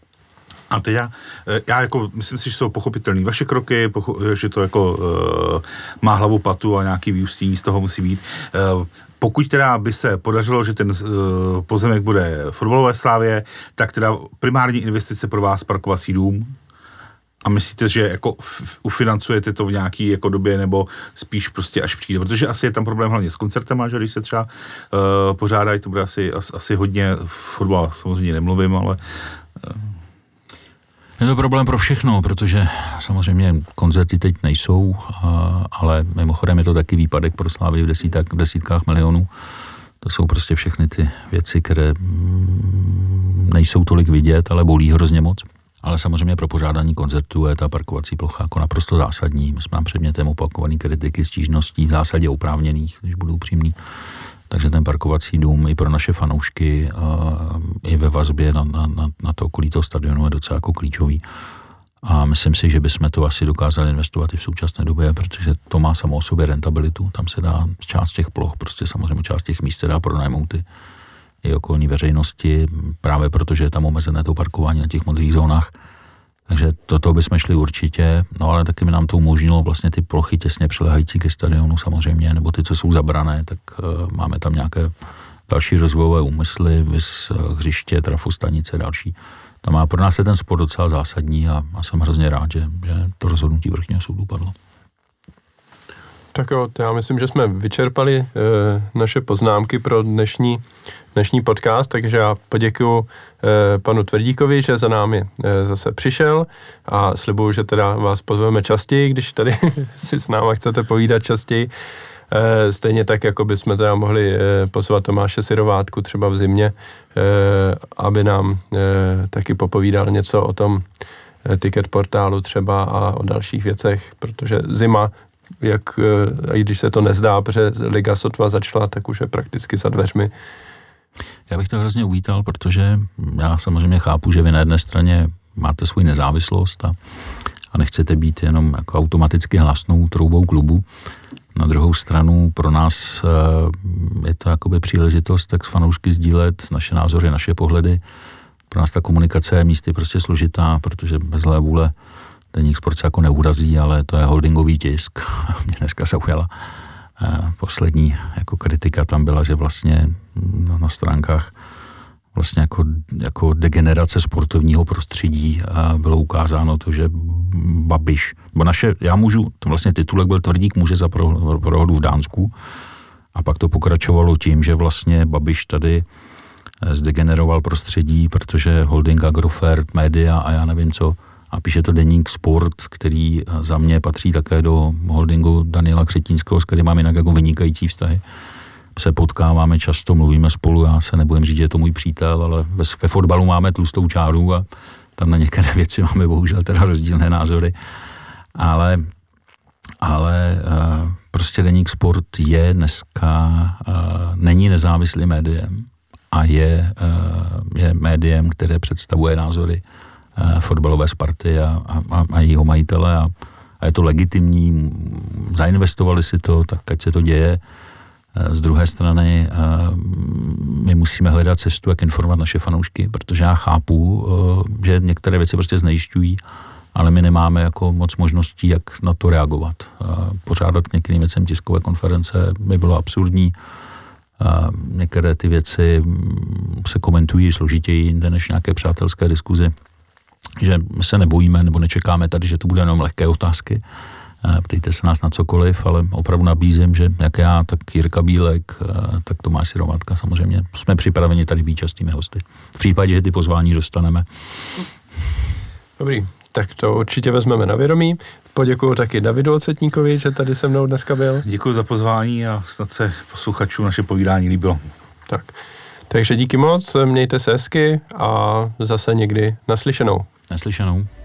A teď já jako myslím si, že jsou pochopitelné vaše kroky, že to jako má hlavu patu a nějaký vyústění z toho musí být. Pokud teda by se podařilo, že ten pozemek bude fotbalové Slávě, tak teda primární investice pro vás parkovací dům. A myslíte, že jako ufinancujete to v nějaký jako době, nebo spíš prostě až přijde? Protože asi je tam problém hlavně s koncertama, že když se třeba pořádají, to bude asi hodně fotbal, samozřejmě nemluvím, ale... Je to problém pro všechno, protože samozřejmě koncerty teď nejsou, ale mimochodem je to taky výpadek pro Slávy v desítkách milionů. To jsou prostě všechny ty věci, které nejsou tolik vidět, ale bolí hrozně moc. Ale samozřejmě pro pořádání koncertu je ta parkovací plocha jako naprosto zásadní. My jsme tam předmětem opakovaný kritiky, stížností, v zásadě oprávněných, když budu upřímný. Takže ten parkovací dům i pro naše fanoušky i ve vazbě na to okolí toho stadionu je docela jako klíčový. A myslím si, že bychom to asi dokázali investovat i v současné době, protože to má samo o sobě rentabilitu. Tam se dá část těch ploch, prostě samozřejmě část těch míst se dá pronajmout i okolní veřejnosti, právě protože je tam omezené to parkování na těch modrých zónách. Takže toto bychom šli určitě, no ale taky by nám to umožnilo vlastně ty plochy těsně přilehající ke stadionu samozřejmě, nebo ty, co jsou zabrané, tak máme tam nějaké další rozvojové úmysly, hřiště, trafostanice, další. Tam má pro nás je ten sport docela zásadní a jsem hrozně rád, že to rozhodnutí vrchního soudu padlo. Tak jo, já myslím, že jsme vyčerpali naše poznámky pro dnešní podcast, takže já poděkuju panu Tvrdíkovi, že za námi zase přišel a slibuju, že teda vás pozveme častěji, když tady si s náma chcete povídat častěji. Stejně tak, jako bychom teda mohli pozvat Tomáše Syrovátku třeba v zimě, aby nám taky popovídal něco o tom ticket portálu třeba a o dalších věcech, protože zima, i když se to nezdá, protože liga sotva začala, tak už je prakticky za dveřmi. Já bych to hrozně uvítal, protože já samozřejmě chápu, že vy na jedné straně máte svou nezávislost a nechcete být jenom jako automaticky hlasnou troubou klubu. Na druhou stranu pro nás je to jakoby příležitost tak s fanoušky sdílet naše názory, naše pohledy. Pro nás ta komunikace je místy prostě složitá, protože bez zlé vůle Deník Sport se jako neurazí, ale to je holdingový tisk. Mě dneska zaujala poslední jako kritika tam byla, že vlastně na stránkách vlastně jako degenerace sportovního prostředí bylo ukázáno to, že Babiš, bo tam vlastně titulek byl Tvrdík muže za prohodu v Dánsku a pak to pokračovalo tím, že vlastně Babiš tady zdegeneroval prostředí, protože holding Agrofert, média a já nevím co, a píše to Deník Sport, který za mě patří také do holdingu Daniela Křetínského, s kterým mám jinak jako vynikající vztahy. Se potkáváme často, mluvíme spolu, já se nebudem říct, že je to můj přítel, ale ve fotbalu máme tlustou čáru a tam na některé věci máme bohužel teda rozdílné názory. Ale prostě Deník Sport je dneska, není nezávislým médiem a je médiem, které představuje názory fotbalové Sparty a jejího majitele a je to legitimní, zainvestovali si to, tak ať se to děje. Z druhé strany my musíme hledat cestu, jak informovat naše fanoušky, protože já chápu, že některé věci prostě znejišťují, ale my nemáme jako moc možností, jak na to reagovat. Pořádat k některým věcem tiskové konference by bylo absurdní. Některé ty věci se komentují složitěji jinde než nějaké přátelské diskuzi, že my se nebojíme nebo nečekáme tady, že to bude jenom lehké otázky. Ptejte se nás na cokoliv, ale opravdu nabízím, že jak já, tak Jirka Bílek, tak Tomáš Sirovátka, samozřejmě jsme připraveni tady být častými hosty. V případě, že ty pozvání dostaneme. Dobrý, tak to určitě vezmeme na vědomí. Poděkuju taky Davidu Ocetníkovi, že tady se mnou dneska byl. Děkuji za pozvání a snad se posluchačům naše povídání líbilo. Tak. Takže díky moc, mějte se hezky a zase někdy naslyšenou. Naslyšenou.